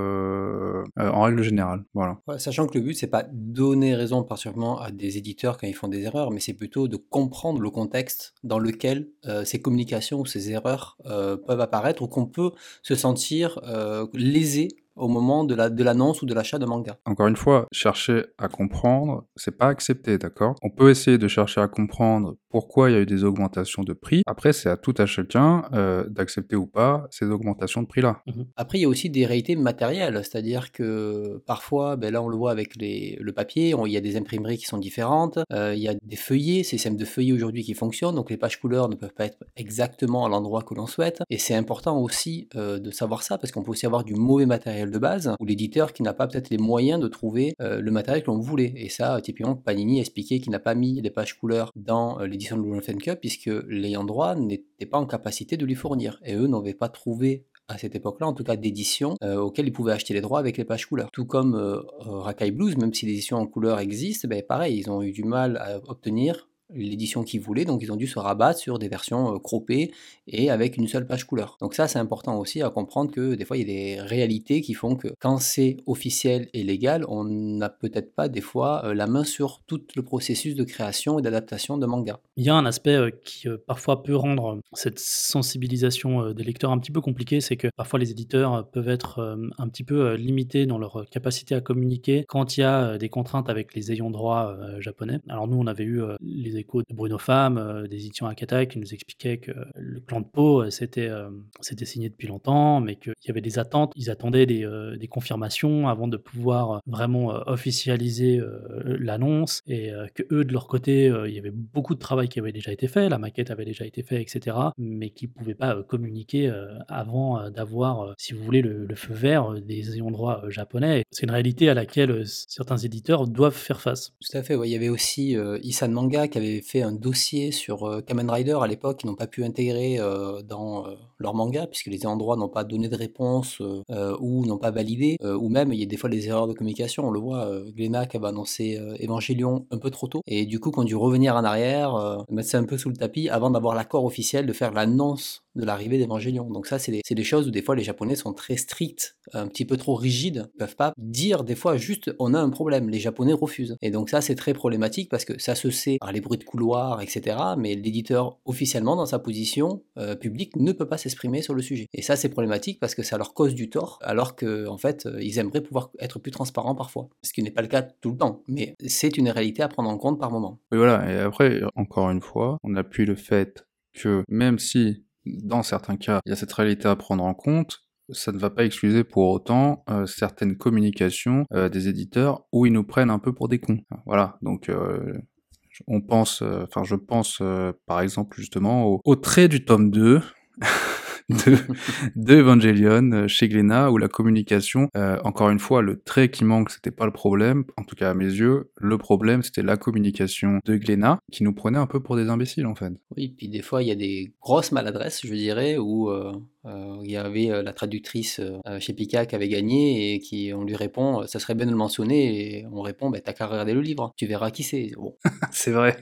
euh, euh, en règle générale. Voilà. Ouais, sachant que le but, c'est pas donner raison particulièrement à des éditeurs quand ils font des erreurs, mais c'est plutôt de comprendre le contexte dans lequel euh, ces communications ou ces erreurs euh, peuvent apparaître ou qu'on peut se sentir euh, lésé au moment de la, de l'annonce ou de l'achat de manga. Encore une fois, chercher à comprendre, c'est pas accepté, d'accord? On peut essayer de chercher à comprendre pourquoi il y a eu des augmentations de prix. Après, c'est à tout à chacun euh, d'accepter ou pas ces augmentations de prix-là. Mmh. Après, il y a aussi des réalités matérielles, c'est-à-dire que parfois, ben là, on le voit avec les, le papier, on- il y a des imprimeries qui sont différentes, euh, il y a des feuillets, ces systèmes de feuillets aujourd'hui qui fonctionnent, donc les pages couleurs ne peuvent pas être exactement à l'endroit que l'on souhaite, et c'est important aussi euh, de savoir ça, parce qu'on peut aussi avoir du mauvais matériel de base, ou l'éditeur qui n'a pas peut-être les moyens de trouver euh, le matériel que l'on voulait, et ça, typiquement, Panini a expliqué qu'il n'a pas mis les pages couleurs dans euh, l'édition de Wolfen Cup, puisque l'ayant droit n'était pas en capacité de lui fournir, et eux n'avaient pas trouvé à cette époque-là, en tout cas d'éditions, euh, auxquelles ils pouvaient acheter les droits avec les pages couleurs. Tout comme euh, euh, Rakai Blues, même si l'édition en couleur existe, ben pareil, ils ont eu du mal à obtenir l'édition qu'ils voulaient, donc ils ont dû se rabattre sur des versions euh, croppées et avec une seule page couleur. Donc ça, c'est important aussi à comprendre que des fois, il y a des réalités qui font que quand c'est officiel et légal, on n'a peut-être pas des fois euh, la main sur tout le processus de création et d'adaptation de manga. Il y a un aspect euh, qui euh, parfois peut rendre euh, cette sensibilisation euh, des lecteurs un petit peu compliquée, c'est que parfois les éditeurs euh, peuvent être euh, un petit peu euh, limités dans leur euh, capacité à communiquer quand il y a euh, des contraintes avec les ayants droit euh, japonais. Alors nous, on avait eu euh, les échos de Bruno Fam, euh, des éditions Akata, qui nous expliquaient que euh, le clan de Pau, euh, c'était euh, c'était signé depuis longtemps, mais qu'il y avait des attentes, ils attendaient des, euh, des confirmations avant de pouvoir euh, vraiment euh, officialiser euh, l'annonce, et euh, que eux, de leur côté, euh, il y avait beaucoup de travail qui avait déjà été fait, la maquette avait déjà été faite, et cetera, mais qui ne pouvaient pas euh, communiquer euh, avant euh, d'avoir, euh, si vous voulez, le, le feu vert euh, des ayants droit euh, japonais. C'est une réalité à laquelle euh, certains éditeurs doivent faire face. Tout à fait, ouais. Il y avait aussi euh, Isan Manga qui avait fait un dossier sur euh, Kamen Rider à l'époque, qu'ils n'ont pas pu intégrer euh, dans euh, leur manga, puisque les endroits n'ont pas donné de réponse euh, euh, ou n'ont pas validé, euh, ou même il y a des fois des erreurs de communication. On le voit, euh, Glénat qui avait annoncé euh, Evangelion un peu trop tôt, et du coup, qu'on a dû revenir en arrière, euh, mettre ça un peu sous le tapis avant d'avoir l'accord officiel de faire l'annonce de l'arrivée d'Evangelion. Donc ça, c'est des, c'est des choses où des fois les Japonais sont très stricts, un petit peu trop rigides, ils peuvent pas dire des fois juste on a un problème, les Japonais refusent. Et donc ça, c'est très problématique parce que ça se sait par les bruits de couloir, et cetera. Mais l'éditeur officiellement dans sa position euh, publique ne peut pas s'exprimer sur le sujet. Et ça, c'est problématique parce que ça leur cause du tort, alors que en fait, euh, ils aimeraient pouvoir être plus transparents parfois, ce qui n'est pas le cas tout le temps. Mais c'est une réalité à prendre en compte par moment. Et voilà, et après, encore une fois, on appuie le fait que même si, dans certains cas, il y a cette réalité à prendre en compte, ça ne va pas excuser pour autant euh, certaines communications euh, des éditeurs où ils nous prennent un peu pour des cons. Voilà, donc euh, on pense, enfin euh, je pense euh, par exemple justement au, au trait du tome deux de, de Evangelion chez Glénat, où la communication, euh, encore une fois, le trait qui manque, c'était pas le problème, en tout cas à mes yeux, le problème c'était la communication de Glénat, qui nous prenait un peu pour des imbéciles en fait. Oui, puis des fois il y a des grosses maladresses, je dirais, où euh, euh, il y avait euh, la traductrice euh, chez Pika qui avait gagné et qui on lui répond euh, ça serait bien de le mentionner, et on répond bah, t'as qu'à regarder le livre, tu verras qui c'est. Bon. C'est vrai.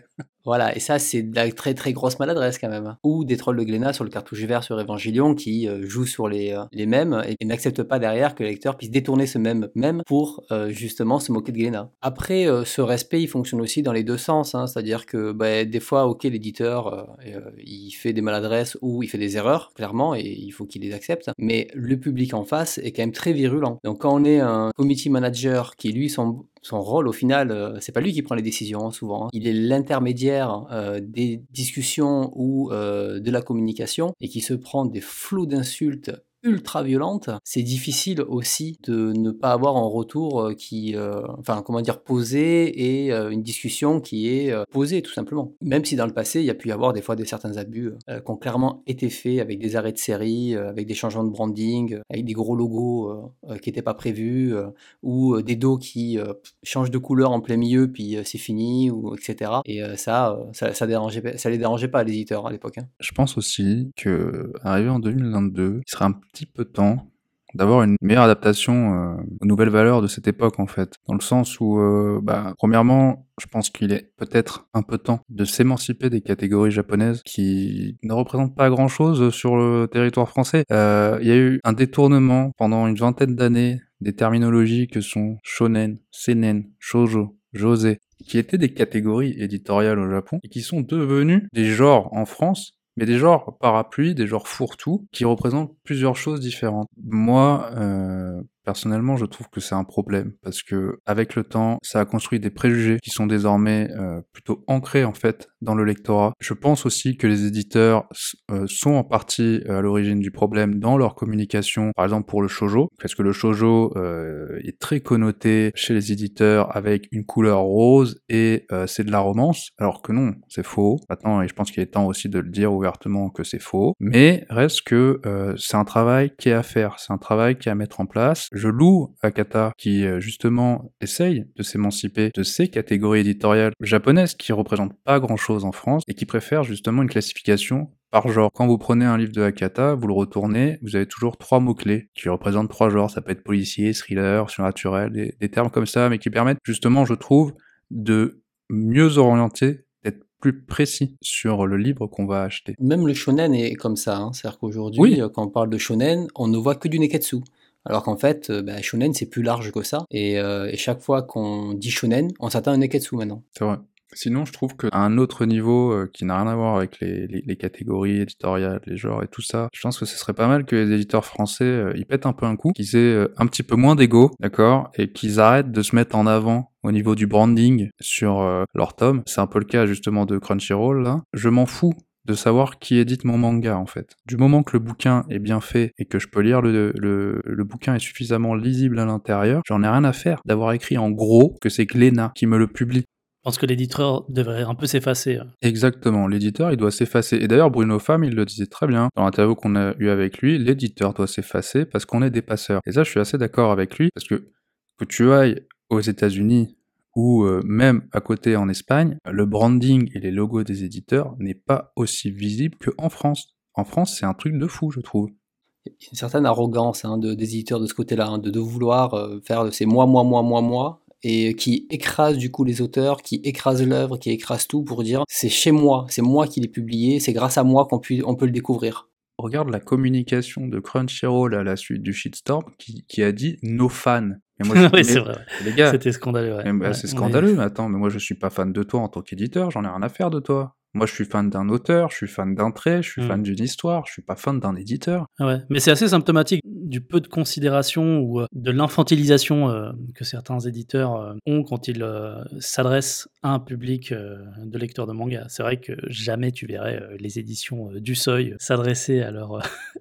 Voilà, et ça, c'est de la très très grosse maladresse quand même. Ou des trolls de Glénat sur le cartouche vert sur Evangelion qui euh, jouent sur les, euh, les mèmes et, et n'acceptent pas derrière que le lecteur puisse détourner ce même mème pour euh, justement se moquer de Glénat. Après, euh, ce respect, il fonctionne aussi dans les deux sens, hein, c'est-à-dire que bah, des fois, ok, l'éditeur, euh, euh, il fait des maladresses ou il fait des erreurs, clairement, et il faut qu'il les accepte, mais le public en face est quand même très virulent. Donc quand on est un committee manager qui, lui, son son rôle au final, euh, c'est pas lui qui prend les décisions hein, souvent. Hein. Il est l'intermédiaire euh, des discussions ou euh, de la communication et qui se prend des flots d'insultes ultra violente, c'est difficile aussi de ne pas avoir un retour euh, qui, euh, enfin, comment dire, posé et euh, une discussion qui est euh, posée tout simplement. Même si dans le passé, il y a pu y avoir des fois des certains abus euh, qui ont clairement été faits avec des arrêts de série, euh, avec des changements de branding, euh, avec des gros logos euh, euh, qui n'étaient pas prévus, euh, ou euh, des dos qui euh, changent de couleur en plein milieu puis euh, c'est fini, ou et cetera. Et euh, ça, euh, ça, ça dérangeait, ça les dérangeait pas les éditeurs à l'époque. Hein. Je pense aussi que, arrivé en deux mille vingt-deux, il serait un petit peu temps d'avoir une meilleure adaptation euh, aux nouvelles valeurs de cette époque, en fait. Dans le sens où, euh, bah, premièrement, je pense qu'il est peut-être un peu temps de s'émanciper des catégories japonaises qui ne représentent pas grand-chose sur le territoire français. Euh, il y a eu un détournement pendant une vingtaine d'années des terminologies que sont shonen, seinen, shoujo, josei, qui étaient des catégories éditoriales au Japon et qui sont devenues des genres en France, mais des genres parapluies, des genres fourre-tout, qui représentent plusieurs choses différentes. Moi, euh, personnellement, je trouve que c'est un problème, parce que avec le temps, ça a construit des préjugés qui sont désormais euh, plutôt ancrés en fait dans le lectorat. Je pense aussi que les éditeurs euh, sont en partie à l'origine du problème dans leur communication, par exemple pour le shoujo, parce que le shoujo euh, est très connoté chez les éditeurs avec une couleur rose et euh, c'est de la romance, alors que non, c'est faux. Maintenant, et je pense qu'il est temps aussi de le dire ouvertement que c'est faux, mais reste que euh, c'est un travail qui est à faire, c'est un travail qui est à mettre en place. Je loue Akata qui euh, justement essaye de s'émanciper de ces catégories éditoriales japonaises qui représentent pas grand-chose en France et qui préfèrent justement une classification par genre. Quand vous prenez un livre de Akata, vous le retournez, vous avez toujours trois mots-clés qui représentent trois genres. Ça peut être policier, thriller, surnaturel, des, des termes comme ça, mais qui permettent justement, je trouve, de mieux orienter, d'être plus précis sur le livre qu'on va acheter. Même le shonen est comme ça, hein. C'est-à-dire qu'aujourd'hui, Oui. euh, quand on parle de shonen, on ne voit que du neketsu. Alors qu'en fait, euh, bah, shonen, c'est plus large que ça. Et, euh, et chaque fois qu'on dit shonen, on s'attend à un neketsu maintenant. C'est vrai. Sinon, je trouve qu'à un autre niveau euh, qui n'a rien à voir avec les, les, les catégories éditoriales, les genres et tout ça, je pense que ce serait pas mal que les éditeurs français, euh, ils pètent un peu un coup, qu'ils aient euh, un petit peu moins d'ego, d'accord, et qu'ils arrêtent de se mettre en avant au niveau du branding sur euh, leur tome. C'est un peu le cas justement de Crunchyroll, là. Je m'en fous de savoir qui édite mon manga, en fait. Du moment que le bouquin est bien fait et que je peux lire le, le, le bouquin est suffisamment lisible à l'intérieur, j'en ai rien à faire d'avoir écrit en gros que c'est Glénat qui me le publie. Je pense que l'éditeur devrait un peu s'effacer. Exactement, l'éditeur, il doit s'effacer. Et d'ailleurs, Bruno Fam, il le disait très bien dans l'interview qu'on a eu avec lui, l'éditeur doit s'effacer parce qu'on est des passeurs. Et ça, je suis assez d'accord avec lui, parce que que tu ailles aux États-Unis ou euh, même à côté en Espagne, le branding et les logos des éditeurs n'est pas aussi visible qu'en France. En France, c'est un truc de fou, je trouve. Il y a une certaine arrogance hein, de, des éditeurs de ce côté-là, hein, de, de vouloir euh, faire de ces moi, moi, moi, moi, moi, et qui écrase du coup les auteurs, qui écrase l'œuvre, qui écrase tout pour dire c'est chez moi, c'est moi qui l'ai publié, c'est grâce à moi qu'on pu, on peut le découvrir. Regarde la communication de Crunchyroll à la suite du shitstorm qui, qui a dit nos fans. Et moi, je, oui, mais, c'est vrai. Les gars, c'était scandaleux. Ouais. Mais, bah, ouais, c'est scandaleux, mais attends, mais moi je suis pas fan de toi en tant qu'éditeur, j'en ai rien à faire de toi. Moi, je suis fan d'un auteur, je suis fan d'un trait, je suis mmh. fan d'une histoire, je suis pas fan d'un éditeur. Ouais, mais c'est assez symptomatique du peu de considération ou euh, de l'infantilisation euh, que certains éditeurs euh, ont quand ils euh, s'adressent à un public euh, de lecteurs de manga. C'est vrai que jamais tu verrais euh, les éditions euh, du Seuil s'adresser à leur, euh,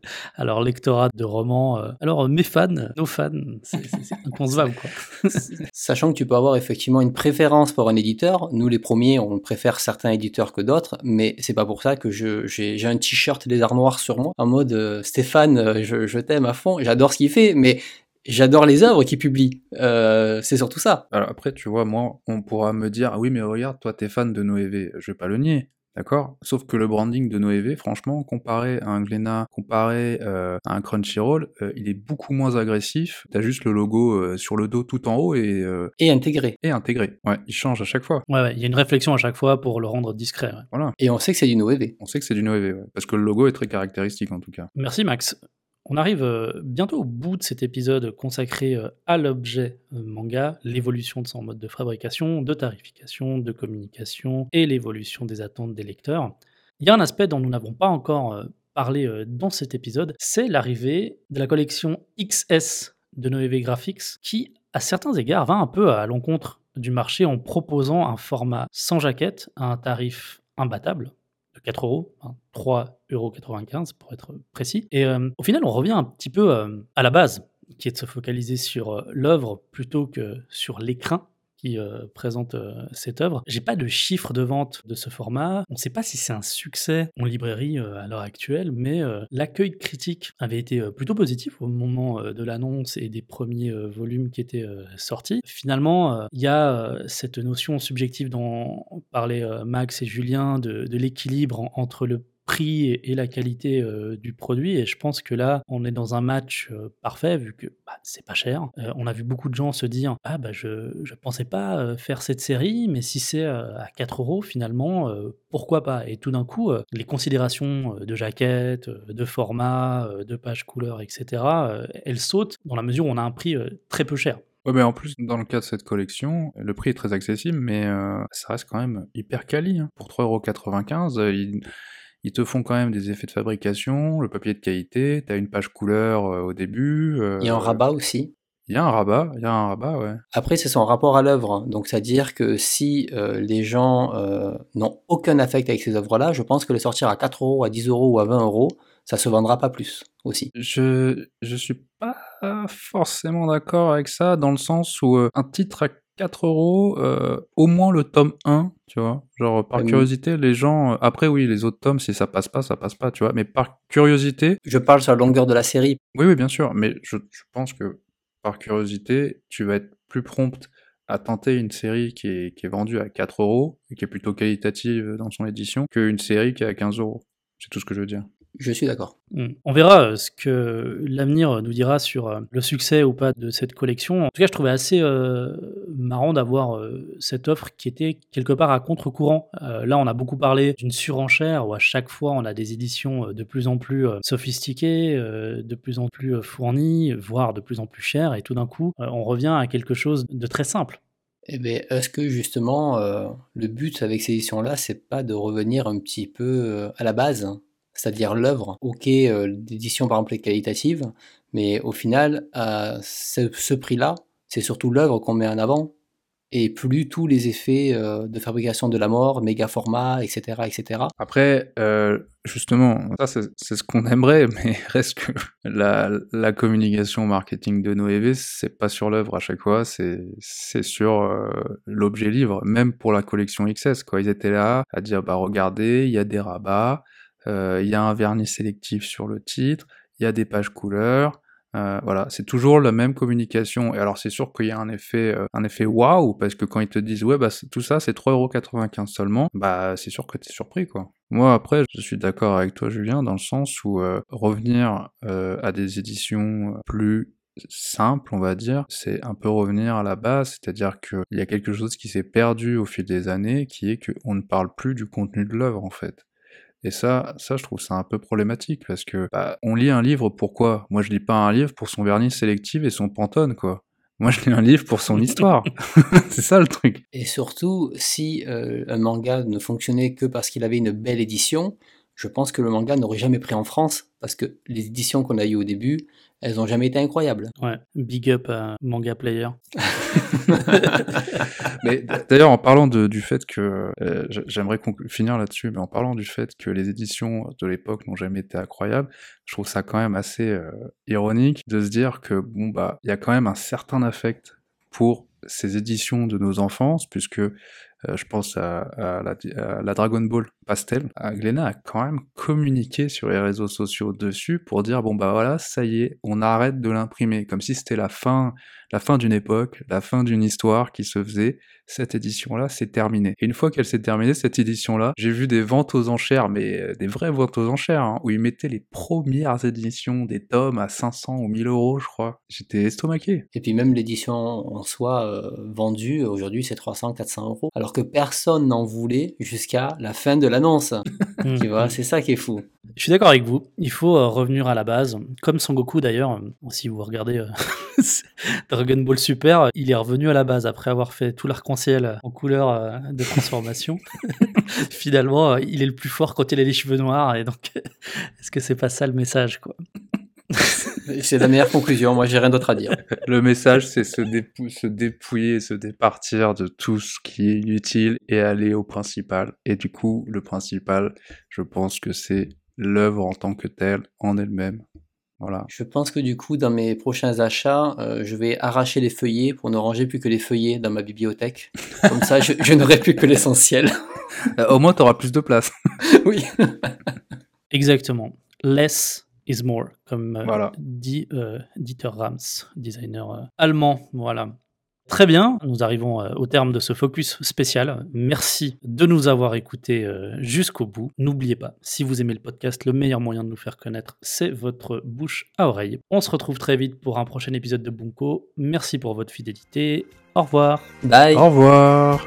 à leur lectorat de romans. Euh. Alors, mes fans, nos fans, c'est, c'est, c'est inconcevable, quoi. Sachant que tu peux avoir effectivement une préférence pour un éditeur. Nous, les premiers, on préfère certains éditeurs que d'autres. Mais c'est pas pour ça que je, j'ai, j'ai un t-shirt lézard noir sur moi, en mode euh, Stéphane, je, je t'aime à fond, j'adore ce qu'il fait, mais j'adore les œuvres qu'il publie. Euh, c'est surtout ça. Alors après, tu vois, moi, on pourra me dire, ah oui, mais regarde, toi, t'es fan de Noévé. Je vais pas le nier. d'accord? Sauf que le branding de Noévé, franchement, comparé à un Glénat, comparé euh, à un Crunchyroll, euh, il est beaucoup moins agressif. T'as juste le logo euh, sur le dos tout en haut et, euh, Et intégré. et intégré. Ouais, il change à chaque fois. Ouais, ouais, il y a une réflexion à chaque fois pour le rendre discret. Ouais. Voilà. Et on sait que c'est du Noévé. On sait que c'est du Noévé, ouais, parce que le logo est très caractéristique en tout cas. Merci Max. On arrive euh, bientôt au bout de cet épisode consacré euh, à l'objet euh, manga, l'évolution de son mode de fabrication, de tarification, de communication et l'évolution des attentes des lecteurs. Il y a un aspect dont nous n'avons pas encore euh, parlé euh, dans cet épisode, c'est l'arrivée de la collection X S de Noévé Graphics qui, à certains égards, va un peu à l'encontre du marché en proposant un format sans jaquette à un tarif imbattable de quatre euros, hein, trois euros quatre-vingt-quinze pour être précis. Et euh, au final, on revient un petit peu euh, à la base, qui est de se focaliser sur euh, l'œuvre plutôt que sur l'écrin qui euh, présente euh, cette œuvre. J'ai pas de chiffre de vente de ce format. On ne sait pas si c'est un succès en librairie euh, à l'heure actuelle, mais euh, l'accueil critique avait été euh, plutôt positif au moment euh, de l'annonce et des premiers euh, volumes qui étaient euh, sortis. Finalement, il euh, y a euh, cette notion subjective dont parlaient euh, Max et Julien de, de l'équilibre en, entre le prix et, et la qualité euh, du produit, et je pense que là on est dans un match euh, parfait vu que bah, c'est pas cher. Euh, on a vu beaucoup de gens se dire ah bah je, je pensais pas euh, faire cette série, mais si c'est euh, à quatre euros finalement euh, pourquoi pas. Et tout d'un coup euh, les considérations euh, de jaquette, euh, de format, euh, de page couleur, etc., euh, elles sautent dans la mesure où on a un prix euh, très peu cher. Ouais, mais en plus, dans le cas de cette collection, le prix est très accessible, mais euh, ça reste quand même hyper quali. Hein. Pour trois euros quatre-vingt-quinze, euh, il... Ils te font quand même des effets de fabrication, le papier de qualité, t'as une page couleur euh, au début. Euh, Il y a un rabat aussi. Il y a un rabat, il y a un rabat, ouais. Après, c'est son rapport à l'œuvre. Donc, c'est-à-dire que si euh, les gens euh, n'ont aucun affect avec ces œuvres-là, je pense que les sortir à quatre euros, à dix euros ou à vingt euros, ça se vendra pas plus aussi. Je, je suis pas forcément d'accord avec ça, dans le sens où euh, un titre à quatre euros, euh, au moins le tome un, tu vois. Genre, par Euh, curiosité, les gens... Après, oui, les autres tomes, si ça passe pas, ça passe pas, tu vois. Mais par curiosité... Je parle sur la longueur de la série. Oui, oui, bien sûr. Mais je, je pense que, par curiosité, tu vas être plus prompt à tenter une série qui est, qui est vendue à quatre euros, et qui est plutôt qualitative dans son édition, qu'une série qui est à quinze euros. C'est tout ce que je veux dire. Je suis d'accord. Mmh. On verra euh, ce que l'avenir nous dira sur euh, le succès ou pas de cette collection. En tout cas, je trouvais assez euh, marrant d'avoir euh, cette offre qui était quelque part à contre-courant. Euh, là, on a beaucoup parlé d'une surenchère où à chaque fois, on a des éditions euh, de plus en plus euh, sophistiquées, euh, de plus en plus euh, fournies, voire de plus en plus chères. Et tout d'un coup, euh, on revient à quelque chose de très simple. Eh bien, est-ce que justement, euh, le but avec ces éditions-là, c'est pas de revenir un petit peu euh, à la base, hein, c'est-à-dire l'œuvre. Ok, euh, l'édition par exemple est qualitative, mais au final, à ce, ce prix-là, c'est surtout l'œuvre qu'on met en avant, et plus tous les effets euh, de fabrication de la mort, méga format, et cetera, et cetera. Après, euh, justement, ça c'est, c'est ce qu'on aimerait, mais reste que la, la communication marketing de Noévé, c'est pas sur l'œuvre à chaque fois, c'est, c'est sur euh, l'objet livre, même pour la collection X S, quoi. Ils étaient là à dire, bah regardez, il y a des rabats, euh, il y a un vernis sélectif sur le titre, il y a des pages couleurs. Euh, voilà, c'est toujours la même communication. Et alors c'est sûr qu'il y a un effet, euh, un effet waouh, parce que quand ils te disent ouais bah tout ça c'est trois euros quatre-vingt-quinze seulement, bah c'est sûr que t'es surpris quoi. Moi après je suis d'accord avec toi Julien dans le sens où euh, revenir euh, à des éditions plus simples on va dire, c'est un peu revenir à la base, c'est-à-dire qu'il y a quelque chose qui s'est perdu au fil des années, qui est qu'on ne parle plus du contenu de l'œuvre en fait. Et ça, ça, je trouve ça un peu problématique, parce que, bah, on lit un livre pourquoi? Moi, je lis pas un livre pour son vernis sélectif et son Pantone, quoi. Moi, je lis un livre pour son histoire. C'est ça, le truc. Et surtout, si euh, un manga ne fonctionnait que parce qu'il avait une belle édition, je pense que le manga n'aurait jamais pris en France, parce que les éditions qu'on a eues au début, elles n'ont jamais été incroyables. Ouais, big up à Manga Player. Mais d'ailleurs, en parlant de, du fait que, euh, j'aimerais conclu- finir là-dessus, mais en parlant du fait que les éditions de l'époque n'ont jamais été incroyables, je trouve ça quand même assez euh, ironique de se dire que, bon, bah, il y a quand même un certain affect pour ces éditions de nos enfances, puisque euh, je pense à, à, la, à la Dragon Ball Pastel. Glénat a quand même communiqué sur les réseaux sociaux dessus pour dire bon bah voilà, ça y est, on arrête de l'imprimer, comme si c'était la fin, la fin d'une époque, la fin d'une histoire qui se faisait. Cette édition-là, c'est terminé. Et une fois qu'elle s'est terminée, cette édition-là, j'ai vu des ventes aux enchères, mais euh, des vraies ventes aux enchères, hein, où ils mettaient les premières éditions des tomes à cinq cents ou mille euros, je crois. J'étais estomaqué. Et puis même l'édition en soi euh, vendue, aujourd'hui c'est trois cents, quatre cents euros. Alors que personne n'en voulait jusqu'à la fin de l'annonce. Tu vois, c'est ça qui est fou. Je suis d'accord avec vous. Il faut euh, revenir à la base. Comme Sangoku d'ailleurs, euh, si vous regardez euh, Dragon Ball Super, il est revenu à la base après avoir fait tout l'arc-en-ciel en couleur euh, de transformation. Finalement, euh, il est le plus fort quand il a les cheveux noirs. Et donc, est-ce que c'est pas ça le message, quoi? C'est la meilleure conclusion. Moi, j'ai rien d'autre à dire. Le message, c'est se, dépou- se dépouiller, se départir de tout ce qui est inutile et aller au principal. Et du coup, le principal, je pense que c'est l'œuvre en tant que telle, en elle-même. Voilà. Je pense que du coup, dans mes prochains achats, euh, je vais arracher les feuillets pour ne ranger plus que les feuillets dans ma bibliothèque. Comme ça, je, je n'aurai plus que l'essentiel. Euh, au moins, t'auras plus de place. Oui. Exactement. Less is more, comme euh, Voilà. dit euh, Dieter Rams, designer euh, allemand. Voilà. Très bien, nous arrivons euh, au terme de ce focus spécial. Merci de nous avoir écoutés euh, jusqu'au bout. N'oubliez pas, si vous aimez le podcast, le meilleur moyen de nous faire connaître, c'est votre bouche à oreille. On se retrouve très vite pour un prochain épisode de Bunko. Merci pour votre fidélité. Au revoir. Bye. Au revoir.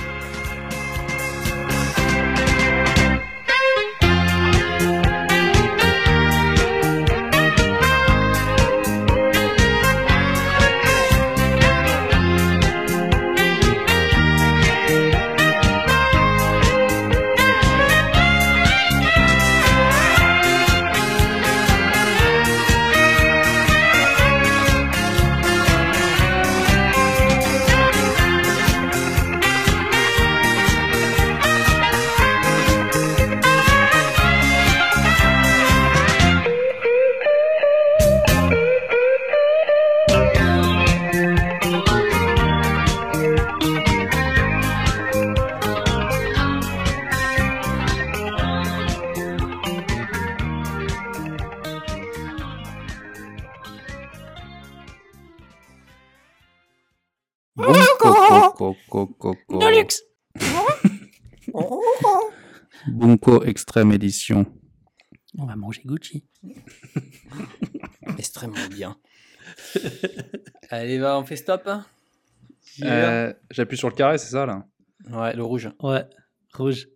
Bunko, co, co, co. Deluxe. Bunko Extrême Édition. On va manger Gucci. Extrêmement bien. Allez, va, on fait stop. Euh, J'appuie sur le carré, c'est ça là? Ouais, le rouge. Ouais, rouge.